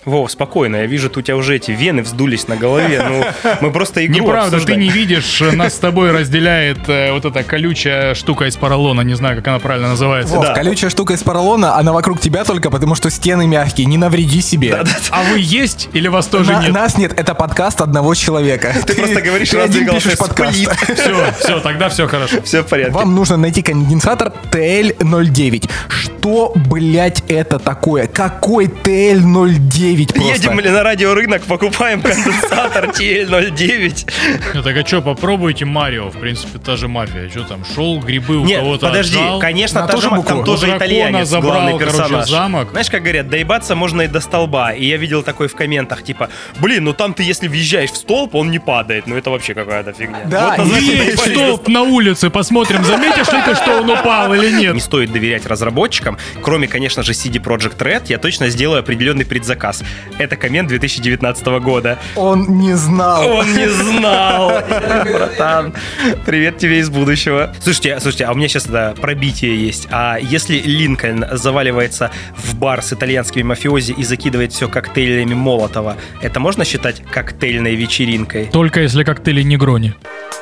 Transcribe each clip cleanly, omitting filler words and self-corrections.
Вов, спокойно, я вижу, у тебя уже эти вены вздулись на голове. Ну, мы просто игру Неправда, обсуждаем. ты не видишь, нас с тобой разделяет вот эта колючая штука из поролона, не знаю, как она правильно называется. Вов, Да. колючая штука из поролона, она вокруг тебя только потому, что стены мягкие, не навреди себе. А вы есть или вас тоже нет? Нас нет, это подкаст одного человека. Ты просто говоришь ты разные один голоса, пишешь подкаст. сплит. Все, тогда все хорошо. Все в порядке. Вам нужно найти конденсатор TL09. Что, блять, это такое? Какой TL09 просто? Едем ли на радиорынок, покупаем конденсатор TL09. Ну так а что, попробуйте Марио, в принципе, та же мафия. Что там, шел, грибы у Нет, кого-то подожди, отжал? конечно, На та ту же же букву. там тоже У дракона итальянец, забрал, главный короче, персонаж. замок. Знаешь, как говорят, доебаться можно и до столба. И я видел такой в комментах, типа, блин, ну там ты если въезжаешь в столб, он не падает. Ну это вообще какая-то фигня. Да, Вот, называется, Есть доебались до столб на улице, посмотрим, заметишь ли ты, что он упал или нет? Не стоит доверять разработчикам. Кроме, конечно же, CD Projekt Red, я точно сделаю определенный предзаказ. Это коммент 2019 года. Он не знал. Он не знал. Братан, привет тебе из будущего. Слушайте, а у меня сейчас это пробитие есть. А если Линкольн заваливается в бар с итальянскими мафиози и закидывает все коктейлями Молотова, это можно считать коктейльной вечеринкой? Только если коктейли Негрони.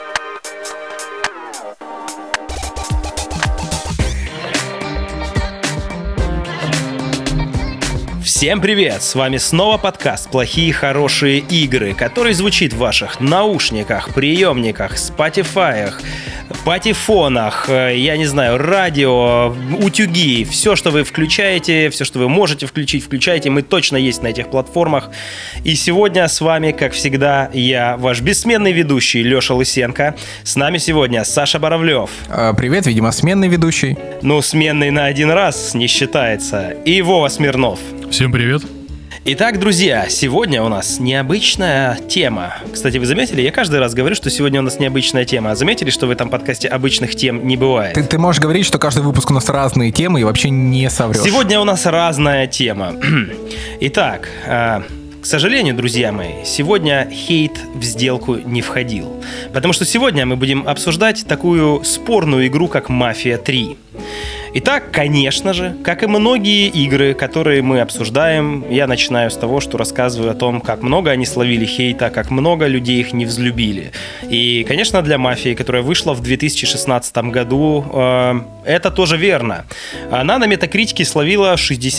Всем привет! С вами снова подкаст «Плохие хорошие игры», который звучит в ваших наушниках, приемниках, спотифаях, патефонах, я не знаю, радио, утюги, все, что вы включаете, все, что вы можете включить, включайте. Мы точно есть на этих платформах. И сегодня с вами, как всегда, я, ваш бессменный ведущий Леша Лысенко. С нами сегодня Саша Боровлев. Привет, видимо, сменный ведущий. Ну, сменный на один раз не считается. И Вова Смирнов. Всем привет. Итак, друзья, сегодня у нас необычная тема. Кстати, вы заметили, я каждый раз говорю, что сегодня у нас необычная тема. А заметили, что в этом подкасте обычных тем не бывает? Ты можешь говорить, что каждый выпуск у нас разные темы и вообще не соврешь. Сегодня у нас разная тема. Итак, к сожалению, друзья мои, сегодня хейт в сделку не входил. Потому что сегодня мы будем обсуждать такую спорную игру, как «Мафия 3». Итак, конечно же, как и многие игры, которые мы обсуждаем, я начинаю с того, что рассказываю о том, как много они словили хейта, как много людей их не взлюбили. И, конечно, для «Мафии», которая вышла в 2016 году, это тоже верно. Она на Метакритике словила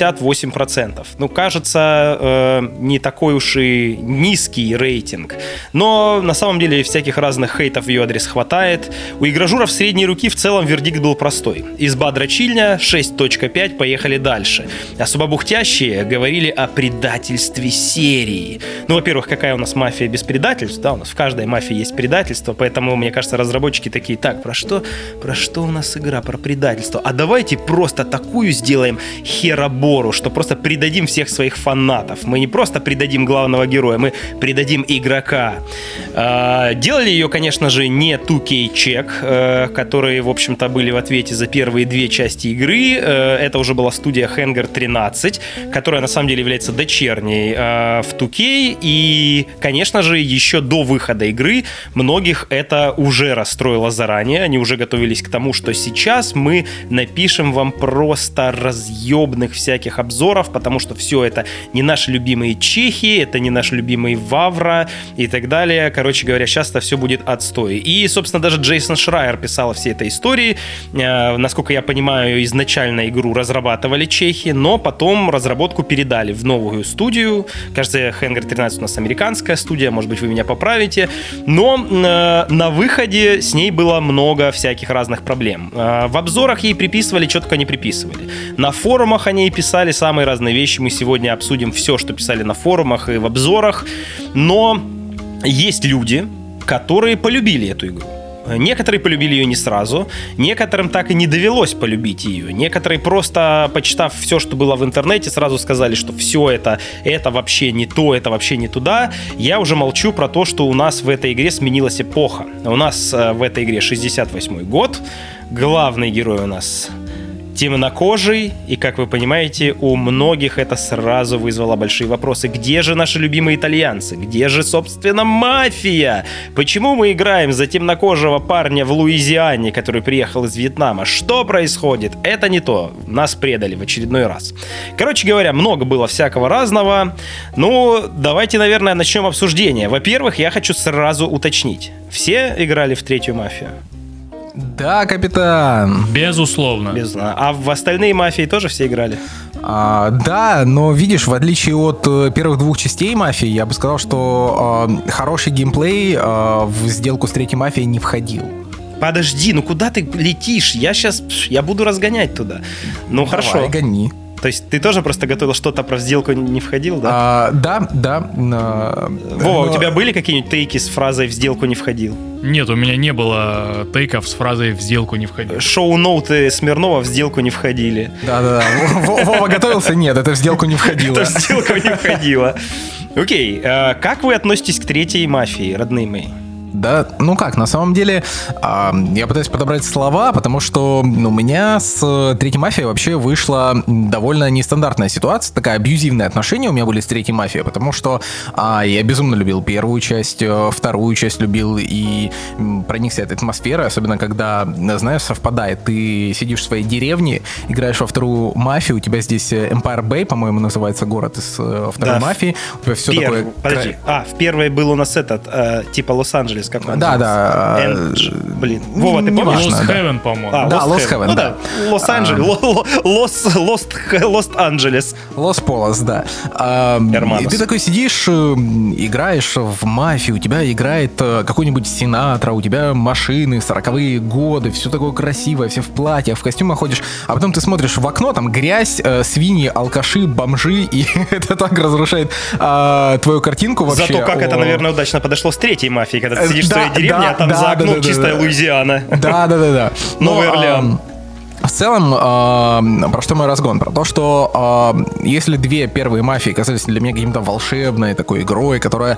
68%. Ну, кажется, не такой уж и низкий рейтинг. Но на самом деле всяких разных хейтов в ее адрес хватает. У игражуров средней руки в целом вердикт был простой. Изба дрочильня 6.5, поехали дальше. Особо бухтящие говорили о предательстве серии. Ну, во-первых, какая у нас мафия без предательств? Да, у нас в каждой мафии есть предательство, поэтому, мне кажется, разработчики такие, так, про что у нас игра? Про предательство. А давайте просто такую сделаем херобору, что просто предадим всех своих фанатов. Мы не просто предадим главного героя, мы предадим игрока. Делали ее, конечно же, не 2K Check, которые, в общем-то, были в ответе за первые две части игры. Это уже была студия Hangar 13, которая на самом деле является дочерней в 2K. И, конечно же, еще до выхода игры многих это уже расстроило заранее. Они уже готовились к тому, что сейчас мы напишем вам просто разъебных всяких обзоров, потому что все это не наши любимые чехи, это не наш любимый Вавра и так далее. Короче говоря, сейчас это все будет отстой. И, собственно, даже Джейсон Шрайер писал все этой истории. Насколько я понимаю, изначально игру разрабатывали чехи, но потом разработку передали в новую студию. Кажется, Hangar 13 у нас американская студия, может быть, вы меня поправите. Но на выходе с ней было много всяких разных проблем. В обзорах ей приписывали, что только не приписывали. На форумах они писали самые разные вещи. Мы сегодня обсудим все, что писали на форумах и в обзорах. Но есть люди, которые полюбили эту игру. Некоторые полюбили ее не сразу, некоторым так и не довелось полюбить ее. Некоторые просто, почитав все, что было в интернете, сразу сказали, что все это вообще не то, это вообще не туда. Я уже молчу про то, что у нас в этой игре сменилась эпоха. У нас в этой игре 68-й год, главный герой у нас темнокожий, и, как вы понимаете, у многих это сразу вызвало большие вопросы. Где же наши любимые итальянцы? Где же, собственно, мафия? Почему мы играем за темнокожего парня в Луизиане, который приехал из Вьетнама? Что происходит? Это не то. Нас предали в очередной раз. Короче говоря, много было всякого разного. Ну, давайте, наверное, начнем обсуждение. Во-первых, я хочу сразу уточнить. Все играли в третью мафию? Да, капитан. Безусловно. А в остальные мафии тоже все играли? Да, но видишь, в отличие от первых двух частей мафии, я бы сказал, что хороший геймплей в сделку с третьей мафией не входил. Подожди, ну куда ты летишь? Я буду разгонять туда. Ну хорошо. Давай, гони. То есть ты тоже просто готовил что-то про сделку не входил, да? Да. Вова, у тебя были какие-нибудь тейки с фразой «в сделку не входил»? Нет, у меня не было тейков с фразой «в сделку не входил». Шоу-ноуты Смирнова «в сделку не входили». Да. Вова готовился? Нет, это в сделку не входило. Это в сделку не входило. Окей, как вы относитесь к третьей мафии, родные мои? Да, ну как, на самом деле, я пытаюсь подобрать слова, потому что у меня с третьей мафией вообще вышла довольно нестандартная ситуация, такая абьюзивное отношение у меня были с третьей мафией, потому что я безумно любил первую часть, вторую часть любил и проникся этой атмосферой, особенно когда, знаешь, совпадает, ты сидишь в своей деревне, играешь во вторую мафию, у тебя здесь Empire Bay, по-моему, называется город из второй мафии, у тебя все такое... Подожди, в первой был у нас типа Лос-Анджелес, как он называется? Блин, Вова, ты помнишь? Lost Heaven, по-моему. Да, Lost Heaven, ну да. Лос-Анджелес. Лос-Анджелес. Лос-Полос, да. И ты такой сидишь, играешь в мафию, у тебя играет какой-нибудь Синатра, у тебя машины, 40-е годы, все такое красивое, все в платьях, в костюмах ходишь, а потом ты смотришь в окно, там грязь, свиньи, алкаши, бомжи, и это так разрушает твою картинку вообще. Зато как это, наверное, удачно подошло с третьей мафией, когда ты сидишь в своей деревне, а там за окном чистая Луизиана. Да. Новый Орлеан. В целом, про что мой разгон? Про то, что если две первые мафии казались для меня каким-то волшебной такой игрой, которая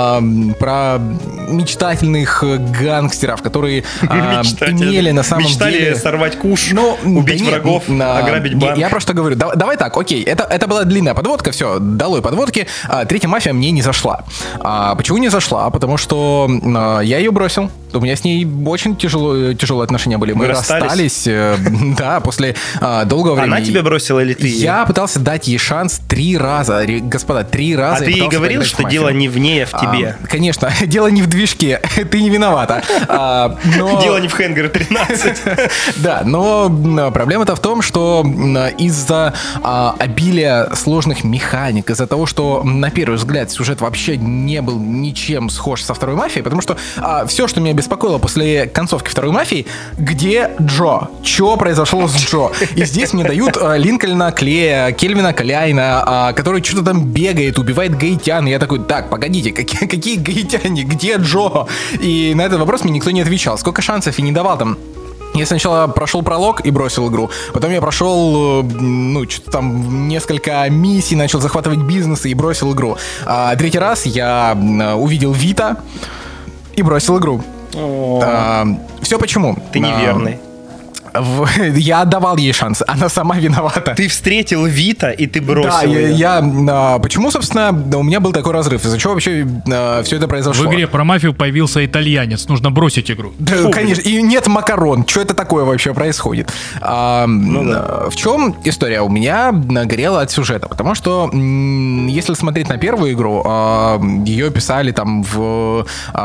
про мечтательных гангстеров, которые имели на самом деле... Мечтали сорвать куш, убить врагов, ограбить банк. Я просто говорю, давай так, окей, это была длинная подводка, все, долой подводки. Третья мафия мне не зашла. Почему не зашла? Потому что я ее бросил. У меня с ней очень тяжелые отношения были. Мы расстались. Да, после долгого времени. Она тебя бросила или ты? Я пытался дать ей шанс 3 раза. Господа, 3 раза. А ты ей говорил, что дело не в ней, а в тебе? Конечно, дело не в движке. Ты не виновата. Дело не в Хенгер 13. Да, но проблема-то в том, что из-за обилия сложных механик, из-за того, что на первый взгляд сюжет вообще не был ничем схож со второй мафией, потому что все, что меня беспокоило после концовки второй мафии, где Джо? Что произошло с Джо? И здесь мне дают Линкольна Клея, Кельвина Кляйна, который что-то там бегает, убивает гаитян. И я такой, так, погодите, какие гаитяне? Где Джо? И на этот вопрос мне никто не отвечал. Сколько шансов и не давал там. Я сначала прошел пролог и бросил игру. Потом я прошел, что-то там несколько миссий, начал захватывать бизнесы и бросил игру. Третий раз я увидел Вита и бросил игру. Все почему? Ты неверный. Я отдавал ей шанс, она сама виновата. Ты встретил Вита, и ты бросил ее. Почему, собственно, у меня был такой разрыв? Из-за чего вообще все это произошло? В игре про мафию появился итальянец, нужно бросить игру. Да, конечно, и нет макарон. Что это такое вообще происходит? В чем история? У меня горело от сюжета, потому что, если смотреть на первую игру, ее писали там в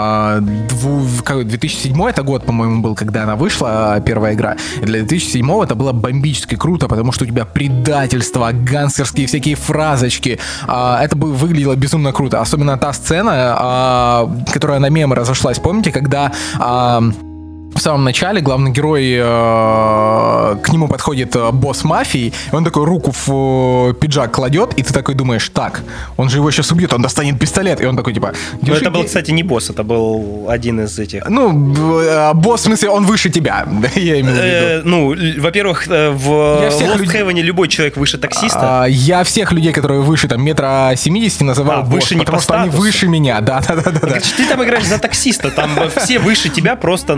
2007 это год, по-моему, был, когда она вышла, первая игра. Для 2007-го это было бомбически круто, потому что у тебя предательство, гангстерские всякие фразочки. Это бы выглядело безумно круто. Особенно та сцена, которая на мемы разошлась. Помните, когда... В самом начале главный герой, к нему подходит босс мафии, и он такой руку в пиджак кладет, и ты такой думаешь, так, он же его сейчас убьет, он достанет пистолет, и он такой типа... Но это был, кстати, не босс, это был один из этих... Босс, в смысле, он выше тебя, я имею в виду. Во-первых, в Lost Heaven любой человек выше таксиста. Я всех людей, которые выше там 1,70 м называл босс, выше не потому по что они выше меня, да. Ты там играешь за таксиста, там все выше тебя, просто,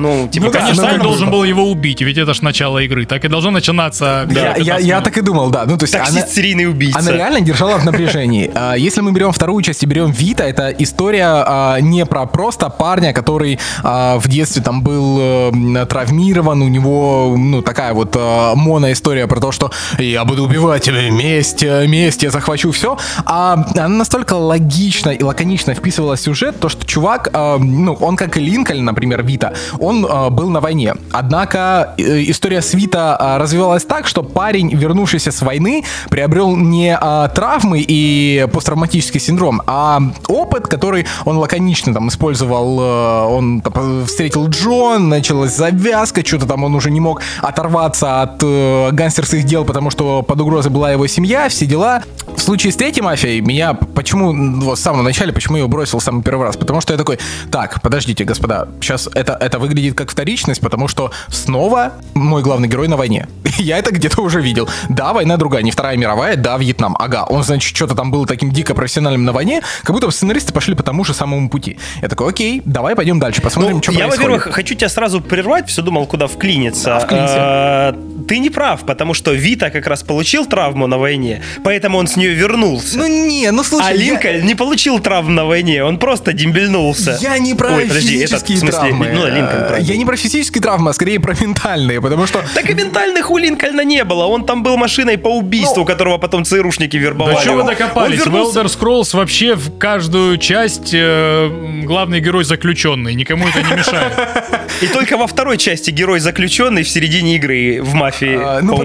не да, Конечно, правильно он должен было? был его убить, ведь это ж начало игры. Так и должно начинаться. Я так и думал, да. Ну, то есть Таксист, серийный убийца. она реально держала в напряжении. Если мы берем вторую часть и берем Вита, это история не про просто парня, который в детстве там был травмирован, у него, ну, такая вот моноистория про то, что я буду убивать тебя, месть, я захвачу все. А она настолько логично и лаконично вписывалась в сюжет, то, что чувак, ну, он как и Линкольн, например, Вита, он был на войне. Однако история с Вита развивалась так, что парень, вернувшийся с войны, приобрел не травмы и посттравматический синдром, а опыт, который он лаконично там использовал. Он встретил Джон, началась завязка, что-то там он уже не мог оторваться от гангстерских дел, потому что под угрозой была его семья, все дела. В случае с третьей мафией меня почему, вот с самого начала, почему я его бросил в самый первый раз? Потому что я такой, так, подождите, господа, сейчас это выглядит как вторичность, потому что снова мой главный герой на войне. Я это где-то уже видел. Да, война другая, не Вторая мировая, да, Вьетнам. Ага, он, значит, что-то там был таким дико профессиональным на войне, как будто сценаристы пошли по тому же самому пути. Я такой, окей, давай пойдем дальше, посмотрим, что Я, происходит. во-первых, хочу тебя сразу прервать, все думал, куда вклиниться. Да, вклинься. Ты не прав, потому что Вита как раз получил травму на войне, поэтому он с нее вернулся. Слушай, А Линкольн не получил травм на войне, он просто дембельнулся. Я не про Ой, подожди, физические в смысле, травмы. ну, Линкольн, правда. Я не про физические травмы, а скорее про ментальные, потому что... Так и ментальных у Линкольна не было. Он там был машиной по убийству, которого потом ЦРУшники вербовали. Да что вы докопались? Он В вернулся- Elder Scrolls вообще в каждую часть главный герой заключенный. Никому это не мешает. И только во второй части герой заключенный в середине игры в мафии.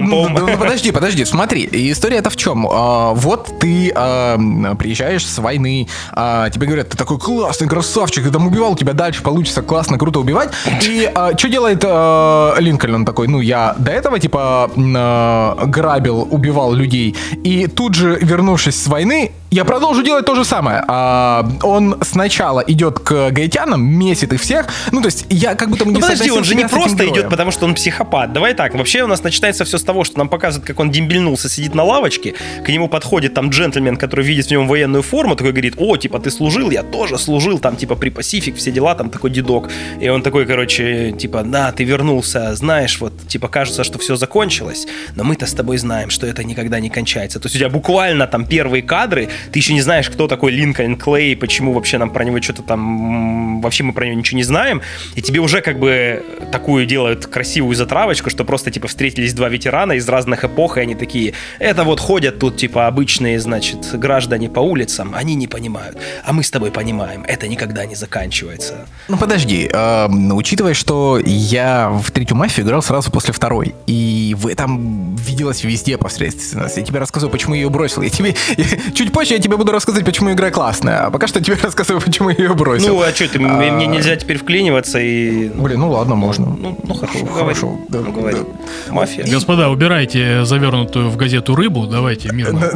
Подожди, смотри, история-то в чем? Вот ты приезжаешь с войны, тебе говорят, ты такой классный красавчик, ты там убивал, у тебя дальше получится классно, круто убивать. И что делает Линкольн? Он такой, ну, я до этого, типа, грабил, убивал людей, и тут же, вернувшись с войны, я продолжу делать то же самое. Он сначала идет к гаитянам, месит их всех. Ну, то есть, я как будто бы не Ну подожди, он же не соотносил себя с этим просто идет, героем. потому что он психопат. Давай так, вообще у нас начинается все с того, что нам показывают, как он дембельнулся, сидит на лавочке, к нему подходит там джентльмен, который видит в нем военную форму, такой говорит, о, типа, ты служил, я тоже служил, там, типа, при Пасифик, все дела, там, такой дедок. И он такой, короче, типа, да, ты вернулся, знаешь, вот, типа, кажется, что все закончилось, но мы-то с тобой знаем, что это никогда не кончается. То есть у тебя буквально там первые кадры, ты еще не знаешь, кто такой Линкольн Клей, почему вообще нам про него что-то там, вообще мы про него ничего не знаем, и тебе уже как бы такую делают красивую затравочку, что просто, типа, встретились два ветерана из разных эпох, и они такие, это вот ходят тут, типа, обычные, значит, граждане по улицам, они не понимают, а мы с тобой понимаем, это никогда не заканчивается. Ну подожди, учитывая, что я в третью мафию играл сразу после второй, и в этом виделась везде посредственность. Я тебе рассказываю, почему я ее бросил. Чуть позже я тебе буду рассказывать, почему игра классная, а пока что я тебе рассказываю, почему я ее бросил. Ну, а что, мне нельзя теперь вклиниваться и... Блин, ну ладно, можно. Ну хорошо, Хорошо, говори. да, Ну, говори. да. Мафия. Господа, убирайте завернутую в газету рыбу, давайте мирно.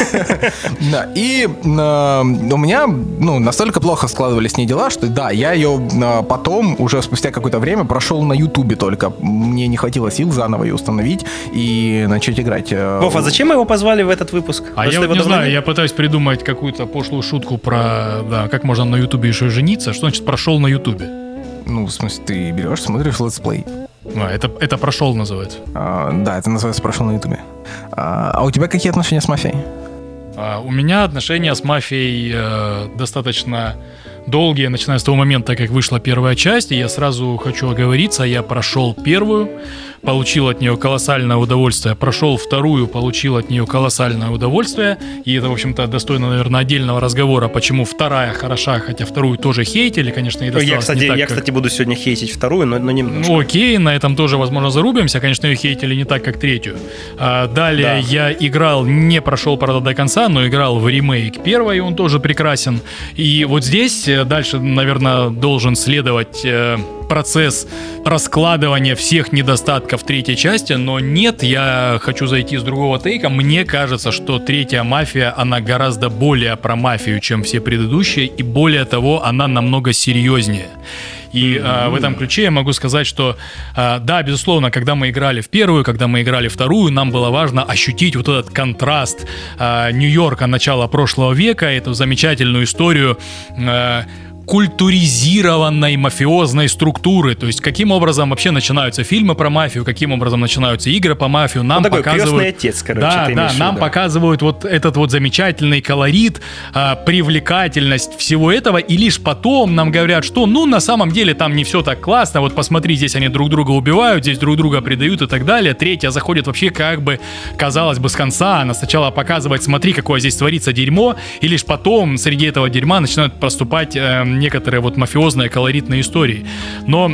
Да, и у меня, ну, настолько плохо складывались с ней дела, что да, я ее потом, уже спустя какое-то время, прошел на Ютубе только. Мне не хватило сил заново ее установить и начать играть. Вов, а зачем мы его позвали в этот выпуск? А Просто я вот его не давно знаю, я пытаюсь придумать какую-то пошлую шутку про, да, как можно на Ютубе еще жениться. Что значит прошел на Ютубе? Ну, в смысле, ты берешь, смотришь летсплей. Это прошел называется. Да, это называется «Прошел на Ютубе». А у тебя какие отношения с мафией? У меня отношения с мафией достаточно долгие, начиная с того момента, как вышла первая часть, и я сразу хочу оговориться, я прошел первую, получил от нее колоссальное удовольствие, прошел вторую, получил от нее колоссальное удовольствие, и это, в общем-то, достойно, наверное, отдельного разговора, почему вторая хороша, хотя вторую тоже хейтили, конечно, и досталось не так, Я, как... кстати, буду сегодня хейтить вторую, но немножко. Ну окей, на этом тоже, возможно, зарубимся. Конечно, ее хейтили не так, как третью. Далее Да. я играл, не прошел, правда, до конца, но играл в ремейк первой, и он тоже прекрасен. И вот здесь дальше, наверное, должен следовать процесс раскладывания всех недостатков третьей части, но нет, я хочу зайти с другого тейка. Мне кажется, что третья мафия, она гораздо более про мафию, чем все предыдущие, и более того, она намного серьезнее. И в этом ключе я могу сказать, что да, безусловно, когда мы играли в первую, когда мы играли в вторую, нам было важно ощутить вот этот контраст Нью-Йорка начала прошлого века, эту замечательную историю культуризированной мафиозной структуры. То есть, каким образом вообще начинаются фильмы про мафию, каким образом начинаются игры по мафию. Нам такой показывают... крестный отец, короче. Да, нам показывают вот этот вот замечательный колорит, привлекательность всего этого, и лишь потом нам говорят, что, ну, на самом деле там не все так классно, вот посмотри, здесь они друг друга убивают, здесь друг друга предают и так далее. Третья заходит вообще как бы, казалось бы, с конца. Она сначала показывает, смотри, какое здесь творится дерьмо, и лишь потом среди этого дерьма начинают проступать некоторые вот мафиозные колоритные истории. Но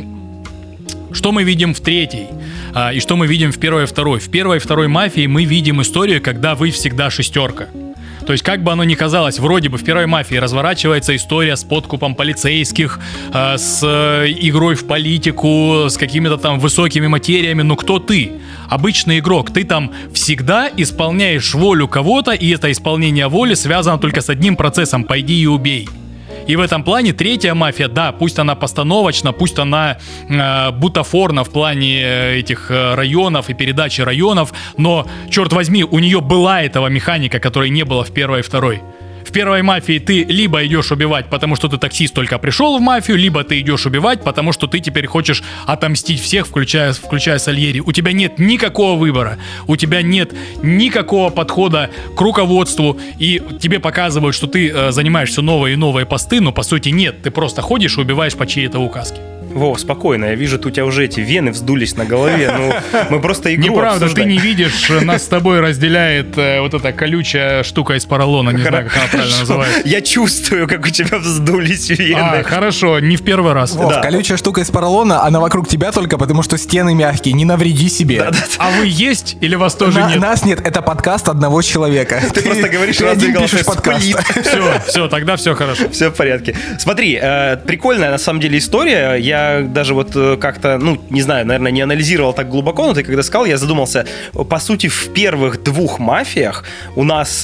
что мы видим в третьей? И что мы видим в первой и второй? В первой и второй «Мафии» мы видим историю, когда вы всегда шестерка. То есть, как бы оно ни казалось, вроде бы в первой «Мафии» разворачивается история с подкупом полицейских, с игрой в политику, с какими-то там высокими материями. Но кто ты? Обычный игрок. Ты там всегда исполняешь волю кого-то, и это исполнение воли связано только с одним процессом: пойди и убей. И в этом плане третья «Мафия», да, пусть она постановочна, пусть она бутафорна в плане этих районов и передачи районов, но, черт возьми, у нее была этого механика, которой не было в первой и второй. В первой «Мафии» ты либо идешь убивать, потому что ты таксист, только пришел в мафию, либо ты идешь убивать, потому что ты теперь хочешь отомстить всех, включая Сальери. У тебя нет никакого выбора, у тебя нет никакого подхода к руководству, и тебе показывают, что ты занимаешь все новые и новые посты, но по сути нет, ты просто ходишь и убиваешь по чьей-то указке. Вов, спокойно, я вижу, у тебя уже эти вены вздулись на голове, ну, мы просто игру Неправда, обсуждаем. ты не видишь, нас с тобой разделяет вот эта колючая штука из поролона, не знаю, как она правильно называется. Я чувствую, как у тебя вздулись вены. Хорошо, не в первый раз. Вов, колючая штука из поролона, она вокруг тебя только потому, что стены мягкие, не навреди себе. А вы есть или вас тоже нет? Нас нет, это подкаст одного человека. Ты просто говоришь ты разные один голоса, пишешь подкаст. Все, тогда все хорошо. Все в порядке. Смотри, прикольная на самом деле история. Я даже вот как-то, ну, не знаю, наверное, не анализировал так глубоко, но ты когда сказал, я задумался. По сути, в первых двух «Мафиях» у нас...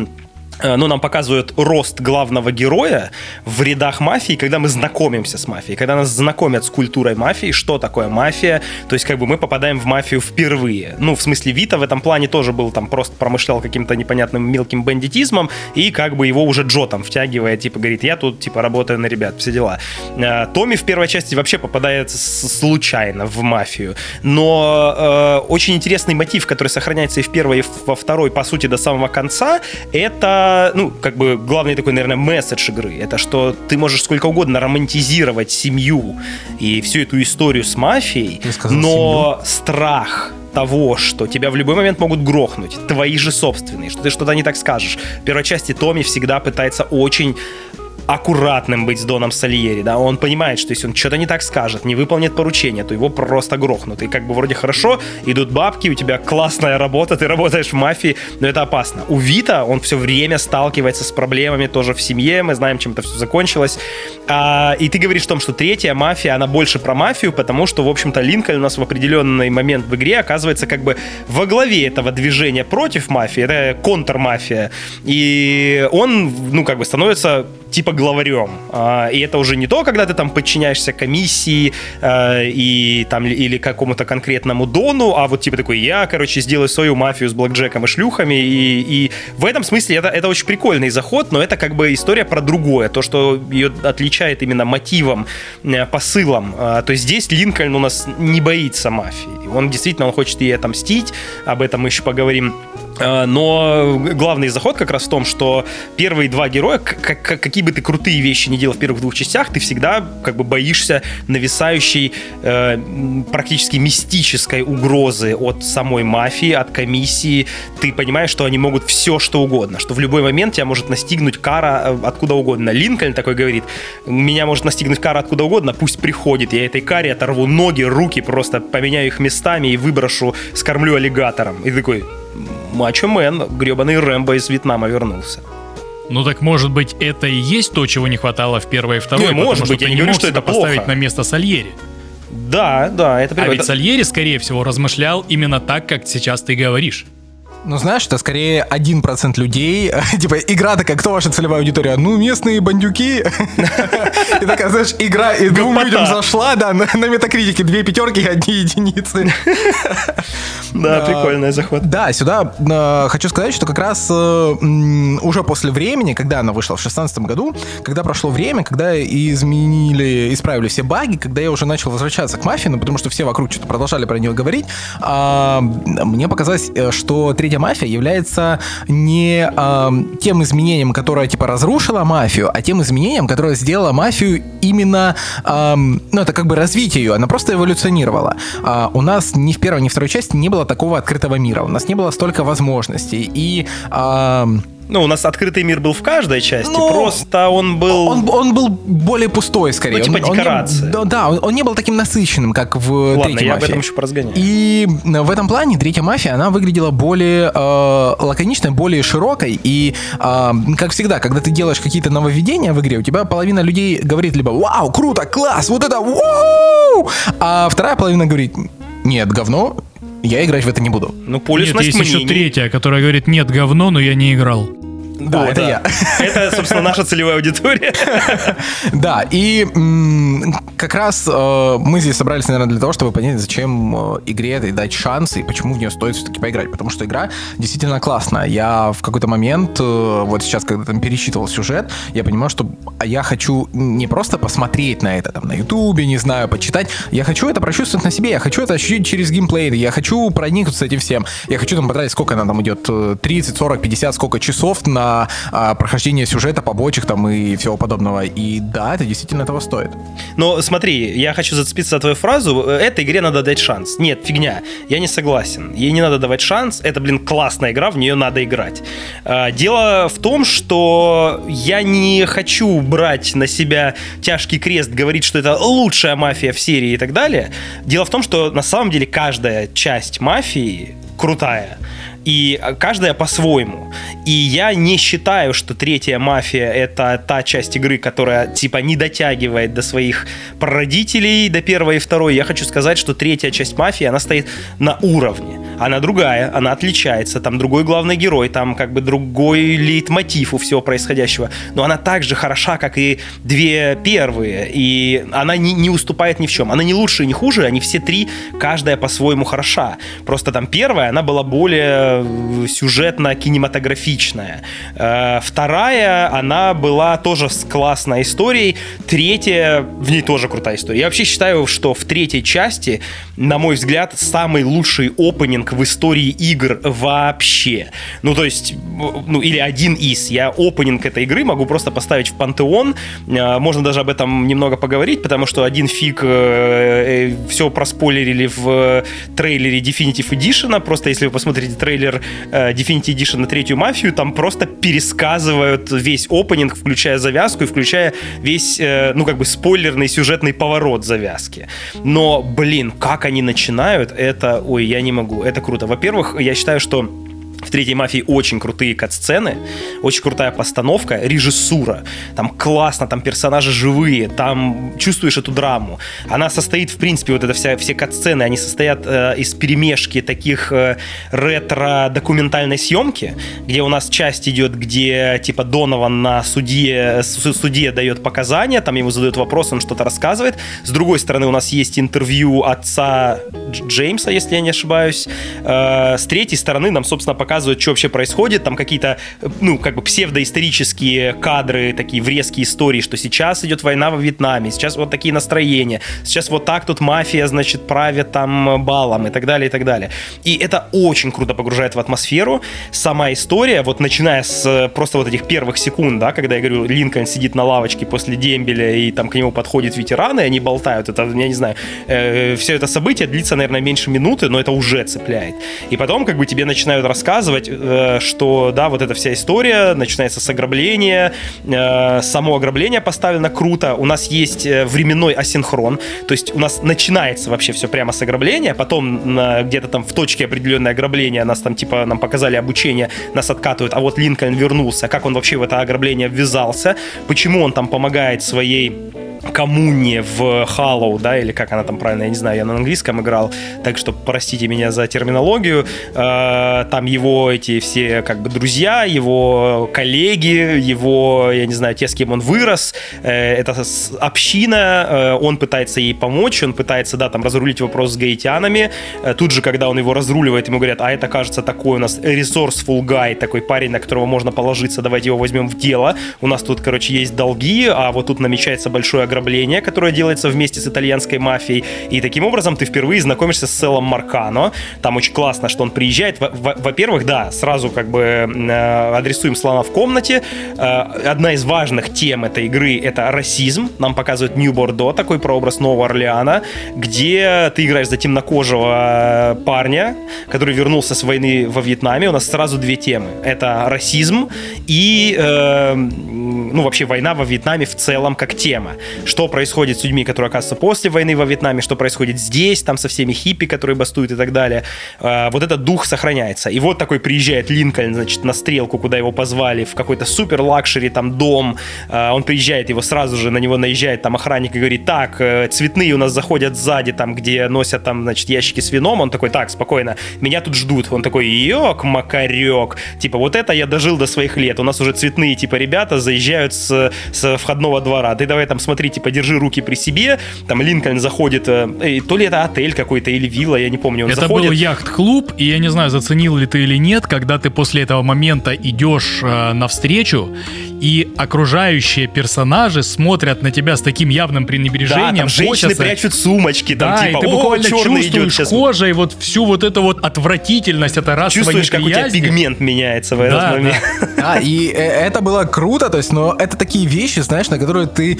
нам показывают рост главного героя в рядах мафии, когда мы знакомимся с мафией, когда нас знакомят с культурой мафии, что такое мафия, то есть как бы мы попадаем в мафию впервые. Ну, в смысле, Вита в этом плане тоже был там, просто промышлял каким-то непонятным мелким бандитизмом, и как бы его уже Джо там втягивает, типа говорит, я тут типа работаю на ребят, все дела. Томми в первой части вообще попадает случайно в мафию, но очень интересный мотив, который сохраняется и в первой, и во второй, по сути, до самого конца, это ну, как бы главный такой, наверное, месседж игры. Это что ты можешь сколько угодно романтизировать семью и всю эту историю с мафией, но страх того, что тебя в любой момент могут грохнуть, твои же собственные, что ты что-то не так скажешь. В первой части Томми всегда пытается очень аккуратным быть с Доном Сальери, да, он понимает, что если он что-то не так скажет, не выполнит поручение, то его просто грохнут, и как бы вроде хорошо, идут бабки, у тебя классная работа, ты работаешь в мафии, но это опасно. У Вита он все время сталкивается с проблемами тоже в семье, мы знаем, чем это все закончилось, и ты говоришь о том, что третья «Мафия», она больше про мафию, потому что, в общем-то, Линкольн у нас в определенный момент в игре оказывается как бы во главе этого движения против мафии, это контрмафия, и он, ну, как бы становится типа главарем. И это уже не то, когда ты там подчиняешься комиссии и там или какому-то конкретному дону, а вот типа такой, я, короче, сделаю свою мафию с блэкджеком и шлюхами. И в этом смысле это очень прикольный заход, но это как бы история про другое. То, что ее отличает именно мотивом, посылом. То есть здесь Линкольн у нас не боится мафии. Он действительно он хочет ей отомстить. Об этом мы еще поговорим. Но главный заход как раз в том, что первые два героя, какие бы ты крутые вещи ни делал в первых двух частях, ты всегда как бы боишься нависающей практически мистической угрозы от самой мафии, от комиссии. Ты понимаешь, что они могут все, что угодно, что в любой момент тебя может настигнуть кара откуда угодно. Линкольн такой говорит, меня может настигнуть кара откуда угодно, пусть приходит, я этой каре оторву ноги, руки, просто поменяю их местами и выброшу, скормлю аллигатором. И ты такой... Мачо-мен, гребаный Рэмбо из Вьетнама вернулся. Ну так может быть это и есть то, чего не хватало в первой и второй, потому может быть, что я ты не говорю, что это поставить плохо. на место Сальери. Да, это... А ведь Сальери, скорее всего, размышлял именно так, как сейчас ты говоришь. Ну, знаешь, это скорее 1% людей. Типа, игра такая, кто ваша целевая аудитория? Ну, местные бандюки. И такая, знаешь, игра и двум людям зашла, да, на метакритике 2 пятерки и 1 единицы. Да, прикольный заход. Да, сюда хочу сказать, что как раз уже после времени, когда она вышла в 2016 году, когда прошло время, когда исправили все баги, когда я уже начал возвращаться к Мафии, ну, потому что все вокруг что-то продолжали про нее говорить, мне показалось, что третья Мафия является не тем изменением, которое типа разрушило Мафию, а тем изменением, которое сделало Мафию именно, ну, это как бы развитие ее, она просто эволюционировала. У нас ни в первой, ни в второй части не было такого открытого мира, у нас не было столько возможностей, и... Ну, у нас открытый мир был в каждой части, просто он был... Он был более пустой, скорее. Ну, типа декорация. Он не был таким насыщенным, как в третьей Мафии. Ладно, я об этом еще поразгоняю. И в этом плане третья Мафия, она выглядела более лаконичной, более широкой. И, как всегда, когда ты делаешь какие-то нововведения в игре, у тебя половина людей говорит либо «Вау, круто, класс, вот это, вау!», а вторая половина говорит «Нет, говно, я играть в это не буду». Ну, полюсность мнений. Есть еще третья, которая говорит «Нет, говно, но я не играл». Да, это я. Это, собственно, наша целевая аудитория. Да, и как раз мы здесь собрались, наверное, для того, чтобы понять, зачем игре этой дать шанс и почему в нее стоит все-таки поиграть. Потому что игра действительно классная. Я в какой-то момент, вот сейчас, когда там пересчитывал сюжет, я понимаю, что я хочу не просто посмотреть на это там на Ютубе, не знаю, почитать. Я хочу это прочувствовать на себе, я хочу это ощутить через геймплей, я хочу проникнуться этим всем. Я хочу там потратить, сколько она там идет, 30, 40, 50, сколько часов на прохождение сюжета, побочек там и всего подобного. И да, это действительно того стоит. Но смотри, я хочу зацепиться за твою фразу. Этой игре надо дать шанс. Нет, фигня. Я не согласен. Ей не надо давать шанс. Это, классная игра, в нее надо играть. Дело в том, что я не хочу брать на себя тяжкий крест, говорить, что это лучшая Мафия в серии и так далее. Дело в том, что на самом деле каждая часть Мафии крутая. И каждая по-своему. И я не считаю, что третья Мафия — это та часть игры, которая типа не дотягивает до своих прародителей, до первой и второй. Я хочу сказать, что третья часть Мафии, она стоит на уровне. Она другая, она отличается. Там другой главный герой, там как бы другой лейтмотив у всего происходящего. Но она так же хороша, как и две первые. И она не уступает ни в чем. Она не лучше и не хуже, они все три, каждая по-своему хороша. Просто там первая, она была более сюжетно-кинематографичная. Вторая, она была тоже с классной историей. Третья, в ней тоже крутая история. Я вообще считаю, что в третьей части, на мой взгляд, самый лучший опенинг в истории игр вообще. Ну, то есть, или один из. Я опенинг этой игры могу просто поставить в пантеон. Можно даже об этом немного поговорить, потому что один фиг все проспойлерили в трейлере Definitive Edition. Просто если вы посмотрите трейлер Definitive Edition на третью Мафию, там просто пересказывают весь опенинг, включая завязку и включая весь, спойлерный сюжетный поворот завязки. Но, как они начинают, это, я не могу, это круто. Во-первых, я считаю, что в третьей Мафии очень крутые кат-сцены, очень крутая постановка, режиссура. Там классно, там персонажи живые, там чувствуешь эту драму. Она состоит, в принципе, все кат-сцены, они состоят из перемешки таких ретро-документальной съемки, где у нас часть идет, где типа Донован на суде дает показания, там ему задают вопрос, он что-то рассказывает. С другой стороны, у нас есть интервью отца Джеймса, если я не ошибаюсь. С третьей стороны нам, собственно, показывают, что вообще происходит. Там какие-то, псевдоисторические кадры, такие врезки истории, что сейчас идет война во Вьетнаме, сейчас вот такие настроения, сейчас вот так тут мафия, значит, правит там балом и так далее, и так далее. И это очень круто погружает в атмосферу. Сама история, вот начиная с просто вот этих первых секунд, да, когда я говорю, Линкольн сидит на лавочке после дембеля, и там к нему подходят ветераны, и они болтают, это, я не знаю, все это событие длится, наверное, меньше минуты, но это уже цепляет. И потом как бы тебе начинают рассказывать, что, да, вот эта вся история начинается с ограбления, само ограбление поставлено круто, у нас есть временной асинхрон, то есть у нас начинается вообще все прямо с ограбления, потом где-то там в точке определенное ограбление, нас там типа, нам показали обучение, нас откатывают, а вот Линкольн вернулся, как он вообще в это ограбление ввязался, почему он там помогает своей коммуне в Hollow, да, или как она там правильно, я не знаю, я на английском играл, так что простите меня за терминологию. Там его эти все как бы друзья, его коллеги, его, я не знаю, те, с кем он вырос, это община, он пытается ей помочь, он пытается, да, там разрулить вопрос с гаитянами. Тут же, когда он его разруливает, ему говорят, а это, кажется, такой у нас resourceful guy, такой парень, на которого можно положиться, давайте его возьмем в дело. У нас тут, короче, есть долги, а вот тут намечается большое ограбление, которое делается вместе с итальянской мафией. И таким образом ты впервые знакомишься с Селом Маркано. Там очень классно, что он приезжает. Во-первых, да, сразу как бы адресуем слона в комнате. Одна из важных тем этой игры — это расизм. Нам показывают Нью-Бордо, такой прообраз Нового Орлеана, где ты играешь за темнокожего парня, который вернулся с войны во Вьетнаме. У нас сразу две темы. Это расизм и вообще война во Вьетнаме в целом как тема. Что происходит с людьми, которые оказываются после войны во Вьетнаме, что происходит здесь, там со всеми хиппи, которые бастуют и так далее. Вот этот дух сохраняется. И вот такой приезжает Линкольн, значит, на стрелку, куда его позвали, в какой-то супер лакшери там дом. Он приезжает, его сразу же на него наезжает там охранник и говорит, так, цветные у нас заходят сзади, там, где носят там, значит, ящики с вином. Он такой, так, спокойно, меня тут ждут. Он такой, ёк-макарёк. Типа, вот это я дожил до своих лет. У нас уже цветные, типа, ребята заезжают с входного двора. Ты давай там смотри, типа, держи руки при себе. Там Линкольн заходит, то ли это отель какой-то или вилла, я не помню. Он это заходит. был яхт-клуб, и я не знаю, заценил ли ты или нет, когда ты после этого момента идешь навстречу, и окружающие персонажи смотрят на тебя с таким явным пренебрежением. Да, там женщины прячут сумочки, там да, типа, и ты буквально черный идет чувствуешь сейчас. кожей вот всю вот эту вот отвратительность, это расовая Чувствуешь, как у тебя пигмент меняется в этот момент. Да, и это было круто, то есть, но это такие вещи, знаешь, на которые ты...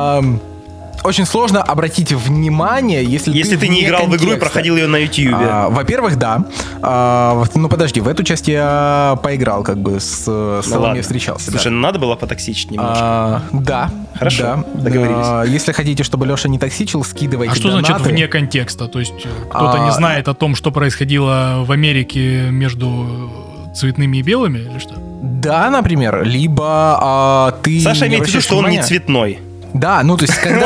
очень сложно обратить внимание, если ты не играл в игру и проходил ее на YouTube. Во-первых, да. Ну, подожди, в эту часть я поиграл, как бы с Соломеей встречался. Слушай, да. Надо было потоксичить немножко. Да. Хорошо, да, договорились. Если хотите, чтобы Леша не токсичил, скидывайте А что донаты. значит вне контекста? То есть кто-то не знает о том, что происходило в Америке между цветными и белыми, или что? Да, например, либо ты... Саша имеет в виду, что он не цветной. Да, ну то есть, когда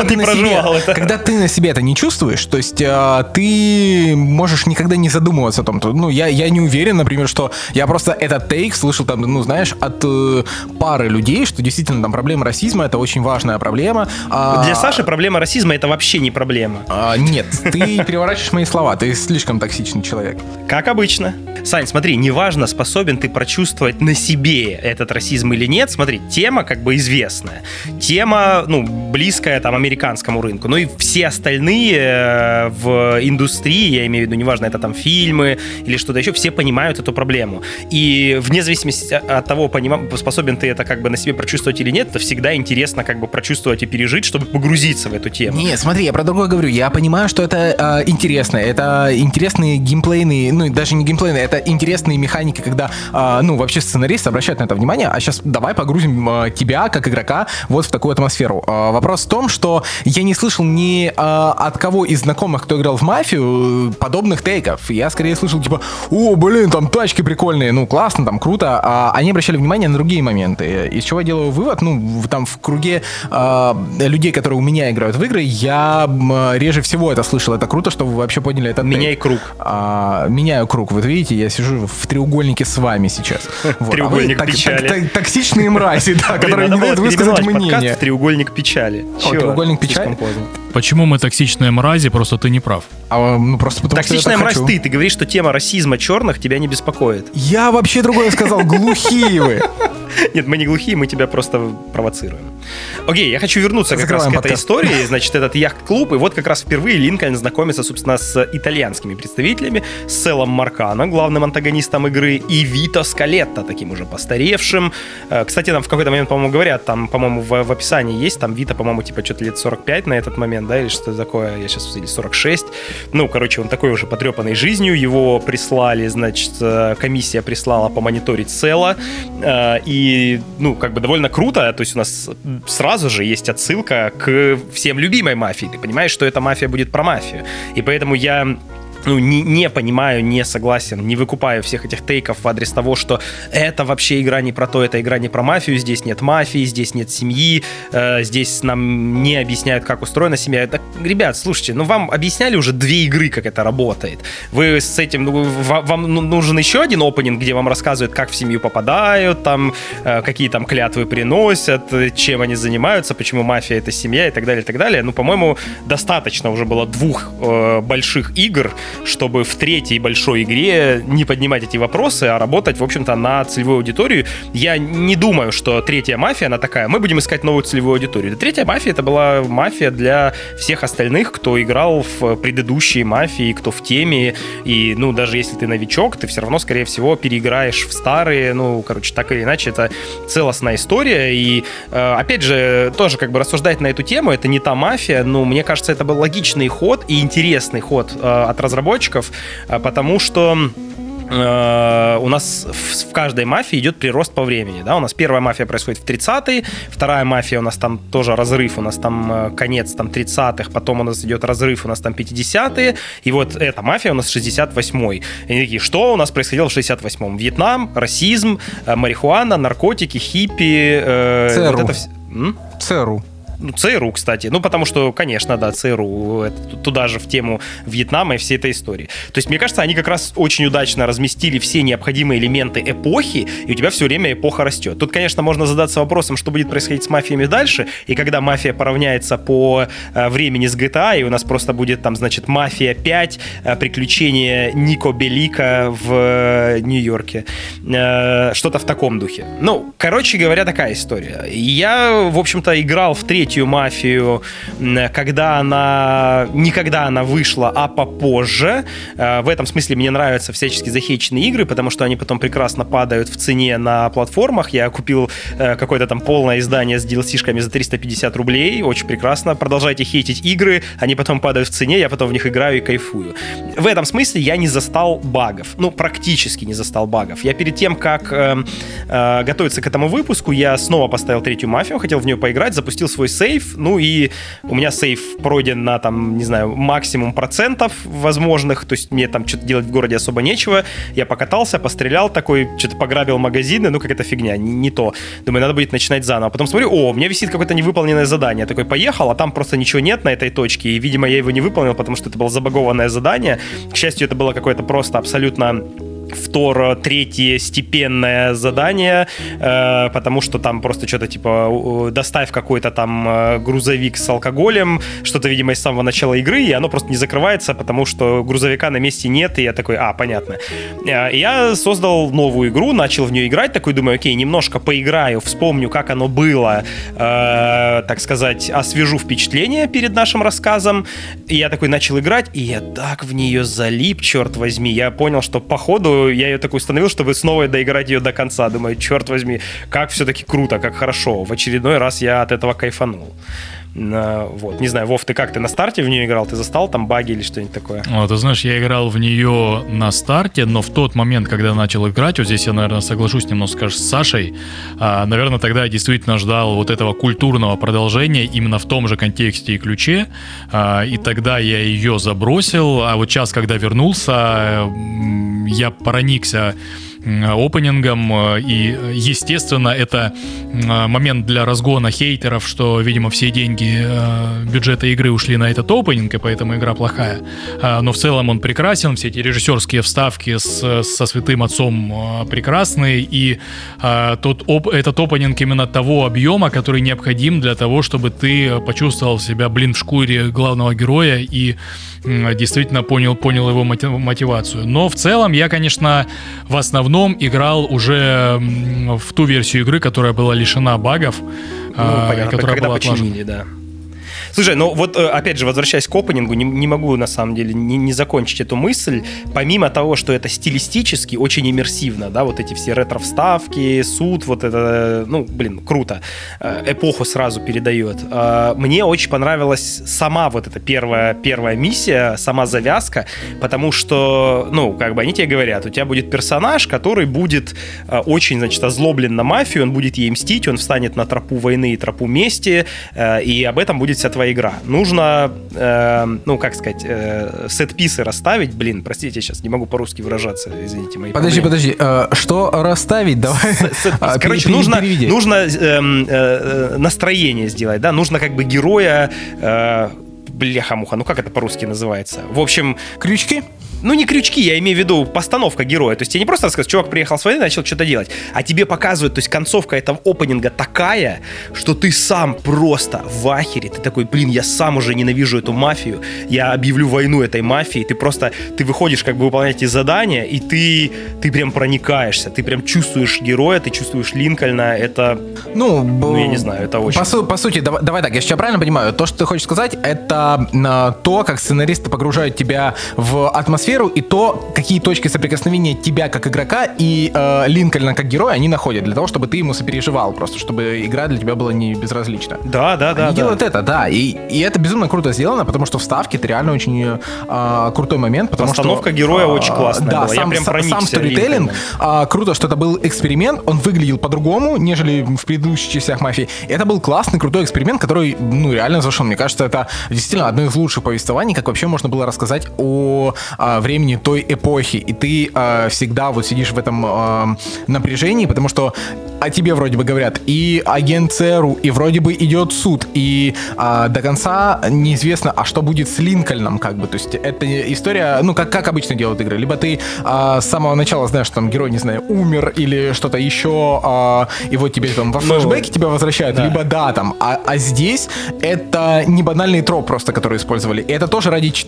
ты на себе это не чувствуешь, то есть ты можешь никогда не задумываться о том, ну я не уверен, например, что я просто этот тейк слышал там, ну знаешь, от пары людей, что действительно там проблема расизма — это очень важная проблема. Для Саши проблема расизма — это вообще не проблема. Нет, ты переворачиваешь мои слова, ты слишком токсичный человек. Как обычно. Сань, смотри, неважно, способен ты прочувствовать на себе этот расизм или нет, смотри, тема как бы известная. Тема, близкая там американскому рынку. Ну и все остальные в индустрии, я имею в виду, неважно, это там фильмы или что-то еще, все понимают эту проблему. И вне зависимости от того, способен ты это как бы на себе прочувствовать или нет, это всегда интересно как бы прочувствовать и пережить, чтобы погрузиться в эту тему. Нет, смотри, я про другое говорю. Я понимаю, что это интересно. Это интересные геймплейные, ну даже не геймплейные, это интересные механики, когда, вообще сценаристы обращают на это внимание. А сейчас давай погрузим тебя, как игрока, вот в такую атмосферу. Вопрос в том, что я не слышал ни от кого из знакомых, кто играл в мафию, подобных тейков. Я скорее слышал, типа, там тачки прикольные, классно, там круто. А они обращали внимание на другие моменты. Из чего я делаю вывод? Там в круге людей, которые у меня играют в игры, я реже всего это слышал. Это круто, что вы вообще поняли этот тейк. Меняй круг. Меняю круг. Вот видите, я сижу в треугольнике с вами сейчас. Треугольник печали. Токсичные мрази, да, которые не дают высказать мнение. Треугольник печали. Треугольник печали? Почему мы токсичные мрази? Просто ты не прав. Просто потому токсичная что я мразь ты говоришь, что тема расизма черных тебя не беспокоит. Я вообще другое сказал, глухие вы. Нет, мы не глухие, мы тебя просто провоцируем. Окей, я хочу вернуться как раз к этой истории. Значит, этот яхт-клуб, и вот как раз впервые Линкольн знакомится, собственно, с итальянскими представителями, с Селом Маркано, главным антагонистом игры, и Вито Скалетто, таким уже постаревшим. Кстати, там в какой-то момент, по-моему, говорят, там, по-моему, в описании есть, там Вито, по-моему, типа что-то лет 45 на этот момент, да, или что-то такое, я сейчас или 46. Он такой уже потрепанный жизнью, его прислали, значит, комиссия прислала помониторить Села, и, довольно круто, то есть у нас сразу же есть отсылка к всем любимой мафии, ты понимаешь, что эта мафия будет про мафию, и поэтому я не понимаю, не согласен, не выкупаю всех этих тейков в адрес того, что это вообще игра не про то, это игра не про мафию, здесь нет мафии, здесь нет семьи, здесь нам не объясняют, как устроена семья. Это, ребят, слушайте, вам объясняли уже 2 игры, как это работает. Вы с этим, вам нужен еще один опенинг, где вам рассказывают, как в семью попадают, там, какие там клятвы приносят, чем они занимаются, почему мафия — это семья и так далее, и так далее. По-моему, достаточно уже было 2 больших игр, чтобы в 3-й большой игре не поднимать эти вопросы, а работать, в общем-то, на целевую аудиторию. Я не думаю, что 3-я мафия, она такая, мы будем искать новую целевую аудиторию. 3-я мафия — это была мафия для всех остальных, кто играл в предыдущие мафии, кто в теме, и, даже если ты новичок, ты все равно, скорее всего, переиграешь в старые, так или иначе, это целостная история, и, опять же, тоже рассуждать на эту тему, это не та мафия, но мне кажется, это был логичный ход и интересный ход от разработчиков, потому что у нас в каждой мафии идет прирост по времени. Да? У нас первая мафия происходит в 30-е, вторая мафия у нас там тоже разрыв, у нас там конец там 30-х, потом у нас идет разрыв, у нас там 50-е, и вот эта мафия у нас 68-й. И они такие, что у нас происходило в 68-м? Вьетнам, расизм, марихуана, наркотики, хиппи. ЦРУ. Вот это ЦРУ. ЦРУ, кстати. Потому что, конечно, да, ЦРУ, это туда же в тему Вьетнама и всей этой истории. То есть, мне кажется, они как раз очень удачно разместили все необходимые элементы эпохи, и у тебя все время эпоха растет. Тут, конечно, можно задаться вопросом, что будет происходить с мафиями дальше, и когда мафия поравняется по времени с GTA, и у нас просто будет там, значит, «Мафия 5», приключения Нико Беллика в Нью-Йорке. Что-то в таком духе. Короче говоря, такая история. Я, в общем-то, играл в 3-ю мафию, когда она вышла, а попозже. В этом смысле мне нравятся всячески захейченные игры, потому что они потом прекрасно падают в цене на платформах. Я купил какое-то там полное издание с DLC-шками за 350 рублей. Очень прекрасно. Продолжайте хейтить игры, они потом падают в цене, я потом в них играю и кайфую. В этом смысле я не застал багов. Практически не застал багов. Я перед тем, как готовиться к этому выпуску, я снова поставил 3-ю мафию, хотел в нее поиграть, запустил свой сейв, и у меня сейв пройден на, там, не знаю, максимум процентов возможных, то есть мне там что-то делать в городе особо нечего. Я покатался, пострелял такой, что-то пограбил магазины, какая-то фигня, не то. Думаю, надо будет начинать заново. Потом смотрю, у меня висит какое-то невыполненное задание. Я такой, поехал, а там просто ничего нет на этой точке, и, видимо, я его не выполнил, потому что это было забагованное задание. К счастью, это было какое-то просто абсолютно третье степенное задание, потому что там просто что-то типа доставь какой-то там грузовик с алкоголем, что-то, видимо, из самого начала игры, и оно просто не закрывается, потому что грузовика на месте нет, и я такой, понятно. Я создал новую игру, начал в нее играть, такой думаю, окей, немножко поиграю, вспомню, как оно было, так сказать, освежу впечатление перед нашим рассказом, и я такой начал играть, и я так в нее залип, черт возьми, я понял, что походу я ее такой установил, чтобы снова доиграть ее до конца. Думаю, черт возьми, как все-таки круто, как хорошо. В очередной раз я от этого кайфанул. Не знаю, Вов, ты на старте в нее играл? Ты застал там баги или что-нибудь такое? Ты знаешь, я играл в нее на старте, но в тот момент, когда начал играть, вот здесь я, наверное, соглашусь немножко с Сашей, наверное, тогда я действительно ждал вот этого культурного продолжения именно в том же контексте и ключе, и тогда я ее забросил, а вот сейчас, когда вернулся, я проникся опенингом, и, естественно, это момент для разгона хейтеров, что, видимо, все деньги бюджета игры ушли на этот опенинг, и поэтому игра плохая. Но в целом он прекрасен, все эти режиссерские вставки со Святым Отцом прекрасные, и этот опенинг именно того объема, который необходим для того, чтобы ты почувствовал себя, в шкуре главного героя и действительно понял его мотивацию. Но в целом я, конечно, в основном играл уже в ту версию игры, которая была лишена багов. Понятно, которая когда была починили, да. Слушай, опять же, возвращаясь к опенингу, не могу, на самом деле, не закончить эту мысль. Помимо того, что это стилистически очень иммерсивно, да, вот эти все ретро-вставки, суд, вот это, круто. Эпоху сразу передает. Мне очень понравилась сама вот эта первая миссия, сама завязка, потому что, они тебе говорят, у тебя будет персонаж, который будет очень, значит, озлоблен на мафию, он будет ей мстить, он встанет на тропу войны и тропу мести, и об этом будет вся твоя финансовая игра. Нужно, сет-писы расставить. Блин, простите, я сейчас не могу по-русски выражаться, извините мои Подожди, что расставить? Давай. Короче, нужно настроение сделать, да, нужно как бы героя... Бляха-муха, как это по-русски называется? В общем... Крючки? Не крючки, я имею в виду постановка героя. То есть тебе не просто рассказывают, чувак приехал с войны, начал что-то делать, а тебе показывают, то есть концовка этого опенинга такая, что ты сам просто в ахере. Ты такой, блин, я сам уже ненавижу эту мафию, я объявлю войну этой мафии. Ты выходишь как бы выполнять эти задания, и ты прям проникаешься, ты прям чувствуешь героя, ты чувствуешь Линкольна. Это, я не знаю, это очень... По сути, давай так, я сейчас правильно понимаю, то, что ты хочешь сказать, это то, как сценаристы погружают тебя в атмосферу, и то, какие точки соприкосновения тебя как игрока и Линкольна как героя они находят, для того, чтобы ты ему сопереживал, просто чтобы игра для тебя была не безразлична. Да. Они делают это, да, и это безумно круто сделано, потому что вставки — это реально очень крутой момент, потому постановка героя очень классная была. Я прям проникся. Сам сторителлинг, круто, что это был эксперимент, он выглядел по-другому, нежели в предыдущих частях «Мафии». Это был классный, крутой эксперимент, который, реально зашел. Мне кажется, это действительно одно из лучших повествований, как вообще можно было рассказать о времени той эпохи, и ты всегда вот сидишь в этом напряжении, потому что о тебе вроде бы говорят и агент ЦРУ, и вроде бы идет суд, и до конца неизвестно, а что будет с Линкольном, как бы, то есть это история, как обычно делают игры, либо ты с самого начала знаешь, что там герой, не знаю, умер или что-то еще, и вот тебе там во флешбеке тебя возвращают, либо а здесь это не банальный троп просто, который использовали, и это тоже ради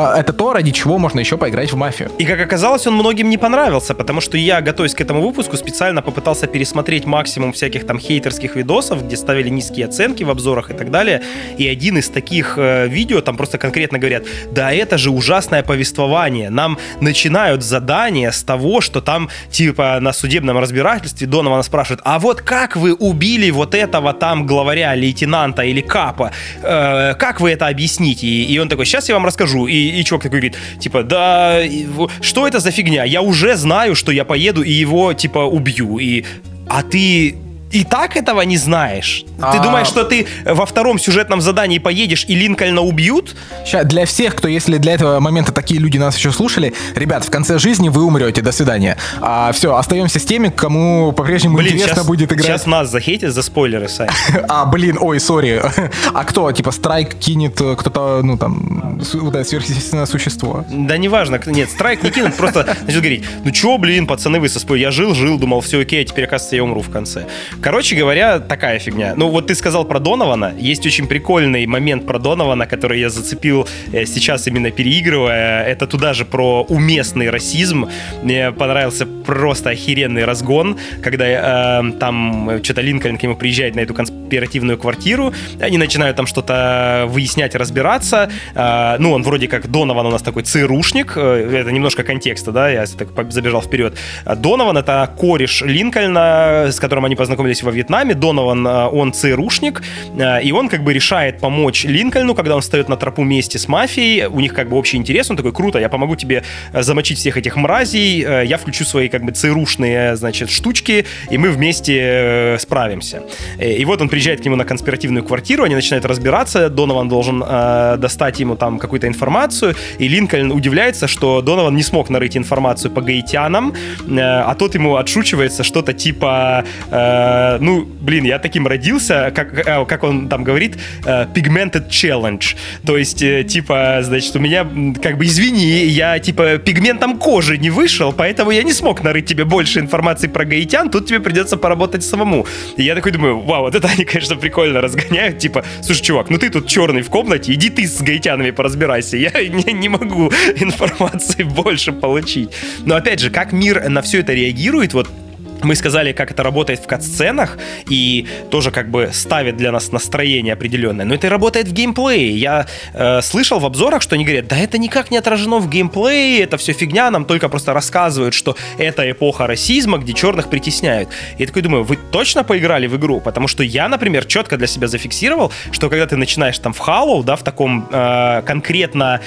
чего можно еще поиграть в «Мафию». И, как оказалось, он многим не понравился, потому что я, готовясь к этому выпуску, специально попытался пересмотреть максимум всяких там хейтерских видосов, где ставили низкие оценки в обзорах и так далее. И один из таких видео, там просто конкретно говорят, да это же ужасное повествование. Нам начинают задание с того, что там типа на судебном разбирательстве Донована спрашивают, а вот как вы убили вот этого там главаря, лейтенанта или капа? Как вы это объясните? И он такой, сейчас я вам расскажу. И чувак такой говорит, типа, да, что это за фигня? Я уже знаю, что я поеду и его, типа, убью. А ты и так этого не знаешь? Ты думаешь, что ты во втором сюжетном задании поедешь и Линкольна убьют? Сейчас, для всех, кто, если для этого момента такие люди нас еще слушали, ребят, в конце жизни вы умрете, до свидания. Все, остаемся с теми, кому по-прежнему интересно будет играть. Сейчас нас захейтят за спойлеры, Сань. Сори. А кто, типа, страйк кинет кто-то, сверхъестественное существо? Да неважно, нет, страйк не кинут, просто начнут говорить, пацаны, вы со спойлером, я жил, думал, все окей, а теперь, оказывается, я умру в конце. Короче говоря, такая фигня. Вот ты сказал про Донована. Есть очень прикольный момент про Донована, который я зацепил сейчас именно переигрывая. Это туда же про уместный расизм. Мне понравился просто охеренный разгон, когда там что-то Линкольн к нему приезжает на эту конспиративную квартиру. Они начинают там что-то выяснять, разбираться. Он вроде как Донован у нас такой ЦРУшник. Это немножко контекста, да, я так забежал вперед. Донован — это кореш Линкольна, с которым они познакомились во Вьетнаме. Донован, он ЦРУшник, и он как бы решает помочь Линкольну, когда он встает на тропу вместе с мафией. У них как бы общий интерес. Он такой, круто, я помогу тебе замочить всех этих мразей, я включу свои как бы ЦРУшные, штучки, и мы вместе справимся. И вот он приезжает к нему на конспиративную квартиру, они начинают разбираться, Донован должен достать ему там какую-то информацию, и Линкольн удивляется, что Донован не смог нарыть информацию по гаитянам, а тот ему отшучивается что-то типа я таким родился, как он там говорит, pigmented challenge. То есть, у меня, извини, я, пигментом кожи не вышел, поэтому я не смог нарыть тебе больше информации про гаитян, тут тебе придется поработать самому. И я такой думаю, вау, вот это они, конечно, прикольно разгоняют, слушай, чувак, ты тут черный в комнате, иди ты с гаитянами поразбирайся, я не могу информации больше получить. Но опять же, как мир на все это реагирует, мы сказали, как это работает в кат-сценах и тоже ставит для нас настроение определенное. Но это и работает в геймплее. Я слышал в обзорах, что они говорят, да это никак не отражено в геймплее, это все фигня, нам только просто рассказывают, что это эпоха расизма, где черных притесняют. И я такой думаю, вы точно поиграли в игру? Потому что я, например, четко для себя зафиксировал, что когда ты начинаешь там в Hollow, да, в таком конкретно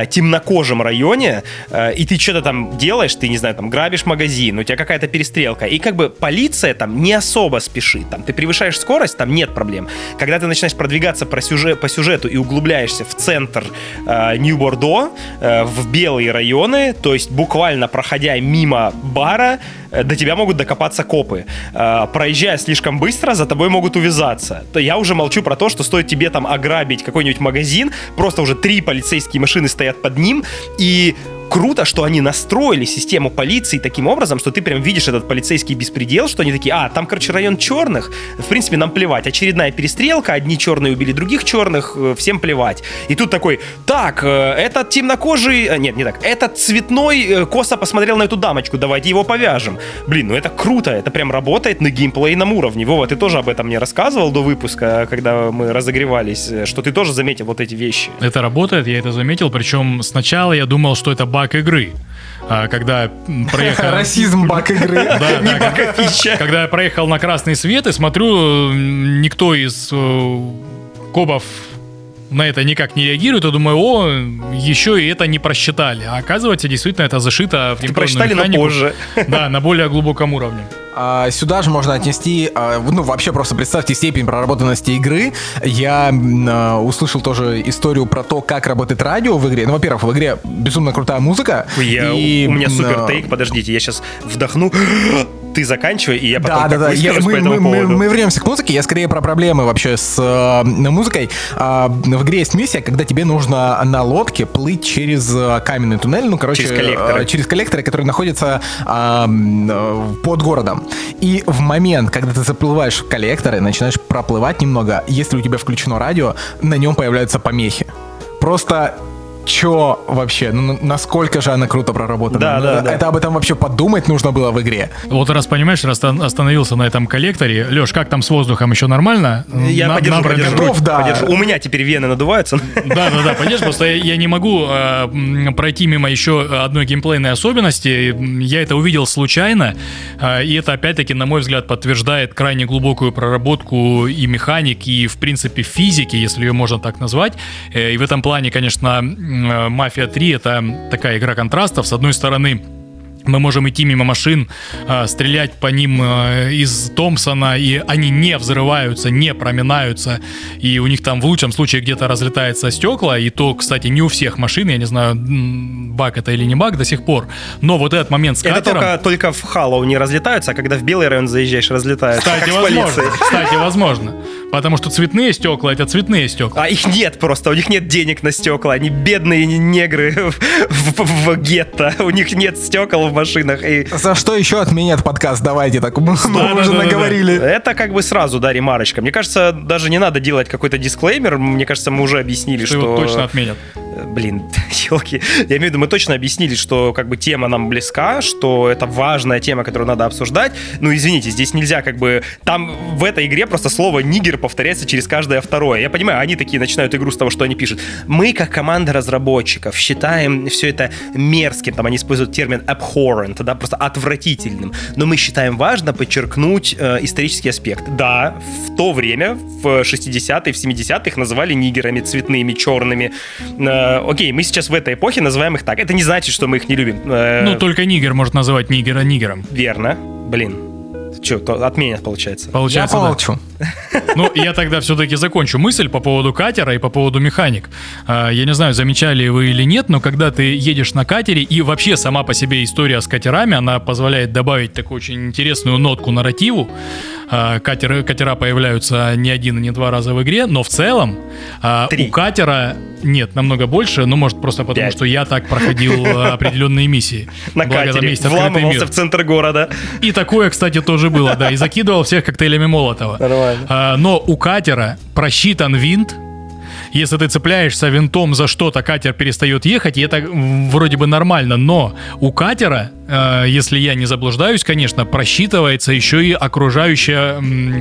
темнокожем районе, и ты что-то там делаешь, ты, не знаю, там грабишь магазин, у тебя какая-то перестрелка, И как бы полиция там не особо спешит. Там ты превышаешь скорость, там нет проблем. Когда ты начинаешь продвигаться по сюжету и углубляешься в центр Нью-Бордо, в белые районы, то есть буквально проходя мимо бара, до тебя могут докопаться копы. Проезжая слишком быстро, за тобой могут увязаться. То я уже молчу про то, что стоит тебе там ограбить какой-нибудь магазин, просто уже 3 полицейские машины стоят под ним, и круто, что они настроили систему полиции таким образом, что ты прям видишь этот полицейский беспредел, что они такие, там, короче, район черных, в принципе, нам плевать. Очередная перестрелка, одни черные убили других черных, всем плевать. И тут такой, так, этот темнокожий, нет, не так, этот цветной косо посмотрел на эту дамочку, давайте его повяжем. Блин, ну это круто, это прям работает на геймплейном уровне. Вова, ты тоже об этом мне рассказывал до выпуска, когда мы разогревались, что ты тоже заметил вот эти вещи. Это работает, я это заметил, причем сначала я думал, что это баг игры. Когда проехал... Расизм баг игры. Не баг-фича. Когда я проехал на красный свет и смотрю, никто из копов на это никак не реагирует, я думаю, еще и это не просчитали. А оказывается, действительно, это зашито в геймплейную механику. Просчитали, но позже. Да, на более глубоком уровне. Сюда же можно отнести, вообще просто представьте степень проработанности игры. Я услышал тоже историю про то, как работает радио в игре. Ну, во-первых, в игре безумно крутая музыка. У меня супер тейк, подождите, я сейчас вдохну. Ты заканчивай, и я потом выскажусь по этому поводу. Мы вернемся к музыке. Я скорее про проблемы вообще с музыкой. В игре есть миссия, когда тебе нужно на лодке плыть через каменный туннель. Ну, короче, через коллекторы, которые находятся под городом. И в момент, когда ты заплываешь в коллекторы, начинаешь проплывать немного, если у тебя включено радио, на нем появляются помехи. Просто... Чё вообще? Ну, насколько же она круто проработана? Да. Это об этом вообще подумать нужно было в игре. Вот раз, понимаешь, раз остановился на этом коллекторе. Лёш, как там с воздухом? Еще нормально? Я подержу. Да. У меня теперь вены надуваются. Да, подержи, просто я не могу пройти мимо еще одной геймплейной особенности. Я это увидел случайно, и это, опять-таки, на мой взгляд, подтверждает крайне глубокую проработку и механик, и, в принципе, физики, если ее можно так назвать. И в этом плане, конечно... Мафия 3 — это такая игра контрастов. С одной стороны, мы можем идти мимо машин, стрелять по ним из Томпсона, и они не взрываются, не проминаются, и у них там в лучшем случае где-то разлетается стекла, и то, кстати, не у всех машин, я не знаю, баг это или не баг до сих пор, но вот этот момент с катером... Это только в Халлоу не разлетаются, а когда в белый район заезжаешь, разлетаются. Кстати, возможно. Потому что цветные стекла — это цветные стекла. А их нет просто, у них нет денег на стекла, они бедные негры в гетто, у них нет стекол в машинах. За что еще отменят подкаст? Давайте так, мы уже наговорили. Это как бы сразу, да, ремарочка. Мне кажется, даже не надо делать какой-то дисклеймер. Мне кажется, мы уже объяснили, что... Его точно отменят. Блин, елки. Я имею в виду, мы точно объяснили, что как бы тема нам близка, что это важная тема, которую надо обсуждать. Ну, извините, здесь нельзя как бы... Там в этой игре просто слово «нигер» повторяется через каждое второе. Я понимаю, они такие начинают игру с того, что они пишут. Мы, как команда разработчиков, считаем все это мерзким. Там они используют термин abhorrent, да, просто отвратительным. Но мы считаем важно подчеркнуть исторический аспект. Да, в то время, в 60-е, в 70-х называли нигерами цветными, черными. Окей, мы сейчас в этой эпохе называем их так. Это не значит, что мы их не любим. Ну, только нигер может называть нигера нигером. Верно. Блин. Что, отменят, получается? Я помолчу. Ну, я тогда все-таки закончу мысль по поводу катера и по поводу механик. Я не знаю, замечали вы или нет, но когда ты едешь на катере, и вообще сама по себе история с катерами, она позволяет добавить такую очень интересную нотку нарративу. Катера появляются не один и не два раза в игре, но в целом у катера нет, намного больше, ну, может, просто потому, 5. что я так проходил определенные миссии. На катере, вламывался в центр города. И такое, кстати, тоже было, да, и закидывал всех коктейлями Молотова. Нормально. Но у катера просчитан винт. Если ты цепляешься винтом за что-то, катер перестает ехать, и это вроде бы нормально, но у катера, если я не заблуждаюсь, конечно, просчитывается еще и окружающая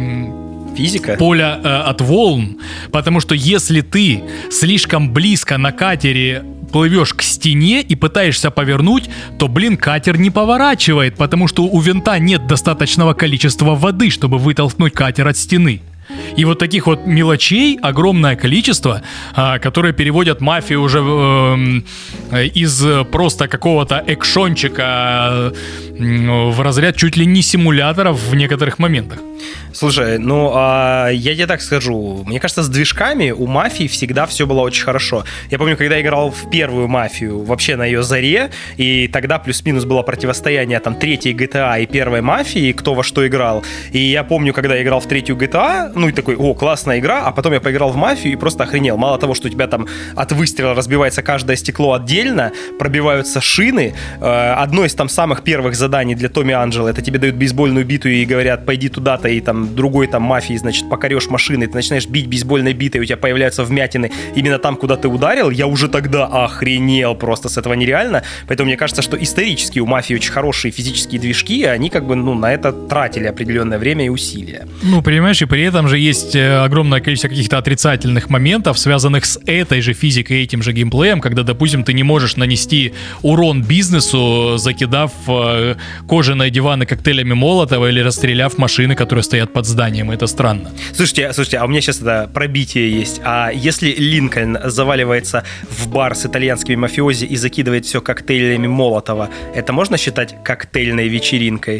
физика, поле от волн, потому что если ты слишком близко на катере плывешь к стене и пытаешься повернуть, то, катер не поворачивает, потому что у винта нет достаточного количества воды, чтобы вытолкнуть катер от стены. И вот таких вот мелочей огромное количество, которые переводят мафию уже из просто какого-то экшончика в разряд чуть ли не симуляторов в некоторых моментах. Слушай, ну, я тебе так скажу. Мне кажется, с движками у «Мафии» всегда все было очень хорошо. Я помню, когда я играл в первую «Мафию», вообще на ее заре, и тогда плюс-минус было противостояние там третьей GTA и первой «Мафии», кто во что играл. И я помню, когда я играл в третью GTA, ну и такой, о, классная игра, а потом я поиграл в «Мафию» и просто охренел. Мало того, что у тебя там от выстрела разбивается каждое стекло отдельно, пробиваются шины. Одно из там самых первых заданий для Томми Анджело — это тебе дают бейсбольную биту и говорят, пойди туда-то, и там другой там мафии, значит, покорешь машины, ты начинаешь бить бейсбольной битой, у тебя появляются вмятины именно там, куда ты ударил. Я уже тогда охренел просто, с этого нереально. Поэтому мне кажется, что исторически у «Мафии» очень хорошие физические движки, и они как бы, ну, на это тратили определенное время и усилия. Ну, понимаешь, и при этом же есть огромное количество каких-то отрицательных моментов, связанных с этой же физикой, этим же геймплеем, когда, допустим, ты не можешь нанести урон бизнесу, закидав кожаные диваны коктейлями Молотова или расстреляв машины, которые стоят под зданием. Это странно. Слушайте, а у меня сейчас это пробитие есть. А если Линкольн заваливается в бар с итальянскими мафиози и закидывает все коктейлями Молотова, это можно считать коктейльной вечеринкой?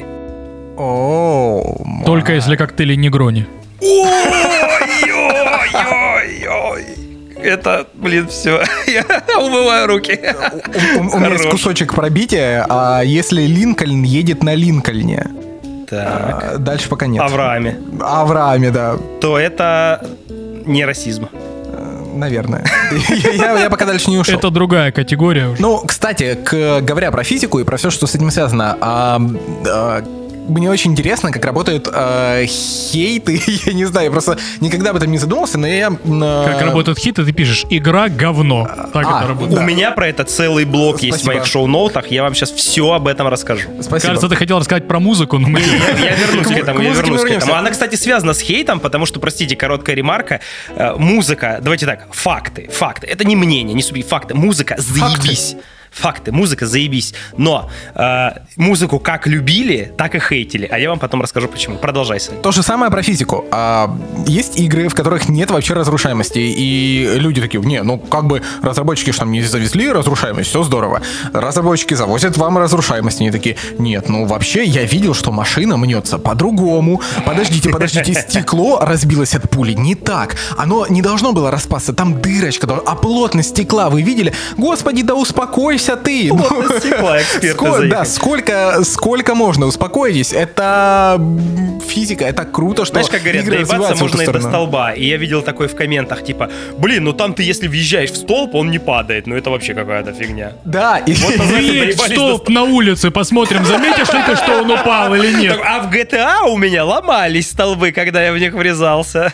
Только если коктейли Негрони. Ой-ой-ой-ой. Это, блин, все. Я умываю руки. У меня есть кусочек пробития. А если Линкольн едет на Линкольне? Так. Дальше пока нет. Аврааме, да. То это не расизм. Наверное. Я пока дальше не ушел. Это другая категория уже. Ну, кстати, говоря про физику и про все, что с этим связано, мне очень интересно, как работают хейты. Я не знаю, я просто никогда об этом не задумывался, но я... Как работают хейты, ты пишешь «игра говно». Так это работает. У меня про это целый блог есть в моих шоу-ноутах. Я вам сейчас все об этом расскажу. Спасибо. Кажется, ты хотел рассказать про музыку, но мы... Я вернусь к этому. Она, кстати, связана с хейтом, потому что, простите, короткая ремарка. Музыка, давайте так, факты. Это не мнение, не субъект, факты. Музыка, заебись. Факты, музыка, заебись. Но музыку как любили, так и хейтили. А я вам потом расскажу, почему. Продолжай, Сань. То же самое про физику. Есть игры, в которых нет вообще разрушаемости. И люди такие, не, ну как бы разработчики же там не завезли разрушаемость, все здорово. Разработчики завозят вам разрушаемость. Они такие, нет, ну вообще я видел, что машина мнется по-другому. Подождите, стекло разбилось от пули. Не так. Оно не должно было распасться. Там дырочка. А плотность стекла вы видели? Господи, да успокойся ты. Плотность стекла, эксперты да, сколько можно? Успокойтесь. Это физика, это круто, что знаешь, как говорят, доебаться можно и до столба. И я видел такой в комментах, типа, блин, ну там ты, если въезжаешь в столб, он не падает. Ну это вообще какая-то фигня. Да. Выедь столб на улице, посмотрим, заметишь ли ты, что он упал или нет. А в GTA у меня ломались столбы, когда я в них врезался.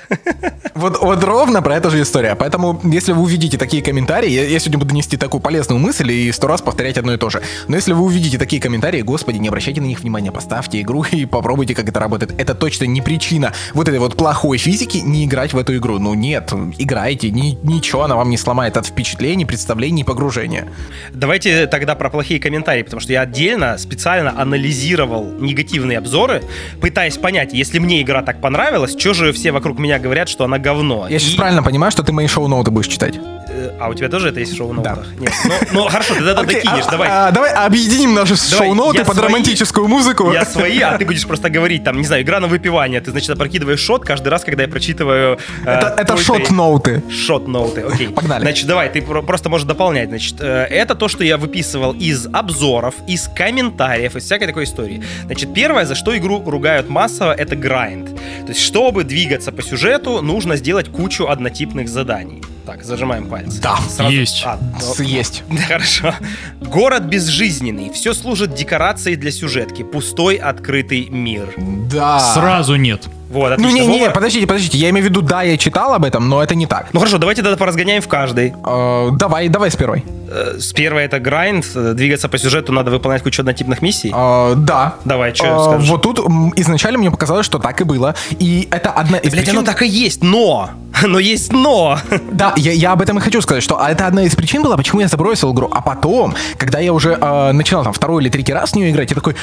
Вот ровно про эту же историю. Поэтому, если вы увидите такие комментарии, я сегодня буду нести такую полезную мысль и 100 раз повторять одно и то же. Но если вы увидите такие комментарии, господи, не обращайте на них внимания, поставьте игру и попробуйте, как это работает. Это точно не причина вот этой вот плохой физики не играть в эту игру. Ну нет, играйте, ничего она вам не сломает от впечатлений, представлений и погружения. Давайте тогда про плохие комментарии, потому что я отдельно специально анализировал негативные обзоры, пытаясь понять, если мне игра так понравилась, что же все вокруг меня говорят, что она говно. Я сейчас правильно понимаю, что ты мои шоу-ноуты будешь читать. А у тебя тоже это есть в шоу-ноутах? Да. Нет. Ну хорошо, ты тогда докинешь, давай. Давай объединим наши шоу-ноуты под романтическую музыку. Я свои, а ты будешь просто говорить, там, не знаю, игра на выпивание. Ты, значит, опрокидываешь шот каждый раз, когда я прочитываю... Это шот-ноуты. Шот-ноуты, окей. Погнали. Значит, давай, ты просто можешь дополнять. Значит, это то, что я выписывал из обзоров, из комментариев, из всякой такой истории. Значит, первое, за что игру ругают массово, это грайнд. То есть, чтобы двигаться по сюжету, нужно сделать кучу однотипных заданий. Так, зажимаем пальцы. Да, есть. Есть. Хорошо. Город безжизненный. Все служит декорацией для сюжетки. Пустой открытый мир. Да. Сразу нет. Вот, Ну отлично. не, подождите. Я имею в виду, да, я читал об этом, но это не так. Ну хорошо, давайте тогда поразгоняем в каждой. Давай с первой. С первой это грайнд. Двигаться по сюжету надо выполнять кучу однотипных миссий. Да. Давай, что скажешь? Вот тут изначально мне показалось, что так и было. И это одна из Блядь, причин... оно так и есть, но есть но. Да, я об этом и хочу сказать, что это одна из причин была, почему я забросил игру. А потом, когда я уже начинал там второй или третий раз в нее играть, я такой...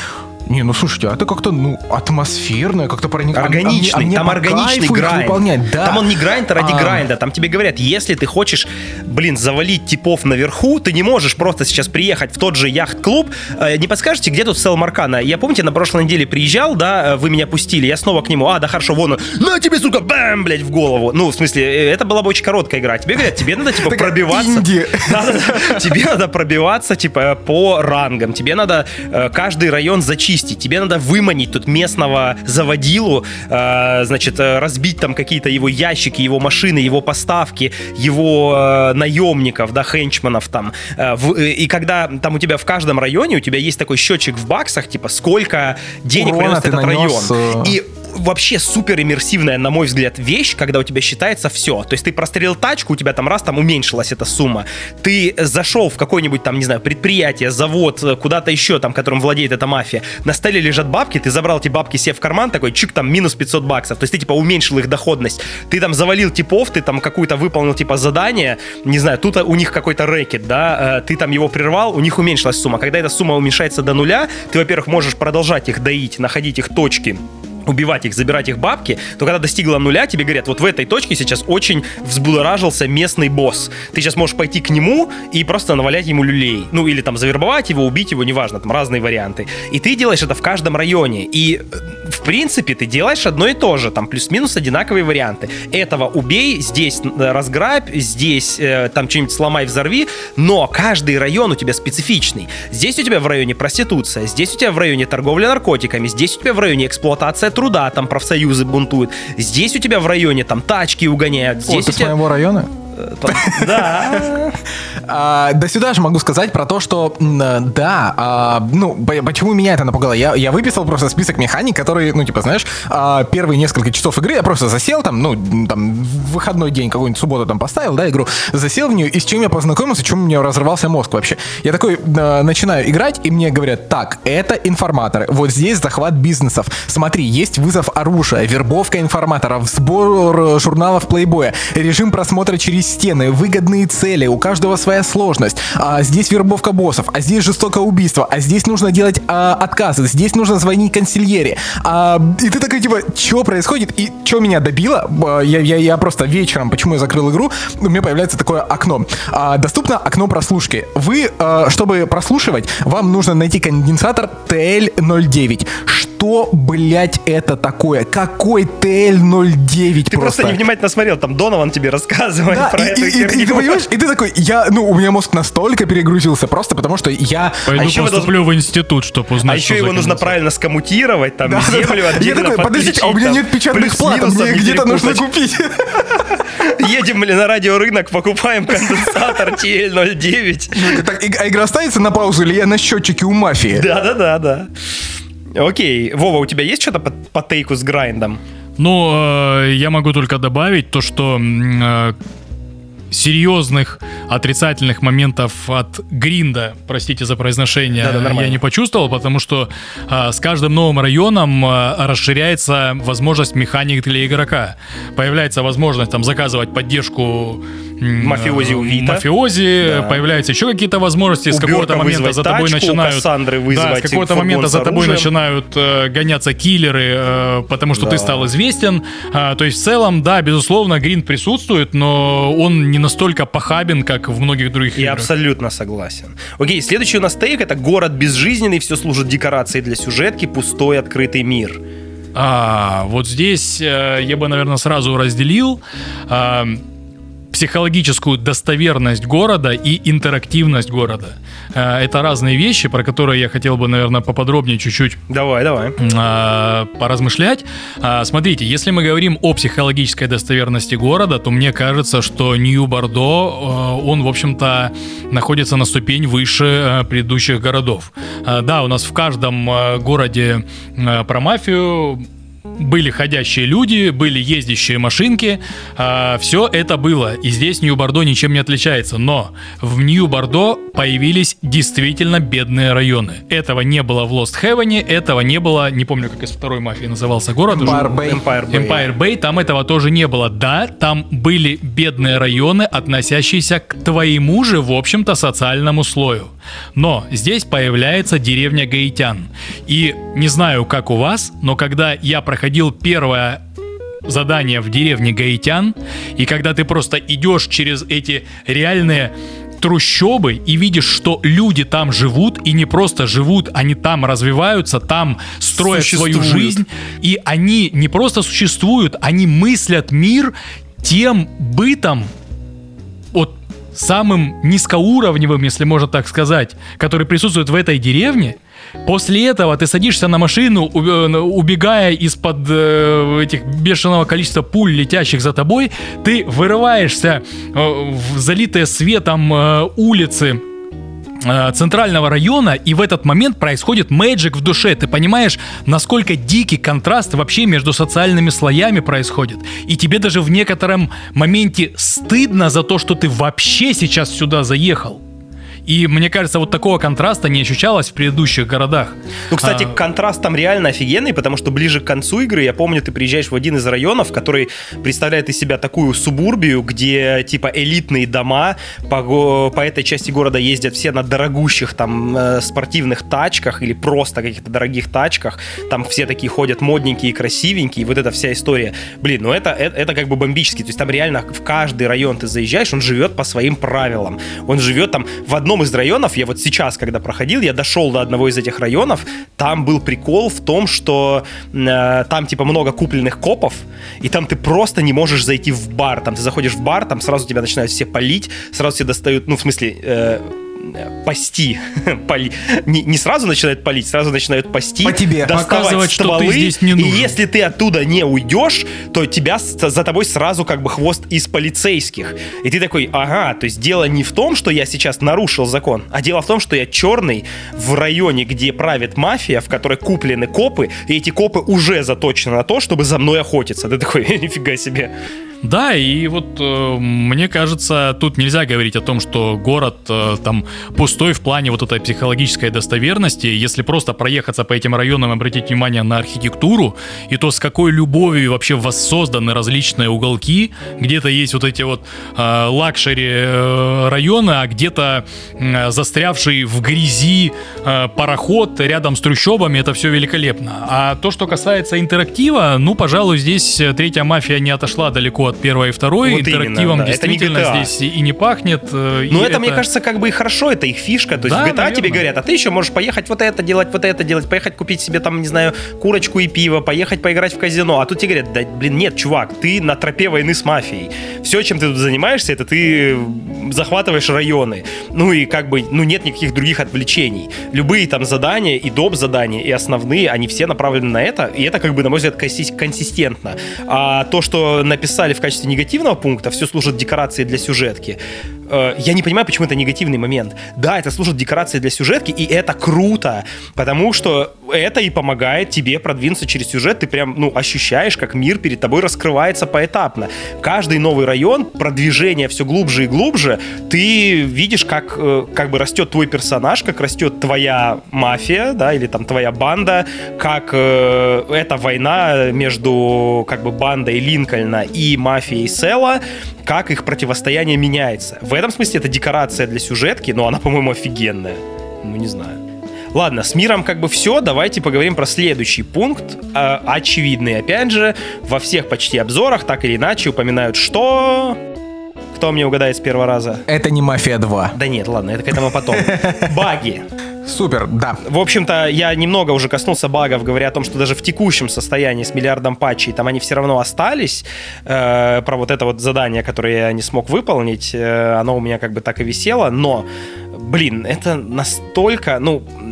Не, ну слушайте, а это как-то, атмосферное, как-то проникает. Органичный, там органичный грайнд. Да. Там он не грайнд ради грайнда. Там тебе говорят, если ты хочешь, завалить типов наверху, ты не можешь просто сейчас приехать в тот же яхт-клуб. Не подскажете, где тут Сел Маркана? Я, помните, на прошлой неделе приезжал, да, вы меня пустили, я снова к нему, да, хорошо, вон он, на тебе, сука, бэм, блядь, в голову. Ну, в смысле, это была бы очень короткая игра. Тебе говорят, тебе надо, пробиваться. Тебе надо пробиваться, по рангам. Тебе надо каждый район зачистить. Тебе надо выманить тут местного заводилу, разбить там какие-то его ящики, его машины, его поставки, его наемников, да, хенчманов там. И когда там у тебя в каждом районе у тебя есть такой счетчик в баксах, сколько денег приносит этот район. И вообще супер иммерсивная, на мой взгляд, вещь, когда у тебя считается все. То есть ты прострелил тачку, у тебя там уменьшилась эта сумма. Ты зашел в какое-нибудь предприятие, завод, куда-то еще, которым владеет эта мафия. На столе лежат бабки, ты забрал эти бабки себе в карман, такой чик, минус 500 баксов. То есть ты уменьшил их доходность. Ты завалил типов, ты какую-то выполнил задание, не знаю, тут у них какой-то рэкет, да, ты его прервал, у них уменьшилась сумма. Когда эта сумма уменьшается до нуля, ты, во-первых, можешь продолжать их доить, находить их точки, убивать их, забирать их бабки, то когда достигла нуля, тебе говорят, вот в этой точке сейчас очень взбудоражился местный босс. Ты сейчас можешь пойти к нему и просто навалять ему люлей. Или завербовать его, убить его, неважно, разные варианты. И ты делаешь это в каждом районе. И, в принципе, ты делаешь одно и то же, плюс-минус одинаковые варианты. Этого убей, здесь разграбь, здесь что-нибудь сломай, взорви, но каждый район у тебя специфичный. Здесь у тебя в районе проституция, здесь у тебя в районе торговля наркотиками, здесь у тебя в районе эксплуатация труда, профсоюзы бунтуют. Здесь у тебя в районе тачки угоняют. Здесь ты с моего района? Да. Да сюда же могу сказать про то, что почему меня это напугало? Я выписал просто список механик, которые, первые несколько часов игры я просто засел в выходной день, какую-нибудь субботу поставил, да, игру, засел в нее, и с чем я познакомился, чем у меня разрывался мозг вообще. Я такой начинаю играть, и мне говорят, так, это информаторы, вот здесь захват бизнесов, смотри, есть вызов оружия, вербовка информаторов, сбор журналов Playboy, режим просмотра через стены, выгодные цели, у каждого своя сложность, здесь вербовка боссов, а здесь жестокое убийство, а здесь нужно делать отказы, здесь нужно звонить консильере, и ты такой, что происходит, и что меня добило, я просто вечером, почему я закрыл игру, у меня появляется такое окно, доступно окно прослушки, вы, чтобы прослушивать, вам нужно найти конденсатор TL09, что, блять, это такое, какой TL09 ты просто невнимательно смотрел, Донован тебе рассказывает, да, про эту и ты понимаешь, и ты такой, у меня мозг настолько перегрузился просто потому, что я... Пойду поступлю в институт, чтобы узнать, а еще его нужно правильно скоммутировать, землю отдельно я такой, подождите, у меня нет печатных плат, мне где-то нужно купить. Едем на радиорынок, покупаем конденсатор TL09. Игра ставится на паузу или я на счетчике у мафии? Да. Окей, Вова, у тебя есть что-то по тейку с грайндом? Я могу только добавить то, что серьезных отрицательных моментов от гринда, простите за произношение, я не почувствовал, потому что с каждым новым районом расширяется возможность механик для игрока. Появляется возможность заказывать поддержку мафиози у Вита. Да. Появляются еще какие-то возможности. С какого-то момента за тобой начинают... с какого-то момента за тобой начинают гоняться киллеры, потому что ты стал известен. То есть в целом, да, безусловно, гринд присутствует, но он не настолько похабен, как в многих других играх. Я абсолютно согласен. Окей, следующий у нас тейк — это город безжизненный, все служит декорацией для сюжетки, пустой открытый мир. Вот здесь я бы, наверное, сразу разделил психологическую достоверность города и интерактивность города. Это разные вещи, про которые я хотел бы, наверное, поподробнее чуть-чуть давай. Поразмышлять. Смотрите, если мы говорим о психологической достоверности города, то мне кажется, что Нью-Бордо, он, в общем-то, находится на ступень выше предыдущих городов. Да, у нас в каждом городе про мафию были ходящие люди, были ездящие машинки, все это было. И здесь Нью-Бордо ничем не отличается. Но в Нью-Бордо появились действительно бедные районы. Этого не было в Lost Heaven, этого не было, не помню, как из второй мафии назывался город. Empire Bay, там этого тоже не было. Да, там были бедные районы, относящиеся к твоему же, в общем-то, социальному слою. Но здесь появляется деревня Гаитян. И не знаю, как у вас, но когда я проходил первое задание в деревне Гаитян, и когда ты просто идешь через эти реальные трущобы и видишь, что люди там живут, и не просто живут, они там развиваются, там строят свою жизнь, и они не просто существуют, они мыслят мир тем бытом, вот самым низкоуровневым, если можно так сказать, который присутствует в этой деревне. После этого ты садишься на машину, убегая из-под этих бешеного количества пуль, летящих за тобой, ты вырываешься в залитые светом улицы центрального района, и в этот момент происходит мэджик в душе. Ты понимаешь, насколько дикий контраст вообще между социальными слоями происходит. И тебе даже в некотором моменте стыдно за то, что ты вообще сейчас сюда заехал. И мне кажется, вот такого контраста не ощущалось в предыдущих городах. Ну, кстати, контраст там реально офигенный, потому что ближе к концу игры, я помню, ты приезжаешь в один из районов, который представляет из себя такую субурбию, где типа элитные дома по этой части города ездят все на дорогущих там спортивных тачках или просто каких-то дорогих тачках. Там все такие ходят модненькие и красивенькие, и вот эта вся история. Блин, ну это как бы бомбически. То есть там реально в каждый район ты заезжаешь, он живет по своим правилам. Он живет там в одном из районов, я вот сейчас, когда проходил, я дошел до одного из этих районов, там был прикол в том, что там типа много купленных копов, и там ты просто не можешь зайти в бар. Там ты заходишь в бар, там сразу тебя начинают все палить, сразу все достают, ну в смысле... пасти. Не сразу начинают палить, сразу начинают пасти. По тебе. Показывать, стволы, что ты здесь не нужен. И если ты оттуда не уйдешь, то за тобой сразу как бы хвост из полицейских. И ты такой, ага, то есть дело не в том, что я сейчас нарушил закон, а дело в том, что я черный в районе, где правит мафия, в которой куплены копы, и эти копы уже заточены на то, чтобы за мной охотиться. Ты такой, нифига себе. Да, и вот мне кажется, тут нельзя говорить о том, что город там пустой в плане вот этой психологической достоверности. Если просто проехаться по этим районам и обратить внимание на архитектуру, и то, с какой любовью вообще воссозданы различные уголки, где-то есть вот эти вот лакшери районы, а где-то застрявший в грязи пароход рядом с трущобами, это все великолепно. А то, что касается интерактива, ну, пожалуй, здесь третья мафия не отошла далеко от первой и второй. Вот интерактивом именно, да. Действительно здесь и не пахнет. Ну, это, мне кажется, как бы и хорошо, это их фишка. То есть да, в GTA наверное. Тебе говорят, а ты еще можешь поехать вот это делать, поехать купить себе там, не знаю, курочку и пиво, поехать поиграть в казино. А тут тебе говорят, да, блин, нет, чувак, ты на тропе войны с мафией. Все, чем ты тут занимаешься, это ты захватываешь районы. Ну и как бы, ну нет никаких других отвлечений. Любые там задания, и доп. Задания, и основные, они все направлены на это, и это как бы, на мой взгляд, консистентно. А то, что написали в качестве негативного пункта, все служит декорацией для сюжетки. Я не понимаю, почему это негативный момент. Да, это служит декорацией для сюжетки, и это круто, потому что это и помогает тебе продвинуться через сюжет. Ты прям, ну, ощущаешь, как мир перед тобой раскрывается поэтапно. Каждый новый район, продвижение все глубже и глубже, ты видишь, как бы растет твой персонаж, как растет твоя мафия, да, или там твоя банда, как эта война между как бы бандой Линкольна и мафией Сэла, как их противостояние меняется. В этом смысле это декорация для сюжетки, но она, по-моему, офигенная. Ну, не знаю. Ладно, с миром как бы все, давайте поговорим про следующий пункт. Очевидный, опять же, во всех почти обзорах так или иначе упоминают, что... Кто мне угадает с первого раза? Это не «Мафия 2». Да нет, ладно, это к этому потом. Баги. Супер, да. В общем-то, я немного уже коснулся багов, говоря о том, что даже в текущем состоянии с миллиардом патчей там они все равно остались. Про вот это вот задание, которое я не смог выполнить, оно у меня как бы так и висело. Но, блин, это настолько... Ну,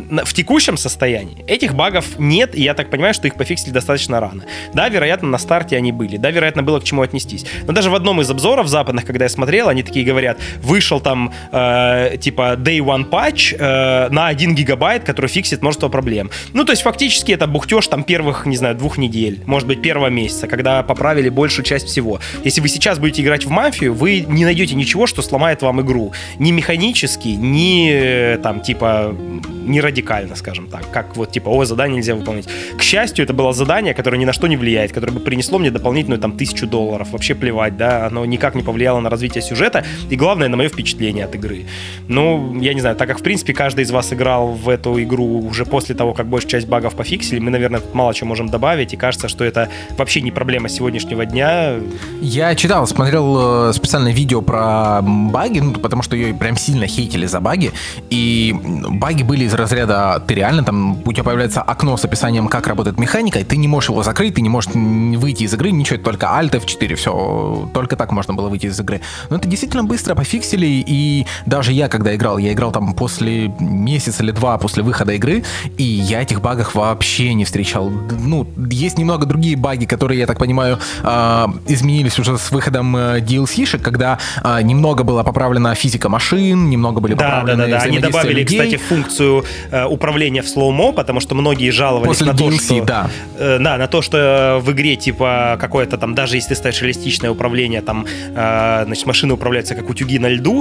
в текущем состоянии этих багов нет, и я так понимаю, что их пофиксили достаточно рано. Да, вероятно, на старте они были, да, вероятно, было к чему отнестись. Но даже в одном из обзоров западных, когда я смотрел, они такие говорят, вышел там типа Day One патч на 1 гигабайт, который фиксит множество проблем. Ну, то есть фактически это бухтеж там первых, не знаю, 2 недель, может быть, первого месяца, когда поправили большую часть всего. Если вы сейчас будете играть в мафию, вы не найдете ничего, что сломает вам игру. Ни механически, ни там типа не радикально, скажем так, как вот типа, задание нельзя выполнить. К счастью, это было задание, которое ни на что не влияет, которое бы принесло мне дополнительную там $1000. Вообще плевать, да, оно никак не повлияло на развитие сюжета и, главное, на мое впечатление от игры. Ну, я не знаю, так как, в принципе, каждый из вас играл в эту игру уже после того, как большую часть багов пофиксили, мы, наверное, тут мало чего можем добавить, и кажется, что это вообще не проблема сегодняшнего дня. Я читал, смотрел специальное видео про баги, ну, потому что ее прям сильно хейтили за баги, и баги были из разряда, ты реально там, у тебя появляется окно с описанием, как работает механика, и ты не можешь его закрыть, ты не можешь выйти из игры, ничего, только Alt F4, все, только так можно было выйти из игры. Но это действительно быстро пофиксили, и даже я, когда играл, я играл там после месяца или 2 после выхода игры, и я этих багов вообще не встречал. Ну, есть немного другие баги, которые, я так понимаю, изменились уже с выходом DLC-шек, когда немного была поправлена физика машин, немного были поправлены взаимодействия Они добавили, людей. кстати, функцию управления в слоумо, потому что многие жаловались после на то, DLC, что... да. На то, что в игре, типа, какое-то там, даже если ты ставишь реалистичное управление, там, значит, машины управляются как утюги на льду,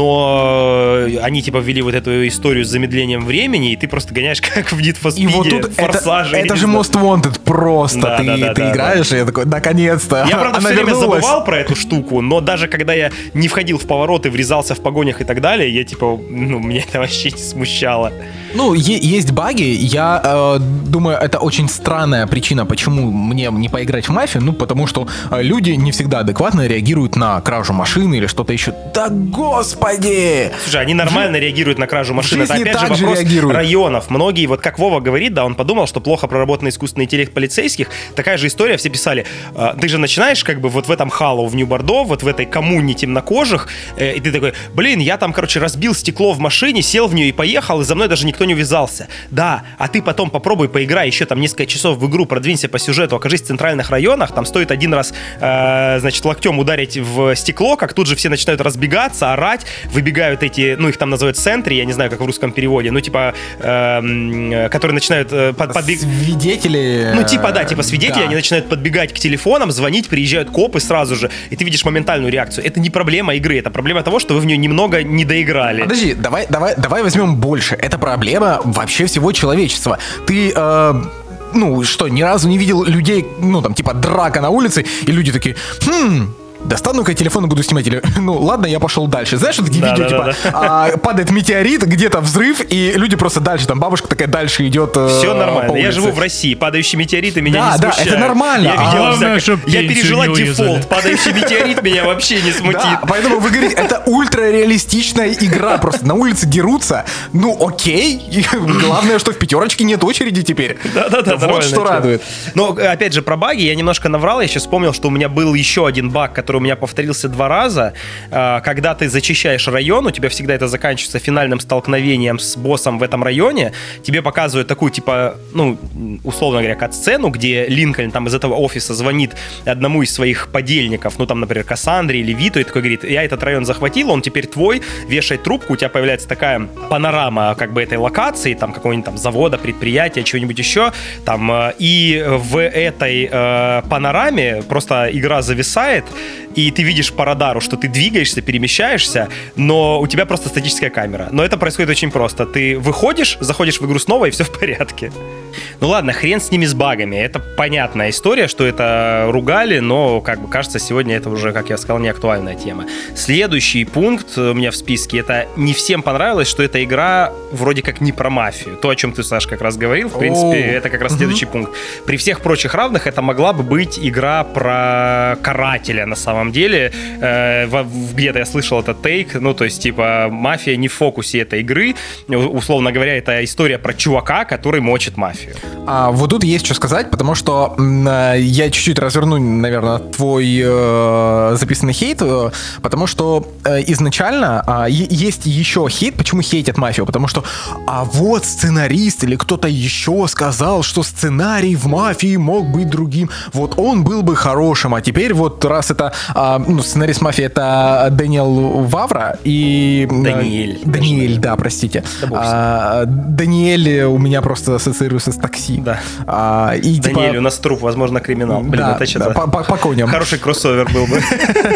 но они, типа, ввели вот эту историю с замедлением времени, и ты просто гоняешь как в Need for Speed, и вот тут Форсаже. это же Most Wanted просто. Ты играешь, и я такой, наконец-то. Я, правда, она все время вернулась. забывал про эту штуку, но даже когда я не входил в повороты, врезался в погонях и так далее, я, типа, меня это вообще не смущало. Ну, есть баги, я думаю, это очень странная причина, почему мне не поиграть в мафию, ну, потому что люди не всегда адекватно реагируют на кражу машины или что-то еще. Да господи! Слушай, они нормально реагируют на кражу машин. Это опять же вопрос районов. Многие, вот как Вова говорит, да, он подумал, что плохо проработанный искусственный интеллект полицейских. Такая же история, все писали, ты же начинаешь как бы вот в этом Халлоу в Нью-Бордо, вот в этой коммуне темнокожих, и ты такой, блин, я там, короче, разбил стекло в машине, сел в нее и поехал, и за мной даже никто не увязался. Да, а ты потом попробуй поиграй еще там несколько часов в игру, продвинься по сюжету, окажись в центральных районах, там стоит один раз, значит, локтем ударить в стекло, как тут же все начинают разбегаться, орать, выбегают эти, ну, их там называют сентри, я не знаю, как в русском переводе, ну, типа, которые начинают подбегать... Свидетели... Ну, типа, да, типа свидетели, да. Они начинают подбегать к телефонам, звонить, приезжают копы сразу же, и ты видишь моментальную реакцию. Это не проблема игры, это проблема того, что вы в нее немного не доиграли. Подожди, давай возьмем больше. Это проблема вообще всего человечества. Ты... ну, что, ни разу не видел людей, ну, там, типа, драка на улице, и люди такие, достану-ка я телефон и буду снимать. Или, ну, ладно, я пошел дальше. Знаешь, вот такие видео, типа, падает метеорит, где-то взрыв, и люди просто дальше, там, бабушка такая дальше идет. Все нормально. Я живу в России, падающие метеориты меня не смущают. Да, это нормально. Я пережила дефолт, падающий метеорит меня вообще не смутит. Да, поэтому вы говорите, это ультрареалистичная игра, просто на улице дерутся, ну, окей, главное, что в пятерочке нет очереди теперь. Да-да-да, вот что радует. Но, опять же, про баги я немножко наврал, я сейчас вспомнил, что у меня был еще один баг, который у меня повторился 2 раза. Когда ты зачищаешь район, у тебя всегда это заканчивается финальным столкновением с боссом в этом районе, тебе показывают такую, типа, ну, условно говоря, кат-сцену, где Линкольн там из этого офиса звонит одному из своих подельников, ну, там, например, Кассандре или Виту, и такой говорит, я этот район захватил, он теперь твой, вешает трубку, у тебя появляется такая панорама, как бы, этой локации, там, какого-нибудь там завода, предприятия, чего-нибудь еще, там, и в этой панораме просто игра зависает, и ты видишь по радару, что ты двигаешься, перемещаешься, но у тебя просто статическая камера. Но это происходит очень просто. Ты выходишь, заходишь в игру снова, и все в порядке. Ну ладно, хрен с ними, с багами. Это понятная история, что это ругали, но, как бы, кажется, сегодня это уже, как я сказал, не актуальная тема. Следующий пункт у меня в списке, это не всем понравилось, что эта игра вроде как не про мафию. То, о чем ты, Саш, как раз говорил, в принципе, это как раз следующий пункт. При всех прочих равных это могла бы быть игра про карателя, на самом деле. Где-то я слышал этот тейк, ну, то есть, типа, мафия не в фокусе этой игры. Условно говоря, это история про чувака, который мочит мафию. Вот тут есть что сказать, потому что я чуть-чуть разверну, наверное, твой записанный хейт, потому что изначально есть еще хейт. Почему хейтят мафию? Потому что вот сценарист или кто-то еще сказал, что сценарий в мафии мог быть другим. Вот он был бы хорошим, а теперь вот раз это сценарист мафии это Дэниел Вавра и... Даниэль, да, простите. Даниэль у меня просто ассоциируется с такси. Да. И, Даниэль, у нас труп, возможно, криминал. Блин, да, это что-то... по коням. Хороший кроссовер был бы.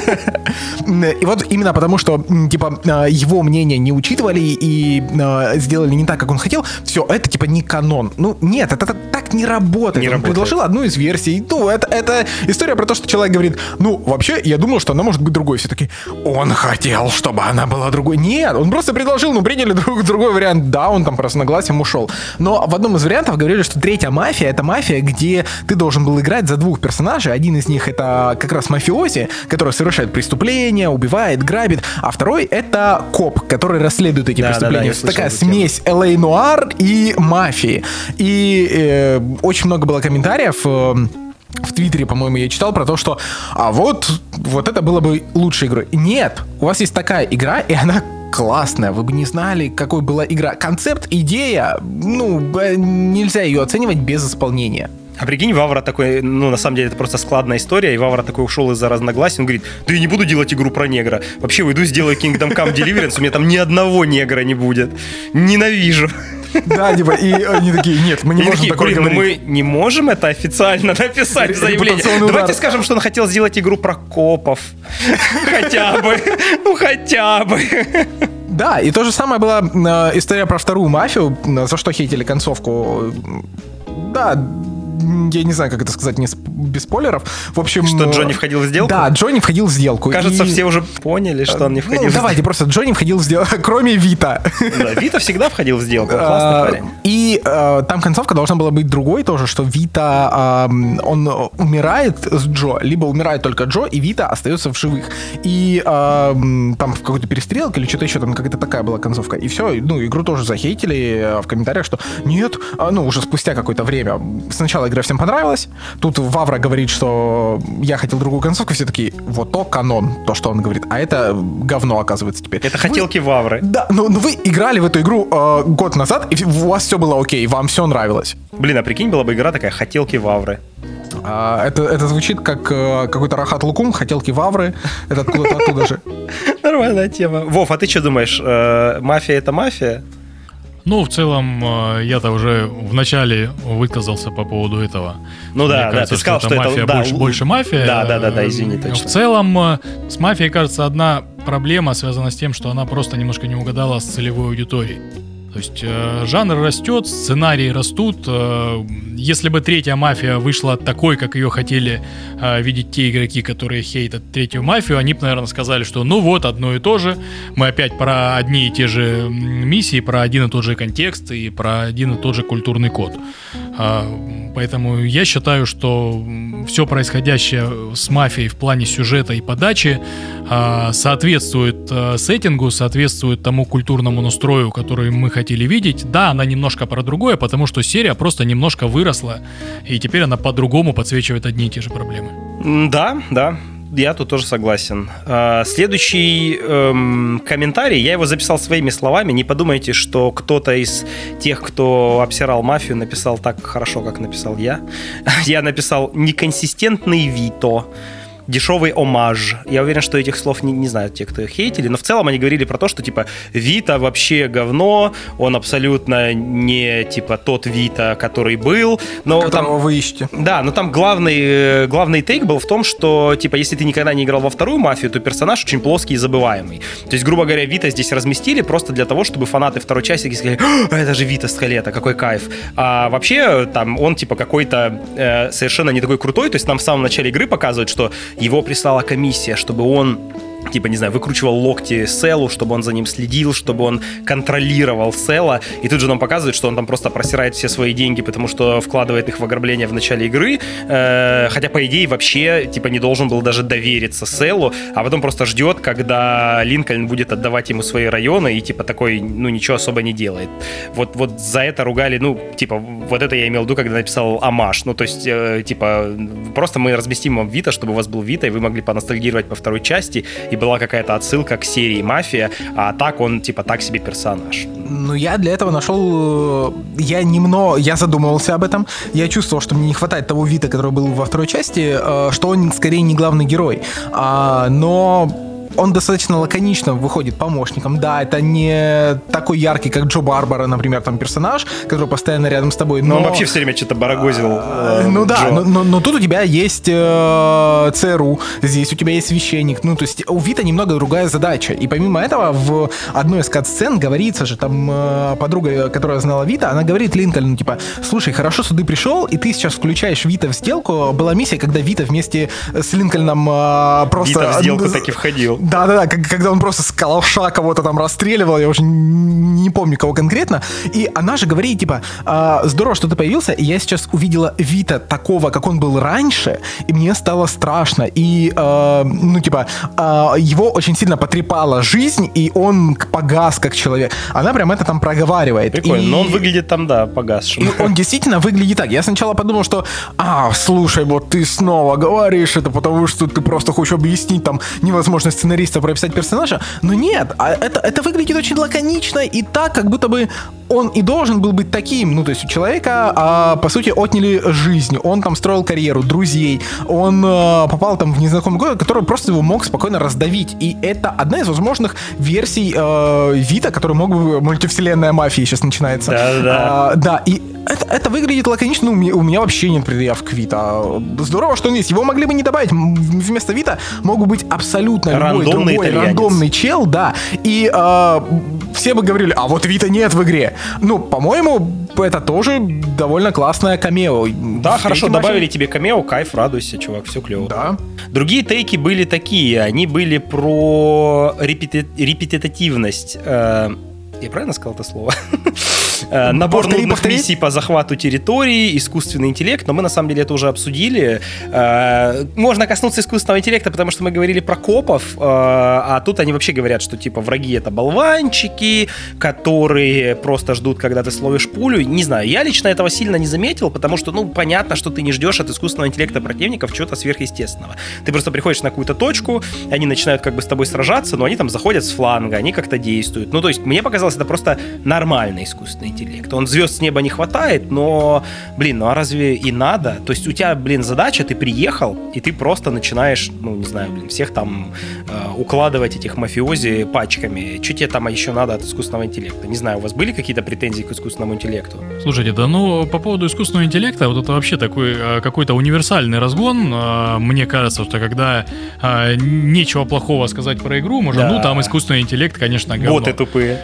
И вот именно потому, что его мнение не учитывали и сделали не так, как он хотел, все, это не канон. Нет, это так не работает. Он предложил одну из версий. Это история про то, что человек говорит, вообще, я думал, что она может быть другой. Все таки он хотел, чтобы она была другой. Нет, он просто предложил, приняли другой вариант. Да, он там по разногласиям ушел. Но в одном из вариантов говорили, что третья мафия — это мафия, где ты должен был играть за двух персонажей. Один из них — это как раз мафиози, который совершает преступления, убивает, грабит, а второй — это коп, который расследует эти преступления. Да, такая смесь L.A. Noir и мафии. И очень много было комментариев в Твиттере, по-моему, я читал про то, что вот это было бы лучшей игрой. Нет, у вас есть такая игра, и она классная, вы бы не знали, какой была игра. Концепт, идея, нельзя ее оценивать без исполнения. А прикинь, Вавра такой, на самом деле это просто складная история, и Вавра такой ушел из-за разногласий, он говорит, да я не буду делать игру про негра, вообще уйду, сделаю Kingdom Come Deliverance, у меня там ни одного негра не будет, ненавижу. Да, и они такие, нет, мы не можем такое говорить. Мы не можем это официально написать в заявлении. Давайте скажем, что он хотел сделать игру про копов. Хотя бы. Да, и то же самое была история про вторую мафию, за что хейтили концовку. Да, я не знаю, как это сказать, без спойлеров. В общем... Что Джонни входил в сделку? Да, Джонни входил в сделку. Кажется, все уже поняли, что он не входил в сделку. Давайте просто, Джонни входил в сделку, кроме Вита. Да, Вита всегда входил в сделку, классный парень. И там концовка должна была быть другой тоже, что Вита, он умирает с Джо, либо умирает только Джо, и Вита остается в живых. И там в какой-то перестрелке или что-то еще, там какая-то такая была концовка. И все, игру тоже захейтили в комментариях, что нет, уже спустя какое-то время. Сначала игра всем понравилась, тут Вавра говорит, что я хотел другую концовку, все такие, вот то канон, то, что он говорит, а это говно, оказывается, теперь. Это хотелки Вавры. Да, но вы играли в эту игру год назад, и у вас все было окей, вам все нравилось. Блин, а прикинь, была бы игра такая, хотелки Вавры. Это звучит как какой-то Рахат Лукум, хотелки Вавры, это откуда-то оттуда же. Нормальная тема. Вов, а ты что думаешь, мафия — это мафия? В целом, я-то уже в начале высказался по поводу этого. Мне кажется, ты сказал, что мафия это больше мафия. Да, извини, точно. В целом, с мафией, кажется, одна проблема связана с тем, что она просто немножко не угадала с целевой аудиторией. То есть жанр растет, сценарии растут. Если бы третья мафия вышла такой, как ее хотели видеть те игроки, которые хейтят третью мафию, они бы, наверное, сказали, что одно и то же. Мы опять про одни и те же миссии, про один и тот же контекст и про один и тот же культурный код. Поэтому я считаю, что все происходящее с мафией в плане сюжета и подачи соответствует сеттингу, соответствует тому культурному настрою, который мы хотели видеть. Да, она немножко про другое, потому что серия просто немножко выросла, и теперь она по-другому подсвечивает одни и те же проблемы. Да. Я тут тоже согласен. Следующий комментарий, я его записал своими словами. Не подумайте, что кто-то из тех, кто обсирал мафию, написал так хорошо, как написал я. Я написал «неконсистентный Вито». Дешевый омаж. Я уверен, что этих слов не знают те, кто их хейтили, но в целом они говорили про то, что типа Вита вообще говно, он абсолютно не типа тот Вита, который был. Но которого там, вы ищете. Да, но там главный тейк был в том, что типа если ты никогда не играл во вторую мафию, то персонаж очень плоский и забываемый. То есть, грубо говоря, Вита здесь разместили просто для того, чтобы фанаты второй части сказали, это же Вита Скалета, какой кайф. А вообще там он типа какой-то совершенно не такой крутой, то есть нам в самом начале игры показывают, что его прислала комиссия, чтобы он типа, не знаю, выкручивал локти Селу, чтобы он за ним следил, чтобы он контролировал Села. И тут же нам показывают, что он там просто просирает все свои деньги, потому что вкладывает их в ограбление в начале игры. Хотя, по идее, вообще, типа, не должен был даже довериться Селу, а потом просто ждет, когда Линкольн будет отдавать ему свои районы и, типа, такой, ну, ничего особо не делает. Вот за это ругали, ну, типа, вот это я имел в виду, когда написал омаж. Ну, то есть, типа, просто мы разместим вам Вита, чтобы у вас был Вита, и вы могли поностальгировать по второй части, и была какая-то отсылка к серии «Мафия», а так он, типа, так себе персонаж. Ну, я для этого нашел... Я задумывался об этом. Я чувствовал, что мне не хватает того Вита, который был во второй части, что он, скорее, не главный герой. Но... он достаточно лаконично выходит помощником. Да, это не такой яркий, как Джо Барбара, например, там персонаж, который постоянно рядом с тобой. Но он вообще все время что-то барагозил. Ну да, но тут у тебя есть ЦРУ, здесь у тебя есть священник. Ну, то есть у Вита немного другая задача. И помимо этого, в одной из кат-сцен говорится же, там подруга, которая знала Вита, она говорит Линкольну, типа, слушай, хорошо, что ты пришел, и ты сейчас включаешь Вита в сделку. Была миссия, когда Вита вместе с Линкольном просто... Вита в сделку таки входил. Да, когда он просто с калаша кого-то там расстреливал, я уже не помню, кого конкретно. И она же говорит, типа, здорово, что ты появился, и я сейчас увидела Вита такого, как он был раньше, и мне стало страшно. И, его очень сильно потрепала жизнь, и он погас как человек. Она прям это там проговаривает. Прикольно, но он выглядит там, да, погасшим. И он действительно выглядит так. Я сначала подумал, что, слушай, вот ты снова говоришь это, потому что ты просто хочешь объяснить там невозможность сценариста прописать персонажа, но нет, это выглядит очень лаконично и так, как будто бы он и должен был быть таким. Ну, то есть у человека, по сути, отняли жизнь, он там строил карьеру, друзей, он попал там в незнакомый город, который просто его мог спокойно раздавить. И это одна из возможных версий Вита, который мог бы мультивселенная мафии сейчас начинается. Да, и это выглядит лаконично, ну, у меня вообще нет предъяв к Вита. Здорово, что он есть. Его могли бы не добавить. Вместо Вита мог бы быть абсолютно любой другой рандомный чел, да. И все бы говорили, а вот Вита нет в игре. Ну, по-моему, это тоже довольно классное камео. Да, хорошо, добавили тебе камео, кайф, радуйся, чувак, все клево. Да. Другие тейки были такие, они были про репетитивность. Я правильно сказал это слово? Набор нудных миссий по захвату территории, искусственный интеллект, но мы на самом деле это уже обсудили. Можно коснуться искусственного интеллекта, потому что мы говорили про копов, а тут они вообще говорят, что типа враги это болванчики, которые просто ждут, когда ты словишь пулю. Не знаю, я лично этого сильно не заметил, потому что, ну, понятно, что ты не ждешь от искусственного интеллекта противников чего-то сверхъестественного. Ты просто приходишь на какую-то точку, они начинают как бы с тобой сражаться, но они там заходят с фланга, они как-то действуют. Ну, то есть, мне показалось, это просто нормальный искусственный интеллект. Он звезд с неба не хватает, но, блин, ну а разве и надо? То есть у тебя, блин, задача, ты приехал, и ты просто начинаешь, ну, не знаю, блин, всех там укладывать этих мафиози пачками. Что тебе там еще надо от искусственного интеллекта? Не знаю, у вас были какие-то претензии к искусственному интеллекту? Слушайте, да, ну, по поводу искусственного интеллекта, вот это вообще такой какой-то универсальный разгон. Мне кажется, что когда нечего плохого сказать про игру, можно, да. Ну, там искусственный интеллект, конечно, говно. Боты тупые.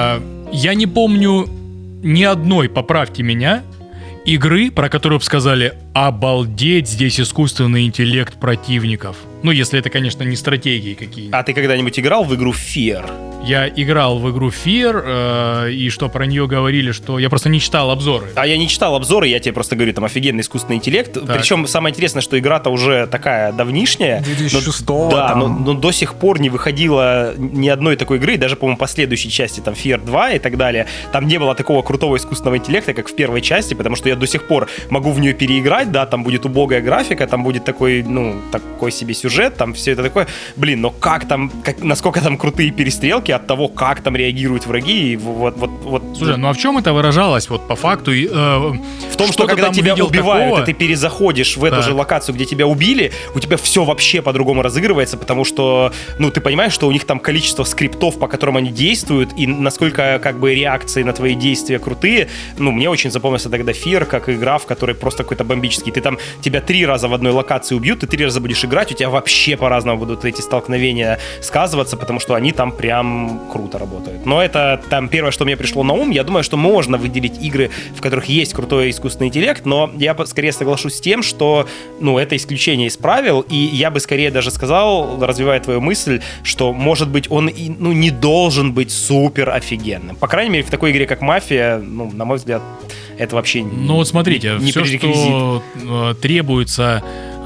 Я не помню ни одной, поправьте меня, игры, про которую бы сказали: обалдеть, здесь искусственный интеллект противников. Ну, если это, конечно, не стратегии какие-то. А ты когда-нибудь играл в игру Fear? Я играл в игру Fear, и что про нее говорили, что я просто не читал обзоры. А я не читал обзоры, я тебе просто говорю, там офигенный искусственный интеллект. Так. Причем самое интересное, что игра-то уже такая давнишняя. 2006-го. Да, но до сих пор не выходило ни одной такой игры, даже, по-моему, последующей части, там, Fear 2 и так далее. Там не было такого крутого искусственного интеллекта, как в первой части, потому что я до сих пор могу в нее переиграть, да, там будет убогая графика, там будет такой, ну, такой себе сюжет, там все это такое. Блин, но как там, насколько там крутые перестрелки от того, как там реагируют враги, и вот. Слушай, ну а в чем это выражалось, вот по факту? В том, что когда тебя убивают, такого, и ты перезаходишь в эту же локацию, где тебя убили, у тебя все вообще по-другому разыгрывается, потому что, ну, ты понимаешь, что у них там количество скриптов, по которым они действуют, и насколько, как бы, реакции на твои действия крутые. Ну, мне очень запомнился тогда Fear, как игра, в которой просто какой-то бомбический. Ты там, тебя 3 раза в одной локации убьют, ты 3 раза будешь играть, у тебя вообще по-разному будут эти столкновения сказываться, потому что они там прям круто работают. Но это там первое, что мне пришло на ум. Я думаю, что можно выделить игры, в которых есть крутой искусственный интеллект, но я скорее соглашусь с тем, что, это исключение из правил, и я бы скорее даже сказал, развивая твою мысль, что, может быть, он не должен быть супер офигенным. По крайней мере, в такой игре, как «Мафия», на мой взгляд, это вообще вот смотрите, не все, что требуется...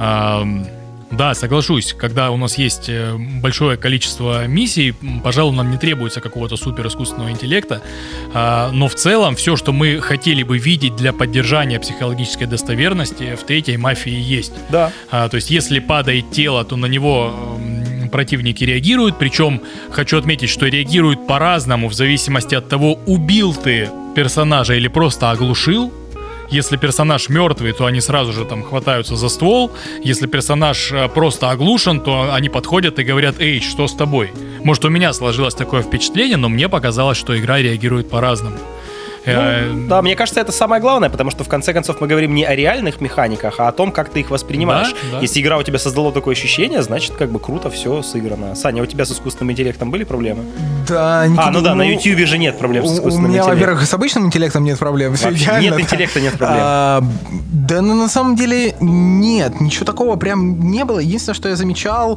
Да, соглашусь, когда у нас есть большое количество миссий, пожалуй, нам не требуется какого-то супер искусственного интеллекта, но в целом все, что мы хотели бы видеть для поддержания психологической достоверности, в третьей «Мафии» есть. Да. То есть если падает тело, то на него противники реагируют, причем хочу отметить, что реагируют по-разному в зависимости от того, убил ты персонажа или просто оглушил. Если персонаж мертвый, то они сразу же там хватаются за ствол. Если персонаж просто оглушен, то они подходят и говорят: «Эй, что с тобой?» Может, у меня сложилось такое впечатление, но мне показалось, что игра реагирует по-разному. Да, мне кажется, это самое главное, потому что в конце концов мы говорим не о реальных механиках, а о том, как ты их воспринимаешь. Да. Если игра у тебя создала такое ощущение, значит, круто все сыграно. Саня, у тебя с искусственным интеллектом были проблемы? Да, Никита, на YouTube же нет проблем с искусственным интеллектом. У меня, интеллектом. во-первых, с обычным интеллектом нет проблем. Все Вообще идеально. Нет интеллекта, нет проблем. Да, на самом деле нет, ничего такого прям не было. Единственное, что я замечал,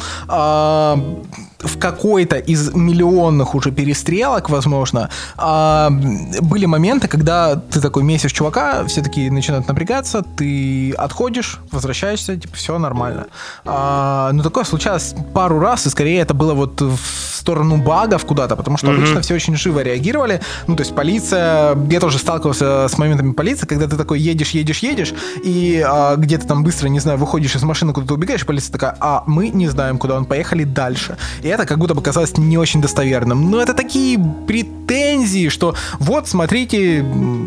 в какой-то из миллионных уже перестрелок, возможно, были моменты, когда ты такой месишь чувака, все такие начинают напрягаться, ты отходишь, возвращаешься, все нормально. Но такое случалось пару раз, и скорее это было вот в сторону багов куда-то, потому что обычно все очень живо реагировали. То есть полиция, я тоже сталкивался с моментами полиции, когда ты такой едешь, и где-то там быстро, не знаю, выходишь из машины, куда-то убегаешь, и полиция такая: мы не знаем, куда он, поехали дальше. И это как будто бы казалось не очень достоверным. Но это такие претензии, что вот, смотрите,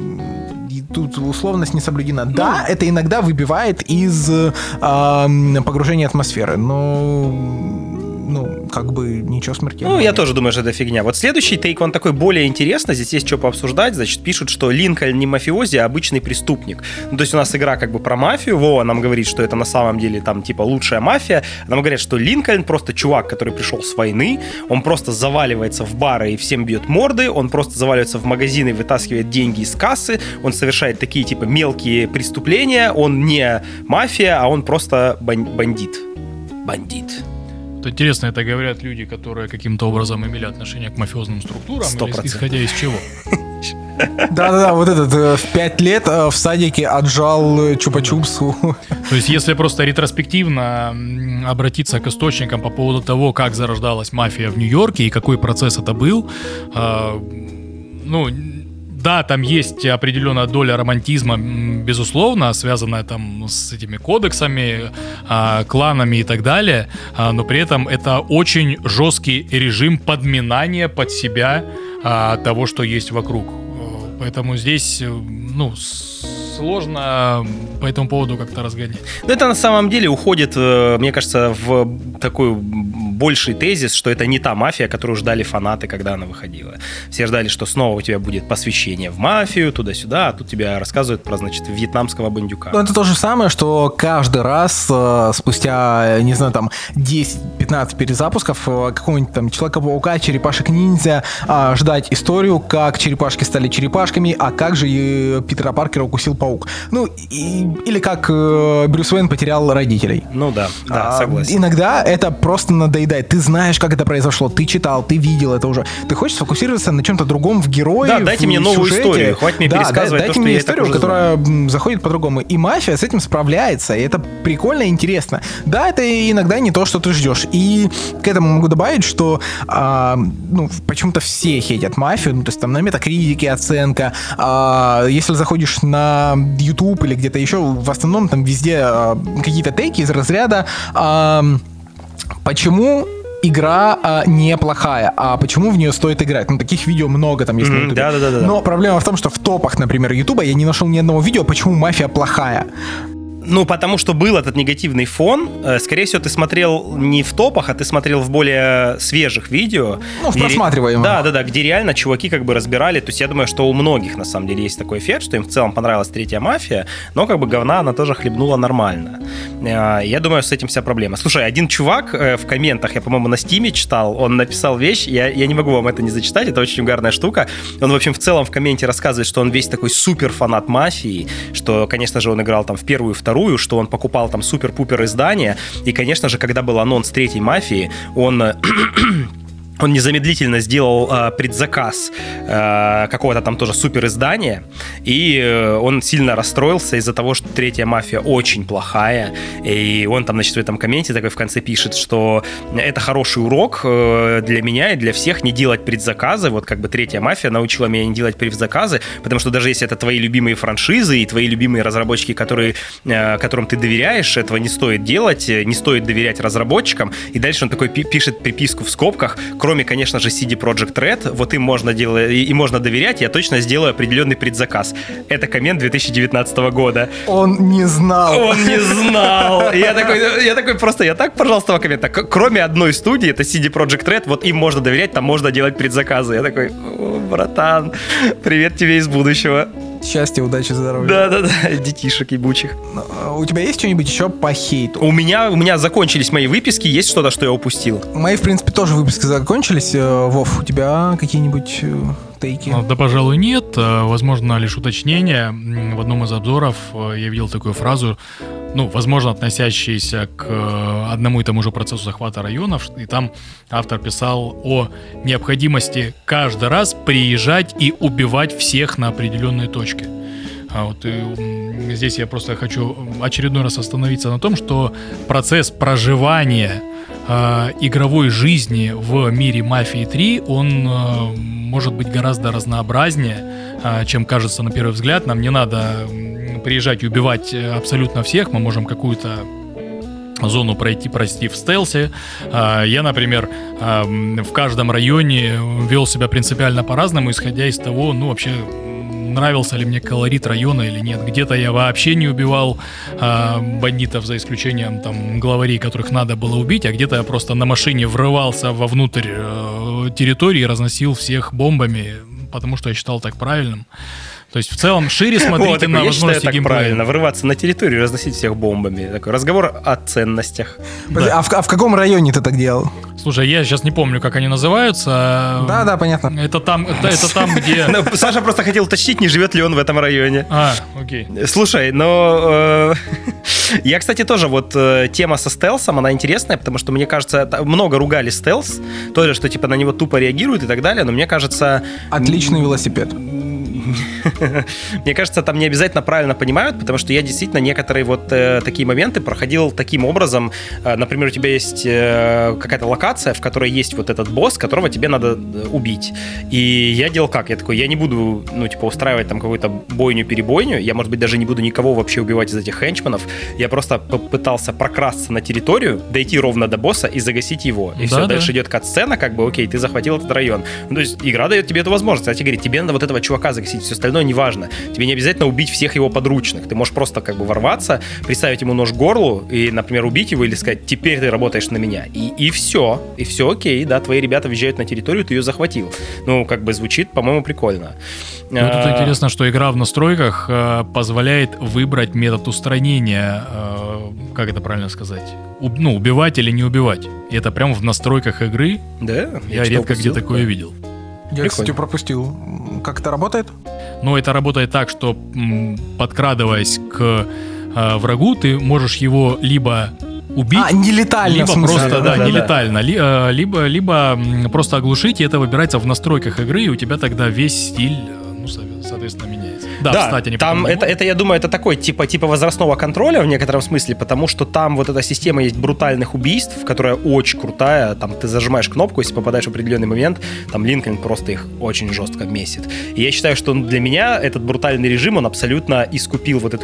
тут условность не соблюдена. Да, это иногда выбивает из погружения атмосферы, но ничего смертельного. Я тоже думаю, что это фигня. Вот следующий тейк, он такой более интересный. Здесь есть что пообсуждать. Значит, пишут, что Линкольн не мафиози, а обычный преступник. То есть у нас игра про мафию. Вова нам говорит, что это на самом деле там лучшая мафия. Нам говорят, что Линкольн просто чувак, который пришел с войны. Он просто заваливается в бары и всем бьет морды. Он просто заваливается в магазины, вытаскивает деньги из кассы. Он совершает такие мелкие преступления. Он не мафия, а он просто бандит. Интересно, это говорят люди, которые каким-то образом имели отношение к мафиозным структурам, 100%. исходя из чего? Да, вот этот в 5 лет в садике отжал чупа-чупсу. То есть, если просто ретроспективно обратиться к источникам по поводу того, как зарождалась мафия в Нью-Йорке и какой процесс это был, да, там есть определенная доля романтизма, безусловно, связанная там с этими кодексами, кланами и так далее, но при этом это очень жесткий режим подминания под себя того, что есть вокруг. Поэтому здесь, сложно по этому поводу как-то разгонять. Это на самом деле уходит, мне кажется, в такой больший тезис, что это не та мафия, которую ждали фанаты, когда она выходила. Все ждали, что снова у тебя будет посвящение в мафию, туда-сюда, а тут тебе рассказывают про, вьетнамского бандюка. Это то же самое, что каждый раз спустя, 10-15 перезапусков какого-нибудь там Человека-паука, Черепашек-ниндзя ждать историю, как черепашки стали черепашками, а как же Питера Паркера укусил паук. Или как Брюс Уэйн потерял родителей. Да, согласен. Иногда это просто надоедает. Ты знаешь, как это произошло, ты читал, ты видел это уже. Ты хочешь сфокусироваться на чем-то другом, в герое, да, дайте мне новую историю, хватит мне пересказывать то, что я и так уже знаю. Которая заходит по-другому. И мафия с этим справляется, и это прикольно и интересно. Да, это иногда не то, что ты ждешь. И к этому могу добавить, что почему-то все хейтят мафию, то есть там на метакритике оценка, если заходишь на YouTube или где-то еще, в основном там везде какие-то тейки из разряда почему игра неплохая, а почему в нее стоит играть. Таких видео много там есть на YouTube. Да. Но проблема в том, что в топах, например, YouTube я не нашел ни одного видео, почему мафия плохая. Ну, потому что был этот негативный фон. Скорее всего, ты смотрел не в топах, а ты смотрел в более свежих видео. Ну, в просматриваемых. Да, где реально чуваки как бы разбирали. То есть я думаю, что у многих, на самом деле, есть такой эффект, что им в целом понравилась третья «Мафия», но как бы говна она тоже хлебнула нормально. Я думаю, с этим вся проблема. Слушай, один чувак в комментах, я, по-моему, на Стиме читал, он написал вещь, я не могу вам это не зачитать, это очень угарная штука. Он, в общем, в целом в комменте рассказывает, что он весь такой супер фанат «Мафии», что, конечно же, он играл там в первую и вторую, что он покупал там супер-пупер издания, и, конечно же, когда был анонс третьей «Мафии», он незамедлительно сделал предзаказ какого-то там тоже супер издания, и он сильно расстроился из-за того, что третья «Мафия» очень плохая, и он там, значит, в этом комменте такой в конце пишет, что это хороший урок для меня и для всех не делать предзаказы, вот как бы третья «Мафия» научила меня не делать предзаказы, потому что даже если это твои любимые франшизы и твои любимые разработчики, которым ты доверяешь, этого не стоит делать, не стоит доверять разработчикам, и дальше он такой пишет приписку в скобках: кроме, конечно же, CD Projekt Red, вот им можно делать и можно доверять, я точно сделаю определенный предзаказ. Это коммент 2019 года. Он не знал. Он не знал. Я такой просто, я так поржал с того коммента. Кроме одной студии, это CD Projekt Red, вот им можно доверять, там можно делать предзаказы. Я такой: братан, привет тебе из будущего. Счастья, удачи, здоровья. Да, детишек ебучих. У тебя есть что-нибудь еще по хейту? У меня закончились мои выписки, есть что-то, что я упустил? Мои, в принципе, тоже выписки закончились. Вов, у тебя какие-нибудь тейки? Да, пожалуй, нет. Возможно, лишь уточнение. В одном из обзоров я видел такую фразу, возможно, относящаяся к одному и тому же процессу захвата районов, и там автор писал о необходимости каждый раз приезжать и убивать всех на определенной точке. И здесь я просто хочу очередной раз остановиться на том, что процесс проживания игровой жизни в мире «Мафии 3», он может быть гораздо разнообразнее, чем кажется на первый взгляд. Нам не надо приезжать и убивать абсолютно всех, мы можем какую-то зону пройти в стелсе. Я, например, в каждом районе вел себя принципиально по-разному, исходя из того, вообще, нравился ли мне колорит района или нет. Где-то я вообще не убивал бандитов, за исключением там главарей, которых надо было убить, а где-то я просто на машине врывался вовнутрь территории и разносил всех бомбами, потому что я считал так правильным. То есть в целом шире смотрите на возможности геймплея. Правильно, врываться на территорию и разносить всех бомбами. Такой разговор о ценностях. Да. А в каком районе ты так делал? Слушай, я сейчас не помню, как они называются. Да, понятно. Это там, где... Саша просто хотел уточнить, не живет ли он в этом районе. Окей. Слушай, я, кстати, тоже тема со стелсом, она интересная, потому что, мне кажется, много ругали стелс, тоже, что типа на него тупо реагируют и так далее, но мне кажется... Отличный велосипед. Мне кажется, там не обязательно правильно понимают, потому что я действительно некоторые такие моменты проходил таким образом. Например, у тебя есть какая-то локация, в которой есть вот этот босс, которого тебе надо убить. И я делал как? Я такой, я не буду, устраивать там какую-то бойню-перебойню, я, может быть, даже не буду никого вообще убивать из этих хенчманов. Я просто попытался прокрасться на территорию, дойти ровно до босса и загасить его. И все, дальше идет кат-сцена, окей, ты захватил этот район. То есть игра дает тебе эту возможность. Кстати, говорит, тебе надо вот этого чувака загасить, все остальное неважно. Тебе не обязательно убить всех его подручных. Ты можешь просто ворваться, приставить ему нож к горлу и, например, убить его или сказать: теперь ты работаешь на меня. И все. И все окей, да, твои ребята въезжают на территорию, ты ее захватил. Звучит, по-моему, прикольно. Тут интересно, что игра в настройках позволяет выбрать метод устранения, как это правильно сказать? Убивать или не убивать. И это прямо в настройках игры. Да? Я редко где такое видел. Я, кстати, пропустил. Как это работает? Это работает так, что, подкрадываясь к врагу, ты можешь его либо убить, нелетально, либо в смысле, просто, нелетально, либо просто оглушить, и это выбирается в настройках игры, и у тебя тогда весь стиль, соответственно, меняется. Да, кстати, там это, я думаю, это такой типа возрастного контроля в некотором смысле, потому что там вот эта система есть брутальных убийств, которая очень крутая. Там ты зажимаешь кнопку, если попадаешь в определенный момент, там Линкольн просто их очень жестко месит. И я считаю, что для меня этот брутальный режим, он абсолютно искупил вот эту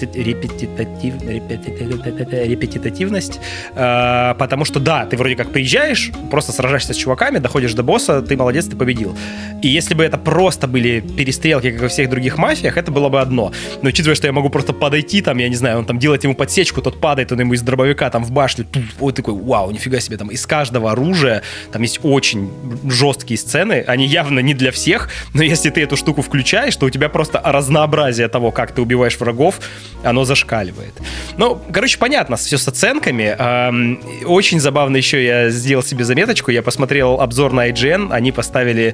репетитивность, потому что да, ты вроде как приезжаешь, просто сражаешься с чуваками, доходишь до босса, ты молодец, ты победил. И если бы это просто были перестрелки, как и во всех других мафиях, это было бы одно. Но учитывая, что я могу просто подойти, там, я не знаю, он там делает ему подсечку, тот падает, он ему из дробовика там в башню, вот такой, вау, нифига себе, там из каждого оружия, там есть очень жесткие сцены, они явно не для всех, но если ты эту штуку включаешь, то у тебя просто разнообразие того, как ты убиваешь врагов, оно зашкаливает. Ну, короче, понятно, все с оценками. Очень забавно еще я сделал себе заметочку, я посмотрел обзор на IGN, они поставили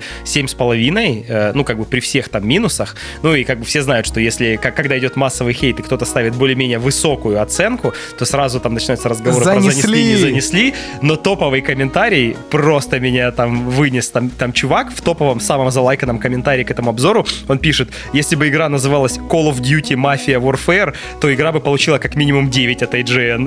7,5, ну, как бы при всех там минусах, ну, и как бы все знают, что если, когда идет массовый хейт, и кто-то ставит более-менее высокую оценку, то сразу там начинаются разговоры про занесли, не занесли, но топовый комментарий просто меня там вынес, там чувак в топовом, самом залайканном комментарии к этому обзору, он пишет, если бы игра называлась Call of Duty Mafia Warfare, то игра бы получила как минимум 9 от IGN.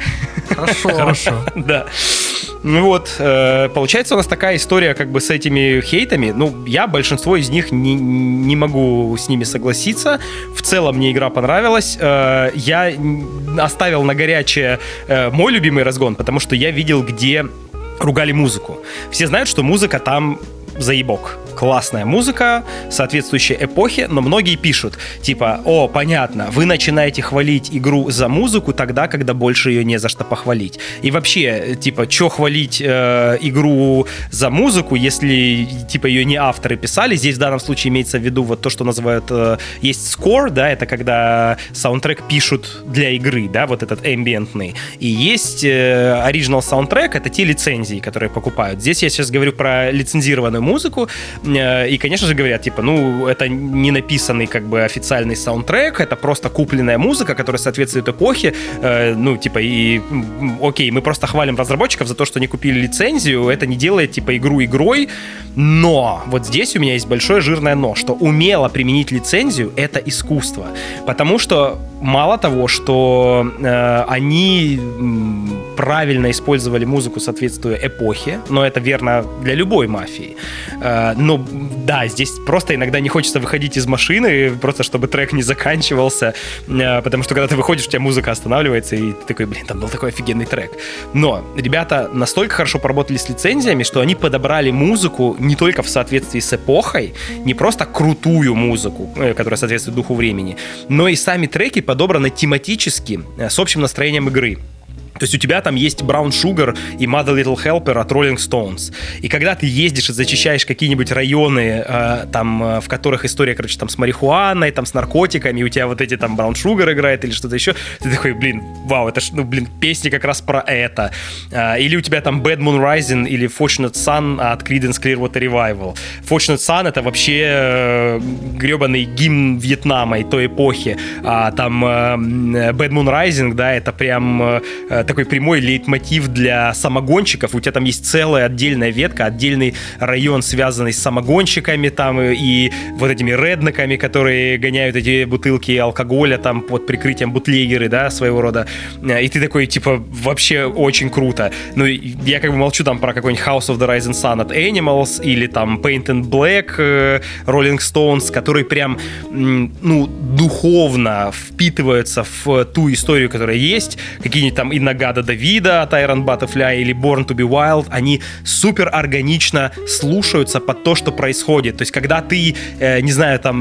Хорошо. Да. Ну вот, получается у нас такая история как бы с этими хейтами. Ну, я большинство из них не могу с ними согласиться. В целом мне игра понравилась. Я оставил на горячее мой любимый разгон, потому что я видел, где ругали музыку. Все знают, что музыка там заебок. Классная музыка, соответствующая эпохе, но многие пишут, типа, о, понятно, вы начинаете хвалить игру за музыку тогда, когда больше ее не за что похвалить. И вообще, типа, чё хвалить игру за музыку, если, типа, ее не авторы писали? Здесь в данном случае имеется в виду вот то, что называют, есть score, да, это когда саундтрек пишут для игры, да, вот этот амбиентный. И есть original саундтрек, это те лицензии, которые покупают. Здесь я сейчас говорю про лицензированную музыку, и, конечно же, говорят, типа, ну, это не написанный, как бы, официальный саундтрек, это просто купленная музыка, которая соответствует эпохе, ну, типа, и, окей, мы просто хвалим разработчиков за то, что они купили лицензию, это не делает, типа, игру игрой, но вот здесь у меня есть большое жирное но, что умело применить лицензию — это искусство, потому что мало того, что они правильно использовали музыку, соответствуя эпохе, но это верно для любой мафии. Но да, здесь просто иногда не хочется выходить из машины, просто чтобы трек не заканчивался, потому что когда ты выходишь, у тебя музыка останавливается, и ты такой, блин, там был такой офигенный трек. Но ребята настолько хорошо поработали с лицензиями, что они подобрали музыку не только в соответствии с эпохой, не просто крутую музыку, которая соответствует духу времени, но и сами треки подобраны тематически, с общим настроением игры. То есть у тебя там есть Brown Sugar и Mother Little Helper от Rolling Stones. И когда ты ездишь и зачищаешь какие-нибудь районы, там, в которых история, короче, там с марихуаной, там с наркотиками, и у тебя вот эти там Brown Sugar играет или что-то еще, ты такой, блин, вау, это ж, ну, блин, песни как раз про это. Или у тебя там Bad Moon Rising или Fortunate Son от Creedence Clearwater Revival. Fortunate Son — это вообще гребаный гимн Вьетнама и той эпохи. А там Bad Moon Rising, да, это прям такой прямой лейтмотив для самогонщиков. У тебя там есть целая отдельная ветка, отдельный район, связанный с самогонщиками там и вот этими реднеками, которые гоняют эти бутылки алкоголя там под прикрытием бутлегеры, да, своего рода. И ты такой, типа, вообще очень круто. Ну, я как бы молчу там про какой-нибудь House of the Rising Sun от Animals или там Paint in Black Rolling Stones, которые прям, ну, духовно впитываются в ту историю, которая есть. Какие-нибудь там Нагада Давида от Iron Butterfly или Born to be Wild, они супер органично слушаются под то, что происходит. То есть, когда ты, не знаю, там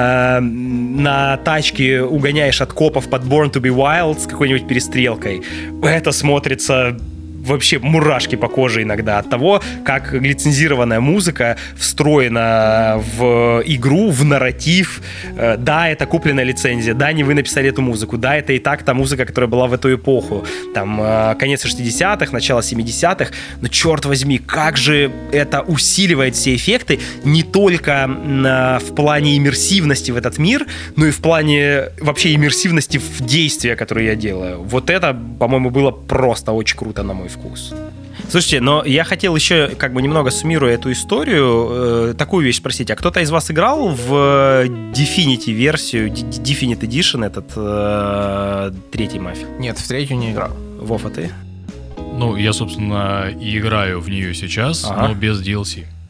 на тачке угоняешь от копов под Born to be Wild с какой-нибудь перестрелкой, это смотрится вообще мурашки по коже иногда от того, как лицензированная музыка встроена в игру, в нарратив. Да, это купленная лицензия, да, не вы написали эту музыку, да, это и так та музыка, которая была в эту эпоху. Там конец 60-х, начало 70-х, но черт возьми, как же это усиливает все эффекты не только в плане иммерсивности в этот мир, но и в плане вообще иммерсивности в действия, которые я делаю. Вот это, по-моему, было просто очень круто, на мой вкус. Слушайте, но я хотел еще, как бы немного суммируя эту историю, такую вещь спросить. А кто-то из вас играл в Definite-версию, Definite Edition, этот третий мафия? Нет, в третью не играл. Вов, а ты? Ну, я, собственно, и играю в нее сейчас, но без DLC.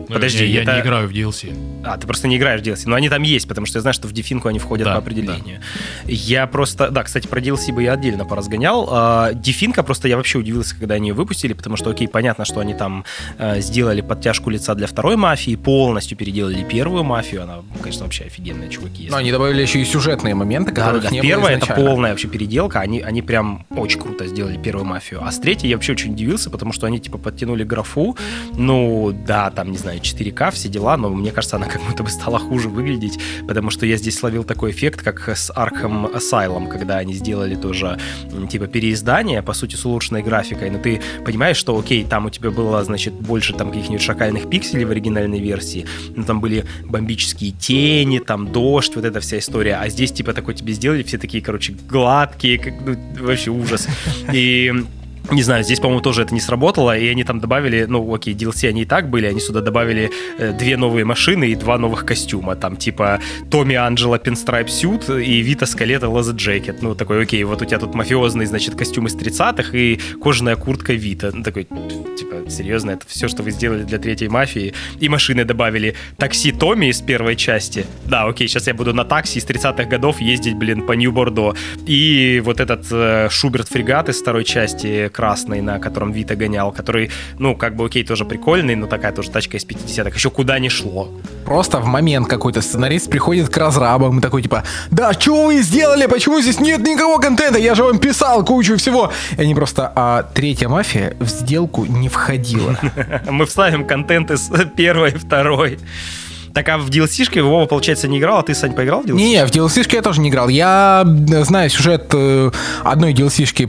Подожди, я не играю в DLC. Ты просто не играешь в DLC. Но они там есть, потому что я знаю, что в дефинку они входят по определению. Да. Я просто... Да, кстати, про DLC бы я отдельно поразгонял. Дефинка, просто я вообще удивился, когда они ее выпустили, потому что, окей, понятно, что они там сделали подтяжку лица для второй мафии, полностью переделали первую мафию. Она, конечно, вообще офигенная, чуваки. Но они добавили еще и сюжетные моменты, которых не было первая изначально. Это полная вообще переделка. Они прям очень круто сделали первую мафию. А с третьей я вообще очень удивился, потому что они, типа, подтянули графу. Ну, да, там, не знаю, 4К, все дела, но мне кажется, она как будто бы стала хуже выглядеть, потому что я здесь словил такой эффект, как с Arkham Asylum, когда они сделали тоже, типа, переиздание, по сути, с улучшенной графикой, но ты понимаешь, что, окей, там у тебя было, значит, больше там каких-нибудь шакальных пикселей в оригинальной версии, но там были бомбические тени, там дождь, вот эта вся история, а здесь, типа, такой тебе сделали, все такие, короче, гладкие, вообще ужас. И... Не знаю, здесь, по-моему, тоже это не сработало, и они там добавили, ну, окей, DLC они и так были, они сюда добавили 2 новые машины и 2 новых костюма, там, типа, Томми Анджело Pinstripe Suit и Вита Скалета Leather Jacket, ну, такой, окей, вот у тебя тут мафиозный, значит, костюм из 30-х и кожаная куртка Вита, ну, такой, типа, серьезно, это все, что вы сделали для третьей мафии, и машины добавили такси Томми из первой части, да, окей, сейчас я буду на такси из 30-х годов ездить, блин, по Нью-Бордо, и вот этот Шуберт Фрегат из второй части, красный, на котором Вита гонял, который, ну, как бы, окей, тоже прикольный, но такая тоже тачка из 50-х, еще куда ни шло. Просто в момент какой-то сценарист приходит к разрабам и такой, типа, да, что вы сделали, почему здесь нет никакого контента, я же вам писал кучу всего. И они просто, третья мафия в сделку не входила. Мы вставим контент из первой и второй. Так, а в DLC-шке Вова, получается, не играл, а ты, Сань, поиграл в DLC-шке? Не, в DLC-шке я тоже не играл. Я знаю сюжет одной DLC-шки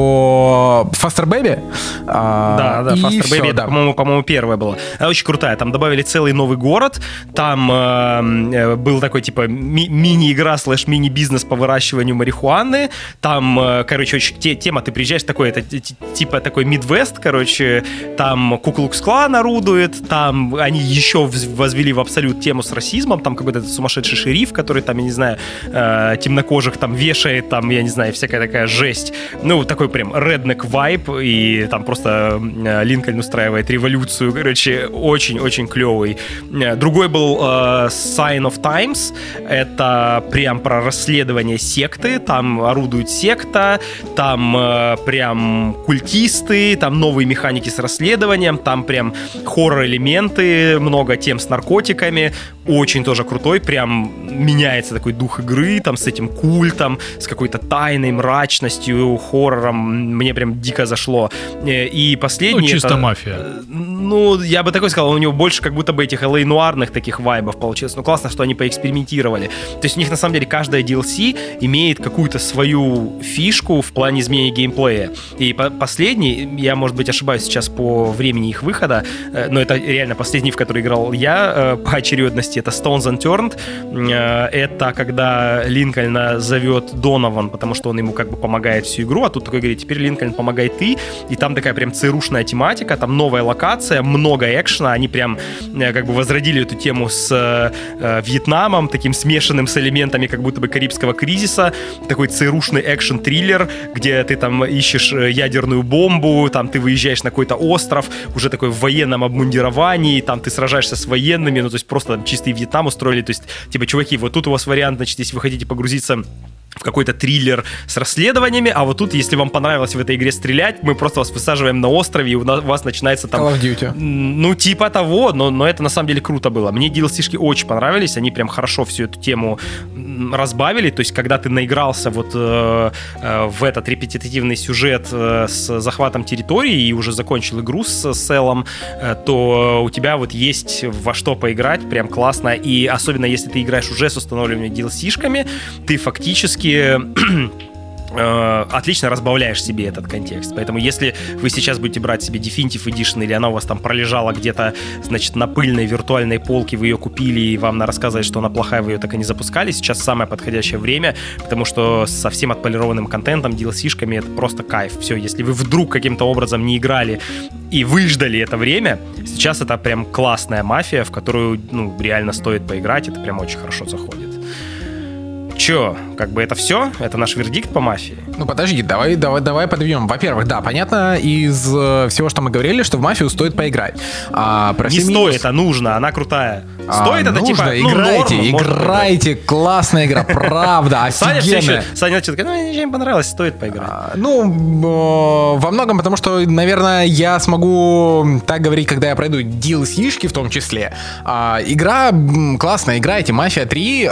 про Faster Baby. Да, Faster Baby, это, по-моему, первая была. Она очень крутая. Там добавили целый новый город. Там был такой, типа, мини-игра /мини-бизнес по выращиванию марихуаны. Там, короче, очень тема, ты приезжаешь, такой, это типа такой Мидвест, короче, там Ку-Клукс-Клан орудует, там они еще возвели в абсолют тему с расизмом, там какой-то сумасшедший шериф, который там, я не знаю, темнокожих там вешает, там, я не знаю, всякая такая жесть. Ну, такой прям реднек вайб, и там просто Линкольн устраивает революцию, короче, очень-очень клевый. Другой был Sign of Times, это прям про расследование секты, там орудует секта, там прям культисты, там новые механики с расследованием, там прям хоррор-элементы, много тем с наркотиками, очень тоже крутой, прям меняется такой дух игры, там с этим культом, с какой-то тайной, мрачностью, хоррором, мне прям дико зашло. И последний... Ну, чисто мафия. Ну, я бы такой сказал, у него больше как будто бы этих LA-нуарных таких вайбов получилось. Ну, классно, что они поэкспериментировали. То есть у них, на самом деле, каждая DLC имеет какую-то свою фишку в плане изменения геймплея. И последний, я, может быть, ошибаюсь сейчас по времени их выхода, но это реально последний, в который играл я по очередности, это Stones Unturned. Это когда Линкольна зовет Донован, потому что он ему как бы помогает всю игру, а тут такой говорит, теперь Линкольн, помогай ты. И там такая прям ЦРУшная тематика, там новая локация, много экшена, они прям как бы возродили эту тему с Вьетнамом, таким смешанным с элементами как будто бы Карибского кризиса, такой ЦРУшный экшен-триллер, где ты там ищешь ядерную бомбу, там ты выезжаешь на какой-то остров, уже такой в военном обмундировании, там ты сражаешься с военными, ну то есть просто там чистый Вьетнам устроили, то есть типа, чуваки, вот тут у вас вариант, значит, если вы хотите погрузиться в какой-то триллер с расследованиями, а вот тут, если вам понравилось в этой игре стрелять, мы просто вас высаживаем на острове, и у вас начинается там... Call of Duty. Ну, типа того, но это на самом деле круто было. Мне DLC-шки очень понравились, они прям хорошо всю эту тему разбавили, то есть, когда ты наигрался вот в этот репетитивный сюжет с захватом территории и уже закончил игру с селом, то у тебя вот есть во что поиграть, прям классно, и особенно если ты играешь уже с установленными DLC-шками, ты фактически отлично разбавляешь себе этот контекст. Поэтому если вы сейчас будете брать себе Definitive Edition, или она у вас там пролежала где-то, значит, на пыльной виртуальной полке, вы ее купили, и вам надо рассказывать, что она плохая, вы ее так и не запускали, сейчас самое подходящее время, потому что со всем отполированным контентом, DLC-шками, это просто кайф. Все, если вы вдруг каким-то образом не играли и выждали это время, сейчас это прям классная мафия, в которую, ну, реально стоит поиграть, это прям очень хорошо заходит. Чё, как бы это все? Это наш вердикт по мафии? Ну подожди, давай подведем. Во-первых, да, понятно из всего, что мы говорили, что в мафию стоит поиграть. Не стоит, а нужно, она крутая. Стоит это нужно, типа, играйте, классная игра, правда, офигенная. Саня что-то говорит, мне ничего не понравилось, стоит поиграть. Во многом, потому что, наверное, я смогу так говорить, когда я пройду DLC-шки в том числе. Игра классная, играйте, Мафия 3,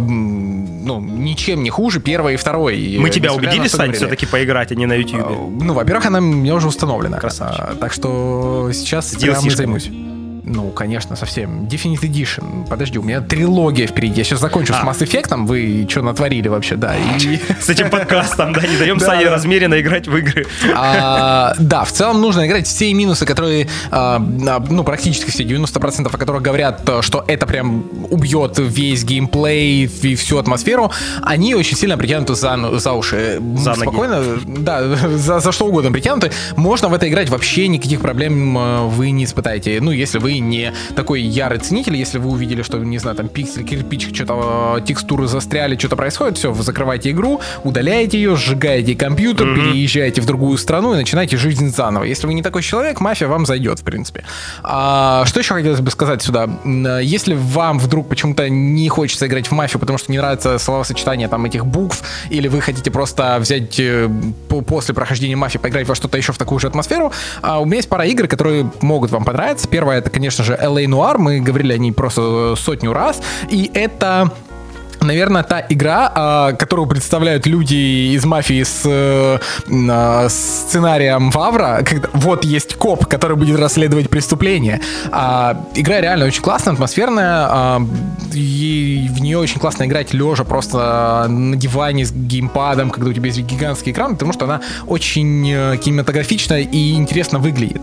ничем не хуже первой и второй. Мы тебя убедили, Сань, все-таки поиграть, а не на YouTube? Во-первых, она у меня уже установлена. Красавчик. Так что сейчас прямо и займусь. Ну, конечно, совсем. Definite Edition. Подожди, у меня трилогия впереди. Я сейчас закончу с Mass Effect. Вы что натворили вообще, да? С этим подкастом, да, не даем Сане размеренно играть в игры. Да, в целом нужно играть все минусы, которые, практически все, 90%, о которых говорят, что это прям убьет весь геймплей и всю атмосферу, они очень сильно притянуты за уши. За спокойно, да, за что угодно притянуты. Можно в это играть, вообще никаких проблем вы не испытаете. Ну, если вы не такой ярый ценитель, если вы увидели, что, не знаю, там пиксель, кирпич, что-то текстуры застряли, что-то происходит, все, вы закрываете игру, удаляете ее, сжигаете компьютер, переезжаете в другую страну и начинаете жизнь заново. Если вы не такой человек, мафия вам зайдет, в принципе. Что еще хотелось бы сказать сюда? Если вам вдруг почему-то не хочется играть в мафию, потому что не нравится словосочетание там этих букв, или вы хотите просто взять после прохождения мафии поиграть во что-то еще в такую же атмосферу, у меня есть пара игр, которые могут вам понравиться. Первая — это, конечно же, LA Noire. Мы говорили о ней просто 100 раз. И это, наверное, та игра, которую представляют люди из мафии с сценарием Вавра. Когда вот есть коп, который будет расследовать преступление. Игра реально очень классная, атмосферная. И в нее очень классно играть лежа просто на диване с геймпадом, когда у тебя есть гигантский экран, потому что она очень кинематографичная и интересно выглядит.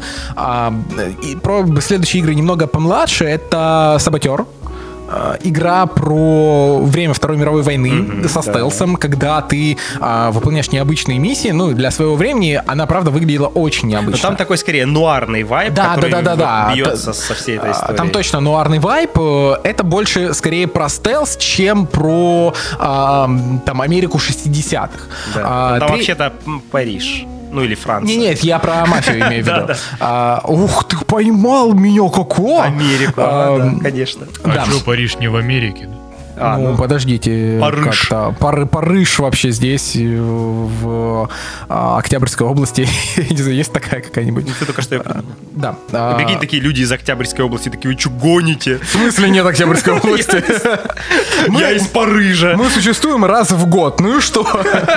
И про следующие игры немного помладше. Это Саботер. Игра про время Второй мировой войны со стелсом, когда ты выполняешь необычные миссии. Ну, для своего времени она, правда, выглядела очень необычно. Но там такой, скорее, нуарный вайб, который бьется со всей этой историей. Там точно нуарный вайб. Это больше, скорее, про стелс, чем про там Америку 60-х. Да. Там вообще-то Париж. Ну, или Франция. Нет, я про мафию имею в виду. Ух, ты поймал меня, какого? Америку, конечно. А что Париж не в Америке? Подождите. Париж. Париж вообще здесь, в Октябрьской области. Есть такая какая-нибудь? Это только что я придумал. Да. Прикинь, такие люди из Октябрьской области, такие, вы что, гоните? В смысле нет Октябрьской области? Я из Парижа. Мы существуем раз в год, ну и что?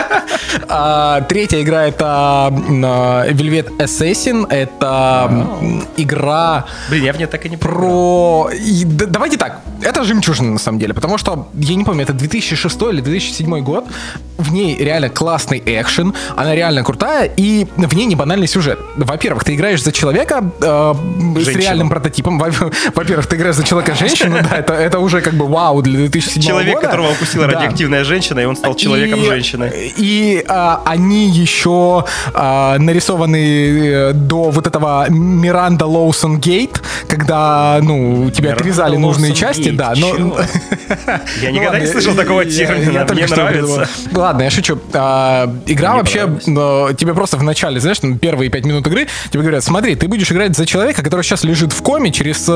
Третья игра — это Velvet Assassin. Это игра... Блин, я в ней так и не про... Давайте так, это жемчужина на самом деле, потому что, я не помню, это 2006 или 2007 год, в ней реально классный экшен, она реально крутая, и в ней не банальный сюжет. Во-первых, ты играешь за человека с реальным прототипом. Во-первых, ты играешь за человека-женщину, да, это уже как бы вау для 2007 года. Человек, которого укусила радиоактивная женщина, и он стал человеком-женщиной. И они еще нарисованы до вот этого Миранда Лоусон Гейт, когда, тебя отрезали нужные части, да, но... Я никогда не слышал такого термина, мне нравится. Ладно, я шучу. Игра вообще, тебе просто в начале, знаешь, первые 5 минут игры тебе говорят, смотри, ты будешь играть за человека, который сейчас лежит в коме,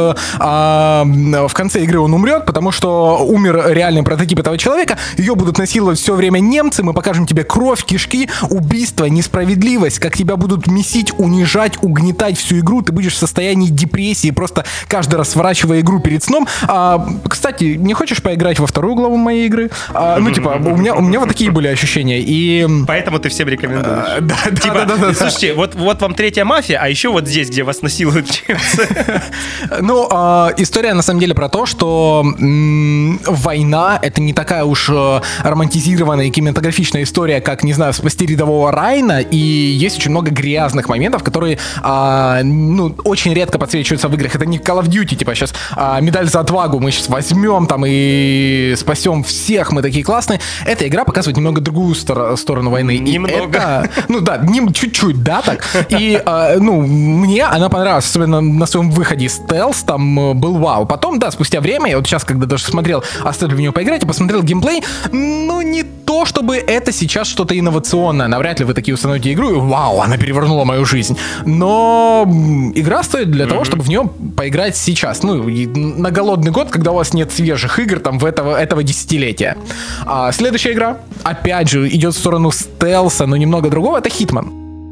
в конце игры он умрет, потому что умер реальный прототип этого человека, ее будут насиловать все время немцы, мы покажем тебе кровь, кишки, убийство, несправедливость, как тебя будут месить, унижать, угнетать всю игру, ты будешь в состоянии депрессии, просто каждый раз сворачивая игру перед сном. Кстати, не хочешь поиграть во вторую главу моей игры? У меня вот такие были ощущения. И... Поэтому ты всем рекомендуешь. Да. Слушайте, вот вам третья мафия, а еще вот здесь, где вас насилуют немцы. История на самом деле про то, что война — это не такая уж романтизированная и кинематографичная история, как, не знаю, «Спасти рядового Райана», и есть очень много грязных моментов, которые очень редко подсвечиваются в играх. Это не Call of Duty, типа сейчас медаль за отвагу, мы сейчас возьмем там и спасем всех, мы такие классные. Эта игра показывает немного другую сторону войны. Немного. Чуть-чуть, да, так. И, мне она понравилась, особенно на своем выходе стелс, там был вау. Потом, да, спустя время, я вот сейчас, когда даже смотрел, оставили в него поиграть, и посмотрел геймплей, не то, чтобы это сейчас что-то инновационное. Навряд ли вы такие установите игру, и вау, она перевернула мою жизнь. Но игра стоит для того, чтобы в нее поиграть сейчас. На голодный год, когда у вас нет свежих игр там этого десятилетия. А следующая игра, опять же, идет в сторону стелса, но немного другого, это Hitman.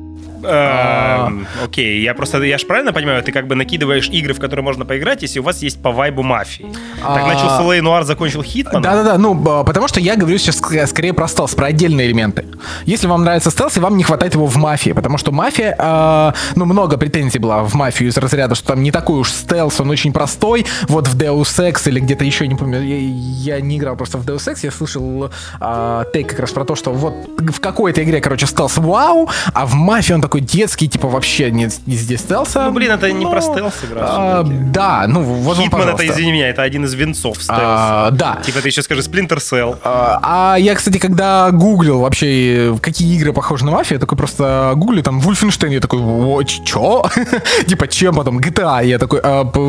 Окей, я же правильно понимаю, ты как бы накидываешь игры, в которые можно поиграть, если у вас есть по вайбу мафии. Так начался L.A. Noire, закончил Hitman? Да, потому что я говорю сейчас скорее про стелс, про отдельные элементы. Если вам нравится стелс, и вам не хватает его в мафии, потому что мафия, много претензий было в мафию из разряда, что там не такой уж стелс, он очень простой. Вот в Deus Ex или где-то еще, не помню, я не играл просто в Deus Ex, я слышал тейк как раз про то, что вот в какой-то игре, стелс вау, а в мафии он такой детский, типа вообще не здесь стелса. Это не про стелс игра. Да, вот Hitman это, извини меня, это один из венцов стелса. Да. Типа ты еще скажи Splinter Cell. Я, кстати, когда гуглил вообще, какие игры похожи на мафию, я такой просто гуглю, там, Wolfenstein, я такой, чё? Типа, чем потом? GTA, я такой,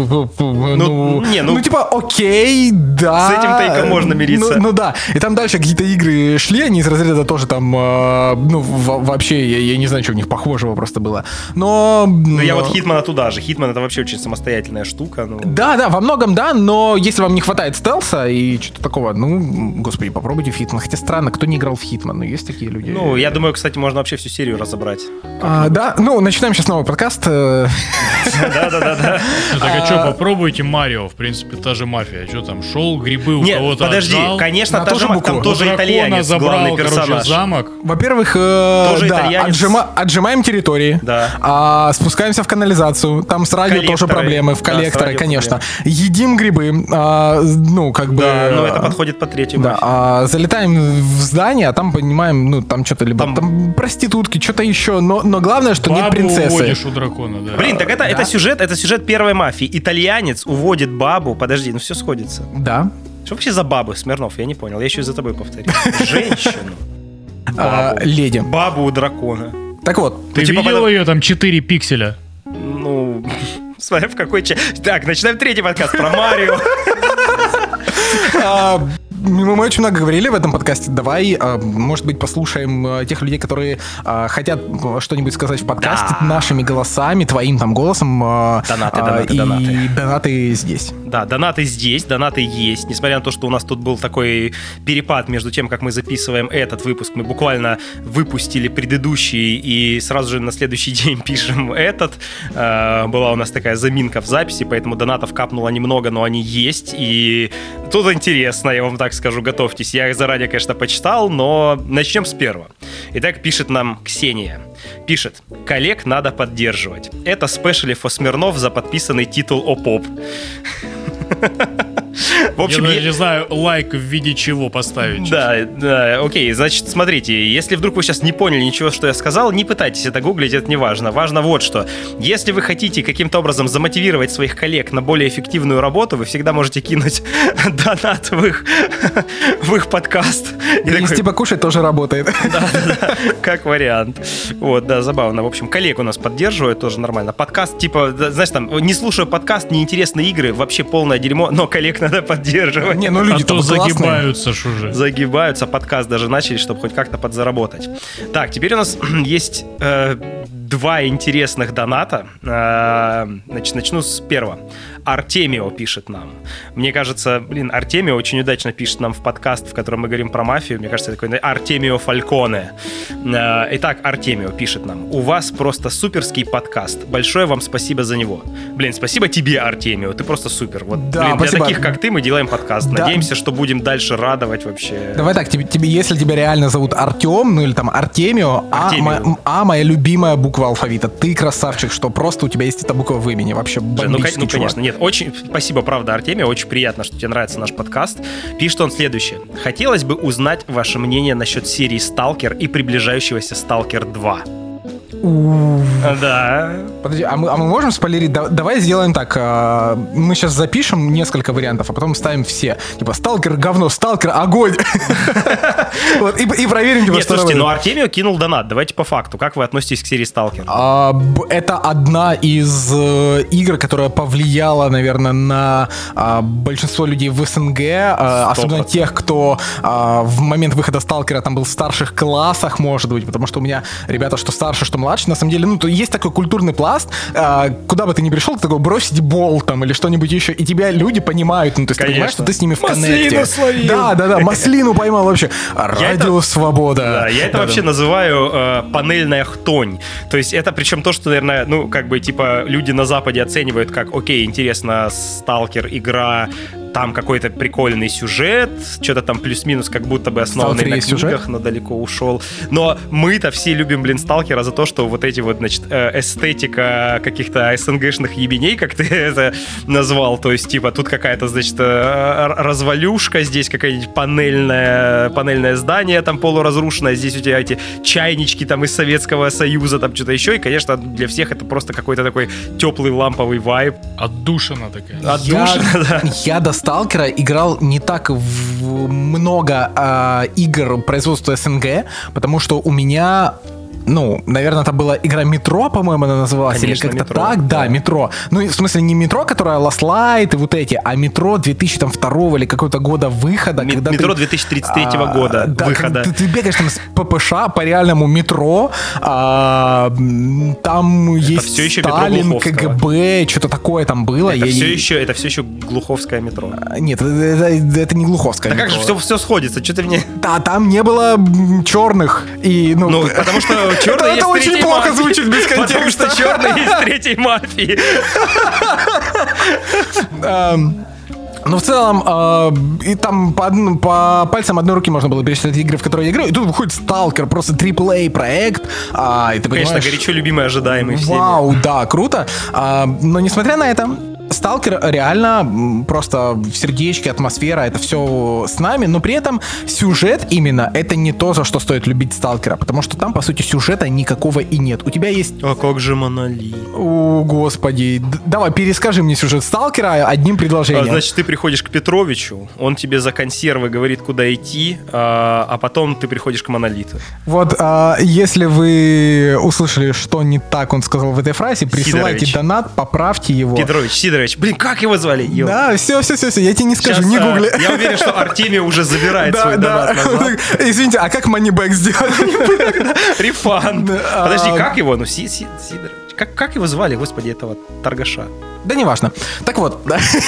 окей, да. С этим тейком можно мириться. Да. И там дальше какие-то игры шли, они из разряда тоже там, вообще, я не знаю, что у них похожего просто было. Но я вот Hitman туда же. Hitman это вообще очень самостоятельная штука. Да, во многом да, но если вам не хватает стелса и что-то такого, господи, попробуйте в Hitman. Хотя странно, кто не играл в Hitman, но есть такие люди. Я думаю, кстати, можно вообще всю серию разобрать. Да, начинаем сейчас новый подкаст. Да. Так, а что, попробуйте Марио, в принципе, та же мафия. Что там, шел, грибы у кого-то Нет, подожди, отжал, конечно, там тоже итальянец, главный персонаж. Замок. Во-первых, отжимаем территории, да. Спускаемся в канализацию, там с радио тоже проблемы, в коллекторы, конечно. Едим грибы, Да, но это подходит по третьему. Да, залетаем в здание, а там понимаем, там что-то либо там проститутки, что-то еще, но главное, что нет принцессы. Уводишь у дракона, да. Блин, так это сюжет первой мафии. Итальянец уводит бабу, подожди, все сходится. Да. Что вообще за бабы, Смирнов? Я не понял, я еще и за тобой повторю. Женщину. Леди. Бабу у дракона. Так вот. Ты видел ее там 4 пикселя? Смотря в какой части. Так, начинаем третий подкаст про Марио. Мы очень много говорили в этом подкасте. Давай, может быть, послушаем тех людей, которые хотят что-нибудь сказать в подкасте нашими голосами, твоим там голосом. Донаты. Донаты здесь. Да, донаты здесь, донаты есть. Несмотря на то, что у нас тут был такой перепад между тем, как мы записываем этот выпуск. Мы буквально выпустили предыдущий и сразу же на следующий день пишем этот. Была у нас такая заминка в записи, поэтому донатов капнуло немного, но они есть. И тут интересно, я вам так скажу, готовьтесь. Я их заранее, конечно, почитал, но начнем с первого. Итак, пишет нам Ксения. Пишет: коллег надо поддерживать. Это specially for Смирнов за подписанный титул ОПОП. В общем, я не знаю, лайк в виде чего поставить. Да, окей, значит, смотрите, если вдруг вы сейчас не поняли ничего, что я сказал, не пытайтесь это гуглить, это не важно. Важно вот что. Если вы хотите каким-то образом замотивировать своих коллег на более эффективную работу, вы всегда можете кинуть донат в их подкаст. Есть типа кушать тоже работает. Да, как вариант. Вот, да, забавно. В общем, коллег у нас поддерживают, тоже нормально. Подкаст, типа, знаешь, там, не слушаю подкаст, неинтересные игры, вообще полное дерьмо, но коллег надо поддерживать. Не, люди-то загибаются ж уже. Загибаются, подкаст даже начали, чтобы хоть как-то подзаработать. Так, теперь у нас есть два интересных доната. Значит, начну с первого. Артемио пишет нам. Мне кажется, Артемио очень удачно пишет нам в подкаст, в котором мы говорим про мафию. Мне кажется, такой Артемио Фальконе. Итак, Артемио пишет нам. У вас просто суперский подкаст. Большое вам спасибо за него. Спасибо тебе, Артемио. Ты просто супер. Вот, да, для таких, как ты, мы делаем подкаст. Да. Надеемся, что будем дальше радовать вообще. Давай так, если тебя реально зовут Артем, или там Артемио. Моя любимая буква алфавита. Ты красавчик, что просто у тебя есть эта буква в имени. Вообще бомбический чувак. Конечно, нет. Очень спасибо, правда, Артемию. Очень приятно, что тебе нравится наш подкаст. Пишет он следующее. Хотелось бы узнать ваше мнение насчет серии «Сталкер» и приближающегося «Сталкер 2». Да. Подожди, а мы можем спойлерить? Давай сделаем так. Мы сейчас запишем несколько вариантов, а потом ставим все. Типа, сталкер говно, сталкер огонь. И проверим, Нет, слушайте, но Артемию кинул донат. Давайте по факту. Как вы относитесь к серии Сталкер? Это одна из игр, которая повлияла, наверное, на большинство людей в СНГ. Особенно тех, кто в момент выхода Сталкера там был в старших классах, может быть. Потому что у меня ребята, что старше, что младше, на самом деле, ну, то есть такой культурный пласт, куда бы ты ни пришел, ты такой бросить бол там или что-нибудь еще, и тебя люди понимают, ну, то есть ты понимаешь, что ты с ними в коннекте. Да, маслину поймал вообще. Радио Свобода. Да, я это вообще называю панельная хтонь. То есть это причем то, что, наверное, ну, как бы, типа, люди на Западе оценивают как, окей, интересно, Сталкер, игра, там какой-то прикольный сюжет, что-то там плюс-минус как будто бы основанный на книгах, но далеко ушел. Но мы-то все любим, блин, Сталкера за то, что вот эти вот, значит, эстетика каких-то СНГшных ебеней, как ты это назвал, то есть, типа, тут какая-то, значит, развалюшка, здесь какое-нибудь панельное здание там полуразрушенное, здесь у тебя эти чайнички там из Советского Союза, там что-то еще, и, конечно, для всех это просто какой-то такой теплый ламповый вайб. Отдушина такая. Отдушина, да. Я до Сталкера играл не так много игр производства СНГ, потому что у меня... Ну, наверное, это была игра «Метро», по-моему, она называлась. Конечно, или как-то «Метро», так. Да, «Метро». Ну, в смысле, не «Метро», которая Last Light и вот эти, а «Метро» 2002 или какого-то года выхода. «Метро» 2033 года выхода. Ты бегаешь там с ППШ по реальному метро, там это есть все еще Сталин, КГБ, что-то такое там было. Это все еще глуховское метро. Нет, это не глуховское метро. Да как же все сходится? Что ты мне... Да, там не было черных. Ну, потому что черный есть это очень плохо звучит без контекста. Потому что черный есть третьей мафии. Ну, в целом, и там по пальцам одной руки можно было перечислять игры, в которые я играю. И тут выходит Сталкер, просто AAA проект. И ты конечно, горячо любимый, ожидаемый всеми. Вау, да, круто. Но несмотря на это, Сталкер реально просто в сердечке, атмосфера, это все с нами, но при этом сюжет именно это не то, за что стоит любить Сталкера, потому что там, по сути, сюжета никакого и нет. У тебя есть... А как же Монолит? О, господи. Давай, перескажи мне сюжет Сталкера одним предложением. Значит, ты приходишь к Петровичу, он тебе за консервы говорит, куда идти, а потом ты приходишь к Монолиту. Вот, если вы услышали, что не так он сказал в этой фразе, присылайте донат, поправьте его. Петрович, Сидорович. Блин, как его звали? Да, все, я тебе не скажу, не гугли. Я уверен, что Артемий уже забирает свой донат назад. Извините, а как Moneyback сделать? Рефанд. Подожди, как его? Ну, Сидорович. Как его звали, господи, этого торгаша? Да неважно. Так вот.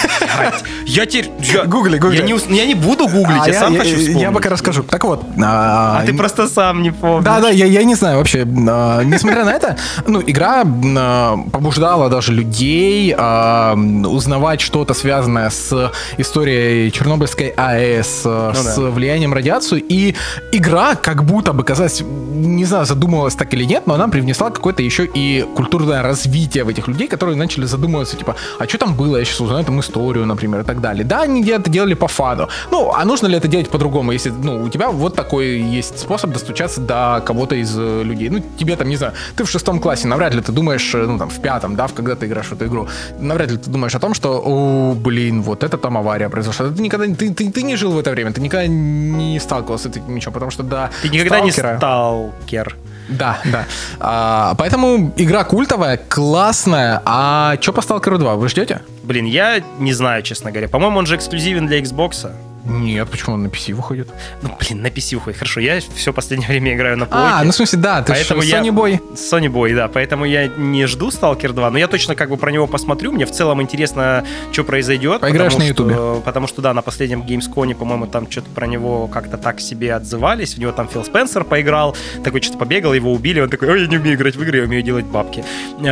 Я теперь... Гугли. Я не буду гуглить, я сам хочу вспомнить. Я пока расскажу. Так вот. А ты просто сам не помнишь. Да, я не знаю вообще. Несмотря на это, ну, игра побуждала даже людей узнавать что-то, связанное с историей Чернобыльской АЭС, с влиянием радиации. И игра, как будто бы, казалось, не знаю, задумывалась так или нет, но она привнесла какое-то еще и культурное развитие в этих людей, которые начали задумываться, типа, а что там было, я сейчас узнаю там историю, например, и так далее. Да, они это делали по фану. Ну, а нужно ли это делать по-другому, если, ну, у тебя вот такой есть способ достучаться до кого-то из людей. Ну, тебе там, не знаю, ты в 6 классе, навряд ли ты думаешь, ну, там, в 5, да, когда ты играешь в эту игру, навряд ли ты думаешь о том, что, о, блин, вот это там авария произошла. Ты никогда, ты не жил в это время, ты никогда не сталкивался с этим ничего, потому что до Ты никогда не сталкер. Да. Поэтому игра культовая, классная. А что по Stalker 2? Вы ждете? Блин, я не знаю, честно говоря. По-моему, он же эксклюзивен для Xbox. Нет, почему он на PC выходит? Ну, блин, на PC выходит. Хорошо, я все последнее время играю на плойке. Ну в смысле, да, ты поэтому Sony Boy. Sony Boy, да, поэтому я не жду Stalker 2, но я точно как бы про него посмотрю. Мне в целом интересно, что произойдет. Поиграешь на Ютубе. Потому что, да, на последнем Gamescom, по-моему, там что-то про него как-то так себе отзывались. В него там Фил Спенсер поиграл, такой что-то побегал, его убили, он такой, ой, я не умею играть в игры, я умею делать бабки.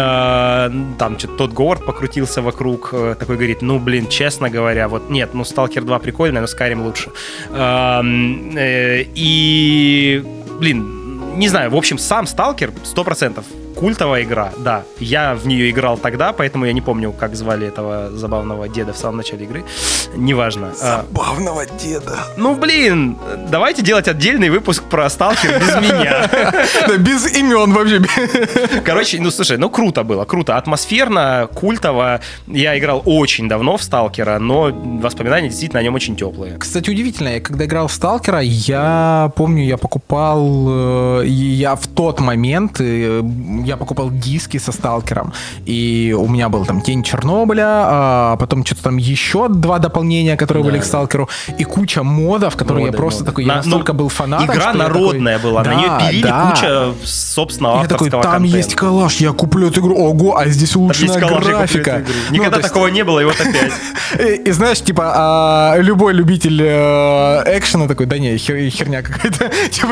Там что-то Тодд Говард покрутился вокруг, такой говорит, ну, блин, честно говоря, вот нет, ну, Stalker 2 прикольный, но Skyrim лучше. И, блин, не знаю, в общем, сам Сталкер 100% культовая игра, да. Я в нее играл тогда, поэтому я не помню, как звали этого забавного деда в самом начале игры. Неважно. Забавного деда. Ну, блин, давайте делать отдельный выпуск про Сталкер без меня. Да, без имен вообще. Короче, ну, слушай, ну, круто было, круто. Атмосферно, культово. Я играл очень давно в Сталкера, но воспоминания действительно о нем очень теплые. Кстати, удивительно, я когда играл в Сталкера, я помню, я покупал, я в тот момент, я покупал диски со Сталкером, и у меня был там Тень Чернобыля, а потом что-то там еще 2 дополнения, которые были к Сталкеру, и куча модов, которые я просто такой, я настолько был фанатом. Игра народная была, на нее пилили куча собственного авторского контента. Там есть калаш, я куплю эту игру, ого, а здесь улучшенная графика. Никогда такого не было, и вот опять. И знаешь, типа, любой любитель экшена такой, да не, херня какая-то, типа,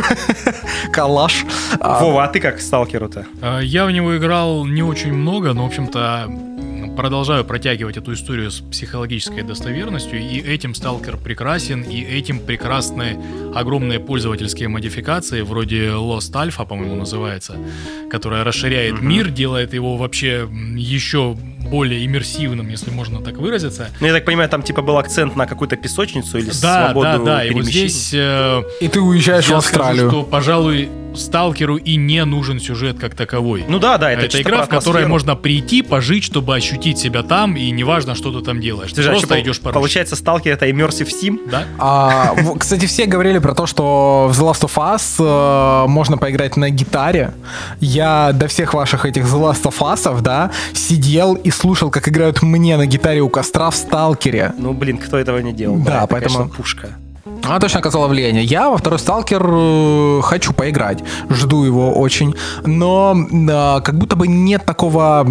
калаш. Вова, а ты как к Сталкеру-то? Я в него играл не очень много, но, в общем-то, продолжаю протягивать эту историю с психологической достоверностью, и этим Сталкер прекрасен, и этим прекрасны огромные пользовательские модификации, вроде Lost Alpha, по-моему, называется, которая расширяет мир, делает его вообще еще более иммерсивным, если можно так выразиться. Ну, я так понимаю, там типа был акцент на какую-то песочницу или свободу Да, и вот перемещения. здесь и ты уезжаешь в Австралию. Скажу, что, пожалуй, Сталкеру и не нужен сюжет как таковой. Ну да, это игра, в которой можно прийти, пожить, чтобы ощутить себя там, и неважно, что ты там делаешь. Ты просто идешь по Получается, Сталкер — это Immersive Sim? Да. Кстати, все говорили про то, что в The Last of Us можно поиграть на гитаре. Я до всех ваших этих The Last of Us'ов, да, сидел и слушал, как играют мне на гитаре у костра в Сталкере. Ну, блин, кто этого не делал? Да, это, поэтому... конечно, пушка. Она точно оказала влияние. Я во второй Сталкер хочу поиграть. Жду его очень. Но как будто бы нет такого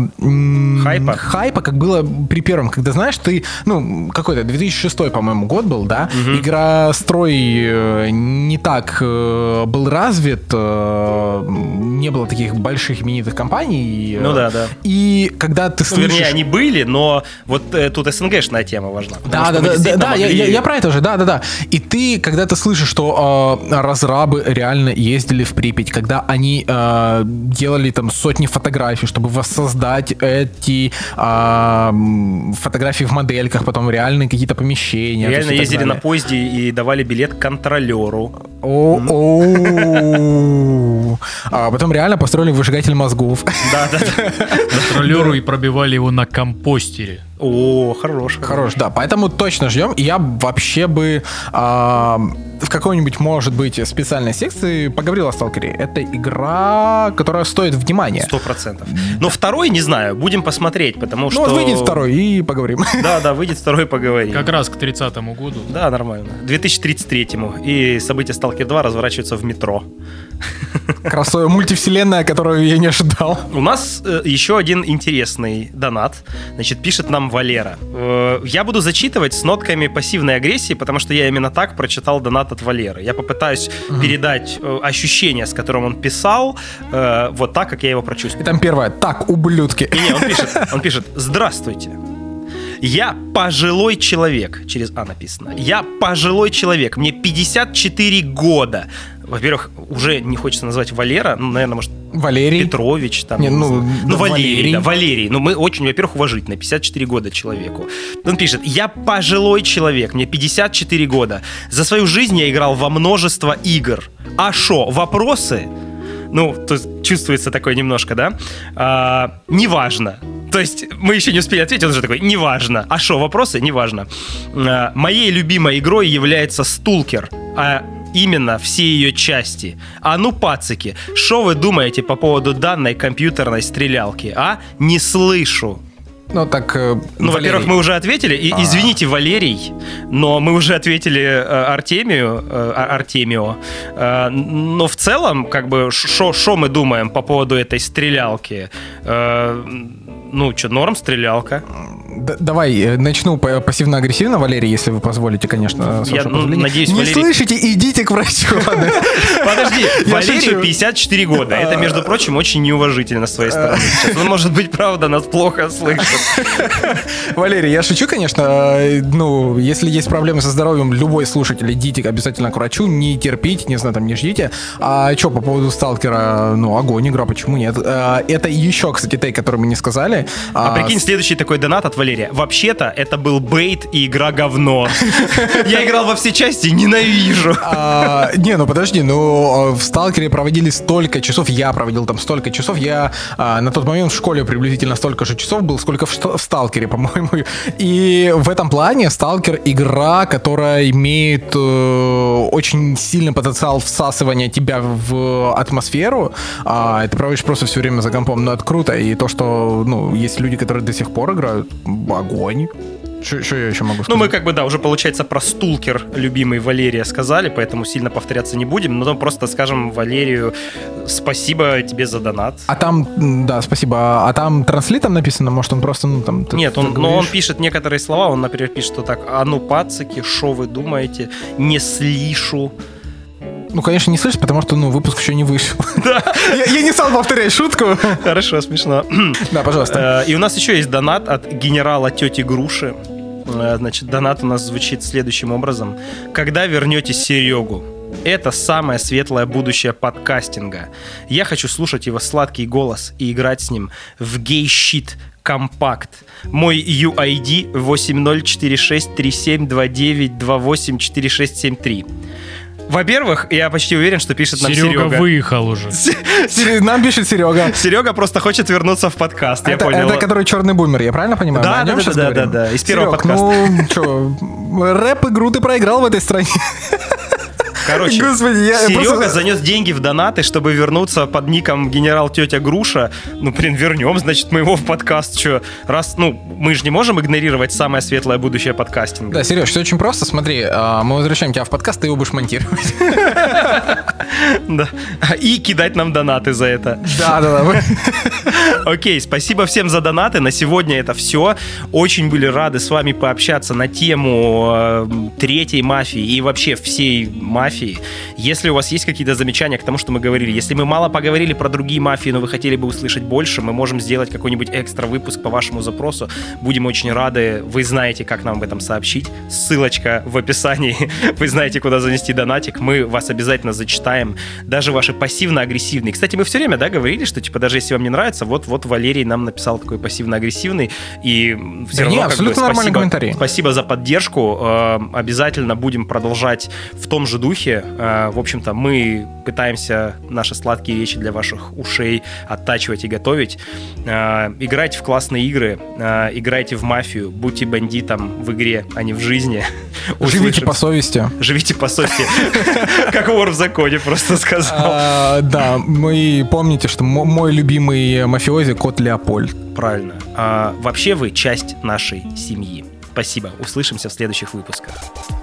хайпа, как было при первом. Когда, знаешь, ты... Ну, какой-то 2006, по-моему, год был, да? Игрострой не так был развит. Не было таких больших именитых компаний. Ну да. И когда ты слышишь... Вернее, они были, но вот тут СНГшная тема важна. Да, я про это же, да. И ты, когда ты слышишь, что разрабы реально ездили в Припять, когда они делали там сотни фотографий, чтобы воссоздать эти фотографии в модельках, потом реальные какие-то помещения. Реально ездили на поезде и давали билет контролеру. А потом реально построили выжигатель мозгов. Да. Контролеру и пробивали его на компостере. О, хорош, да. Поэтому точно ждем. И я вообще бы в какой-нибудь, может быть, специальной секции поговорил о Сталкере. Это игра, которая стоит внимания. 100%. Но второй, не знаю, будем посмотреть, потому что... Ну вот выйдет второй и поговорим. Да, выйдет второй и поговорим. Как раз к 30-му году. Да, нормально. 2033-му. И события Сталкер 2 разворачиваются в метро. Красивая мультивселенная, которую я не ожидал. У нас еще один интересный донат. Значит, пишет нам Валера. Я буду зачитывать с нотками пассивной агрессии, потому что я именно так прочитал донат от Валеры. Я попытаюсь передать ощущение, с которым он писал, вот так, как я его прочувствовал. И там первое. Так, ублюдки. Он пишет: «Здравствуйте. Я пожилой человек», через А написано. «Я пожилой человек, мне 54 года». Во-первых, уже не хочется назвать Валера, ну, наверное, может, Валерий Петрович, там, Валерий. Да, Валерий. Ну, мы очень, во-первых, уважительны, 54 года человеку. Он пишет: «Я пожилой человек, мне 54 года. За свою жизнь я играл во множество игр. А шо, вопросы?» Ну, то есть чувствуется такое немножко, да? Неважно. То есть мы еще не успели ответить, он уже такой: неважно. А шо, вопросы? Неважно. Моей любимой игрой является Сталкер, а именно все ее части. А ну, пацики, шо вы думаете по поводу данной компьютерной стрелялки, а? Не слышу. Ну, так, ну, во-первых, мы уже ответили. И, извините, Валерий, но мы уже ответили Артемио. Но в целом, как бы, шо мы думаем по поводу этой стрелялки? Ну, что, норм, стрелялка. Давай начну пассивно-агрессивно, Валерий, если вы позволите, конечно, с вашего позволения. Надеюсь, не Валерий... слышите, идите к врачу. Подожди, Валерию 54 года. Это, между прочим, очень неуважительно с своей стороны сейчас. Он, может быть, правда, нас плохо слышит. Валерий, я шучу, конечно. Ну, если есть проблемы со здоровьем, любой слушатель, идите обязательно к врачу, не терпите, не знаю, там, не ждите. А что по поводу Сталкера? Ну, огонь, игра, почему нет? Это еще, кстати, тейк, который мы не сказали. А прикинь, следующий такой донат от Валерия. Вообще-то, это был бейт и игра говно. Я играл во все части, ненавижу. Не, ну подожди, ну в Сталкере проводили столько часов, я проводил там столько часов, я на тот момент в школе приблизительно столько же часов был, сколько в Сталкере, по-моему. И в этом плане Сталкер игра, которая имеет очень сильный потенциал всасывания тебя в атмосферу. Ты проводишь просто все время за компом, но это круто. И то, что, ну, есть люди, которые до сих пор играют, огонь. Что я еще могу сказать? Ну, мы как бы, да, уже, получается, про Сталкер, любимый Валерия, сказали, поэтому сильно повторяться не будем, но просто скажем Валерию спасибо тебе за донат. А там, да, спасибо, а там транслитом написано, может, он просто, ну, там... Нет, но он пишет некоторые слова, он, например, пишет, что так, а ну, пацаки, шо вы думаете, не слышу. Ну, конечно, не слышишь, потому что, ну, выпуск еще не вышел. Да. Я не стал повторять шутку. Хорошо, смешно. Да, пожалуйста. И у нас еще есть донат от генерала тети Груши. Значит, донат у нас звучит следующим образом. Когда вернете Серегу? Это самое светлое будущее подкастинга. Я хочу слушать его сладкий голос и играть с ним в гей-щит компакт. Мой UID 80463729284673. Во-первых, я почти уверен, что пишет нам Серега. Серега выехал уже. Нам пишет Серега. Серега просто хочет вернуться в подкаст, я понял. Это который черный бумер, я правильно понимаю? Да, из первого подкаста. Ну, что, рэп-игру ты проиграл в этой стране. Короче, Господи, Серега занес деньги в донаты, чтобы вернуться под ником генерал тетя Груша. Ну, блин, вернем, значит, мы его в подкаст. Что, раз, ну, мы же не можем игнорировать самое светлое будущее подкастинга. Да, Сереж, все очень просто. Смотри, мы возвращаем тебя в подкаст, ты его будешь монтировать. Да. И кидать нам донаты за это. Да. Окей, спасибо всем за донаты. На сегодня это все. Очень были рады с вами пообщаться на тему третьей мафии и вообще всей мафии. Если у вас есть какие-то замечания к тому, что мы говорили, если мы мало поговорили про другие мафии, но вы хотели бы услышать больше, мы можем сделать какой-нибудь экстра выпуск по вашему запросу. Будем очень рады. Вы знаете, как нам об этом сообщить. Ссылочка в описании. Вы знаете, куда занести донатик. Мы вас обязательно зачитаем. Даже ваши пассивно-агрессивные. Кстати, мы все время, да, говорили, что типа даже если вам не нравится, вот Валерий нам написал такой пассивно-агрессивный. И все равно абсолютно нормальный комментарий. Спасибо за поддержку. Обязательно будем продолжать в том же духе. В общем-то, мы пытаемся наши сладкие речи для ваших ушей оттачивать и готовить. Играйте в классные игры, играйте в мафию, будьте бандитом в игре, а не в жизни. Живите по совести. Живите по совести. Как вор в законе просто сказал. Да, вы помните, что мой любимый мафиози — кот Леопольд. Правильно. Вообще вы часть нашей семьи. Спасибо. Услышимся в следующих выпусках.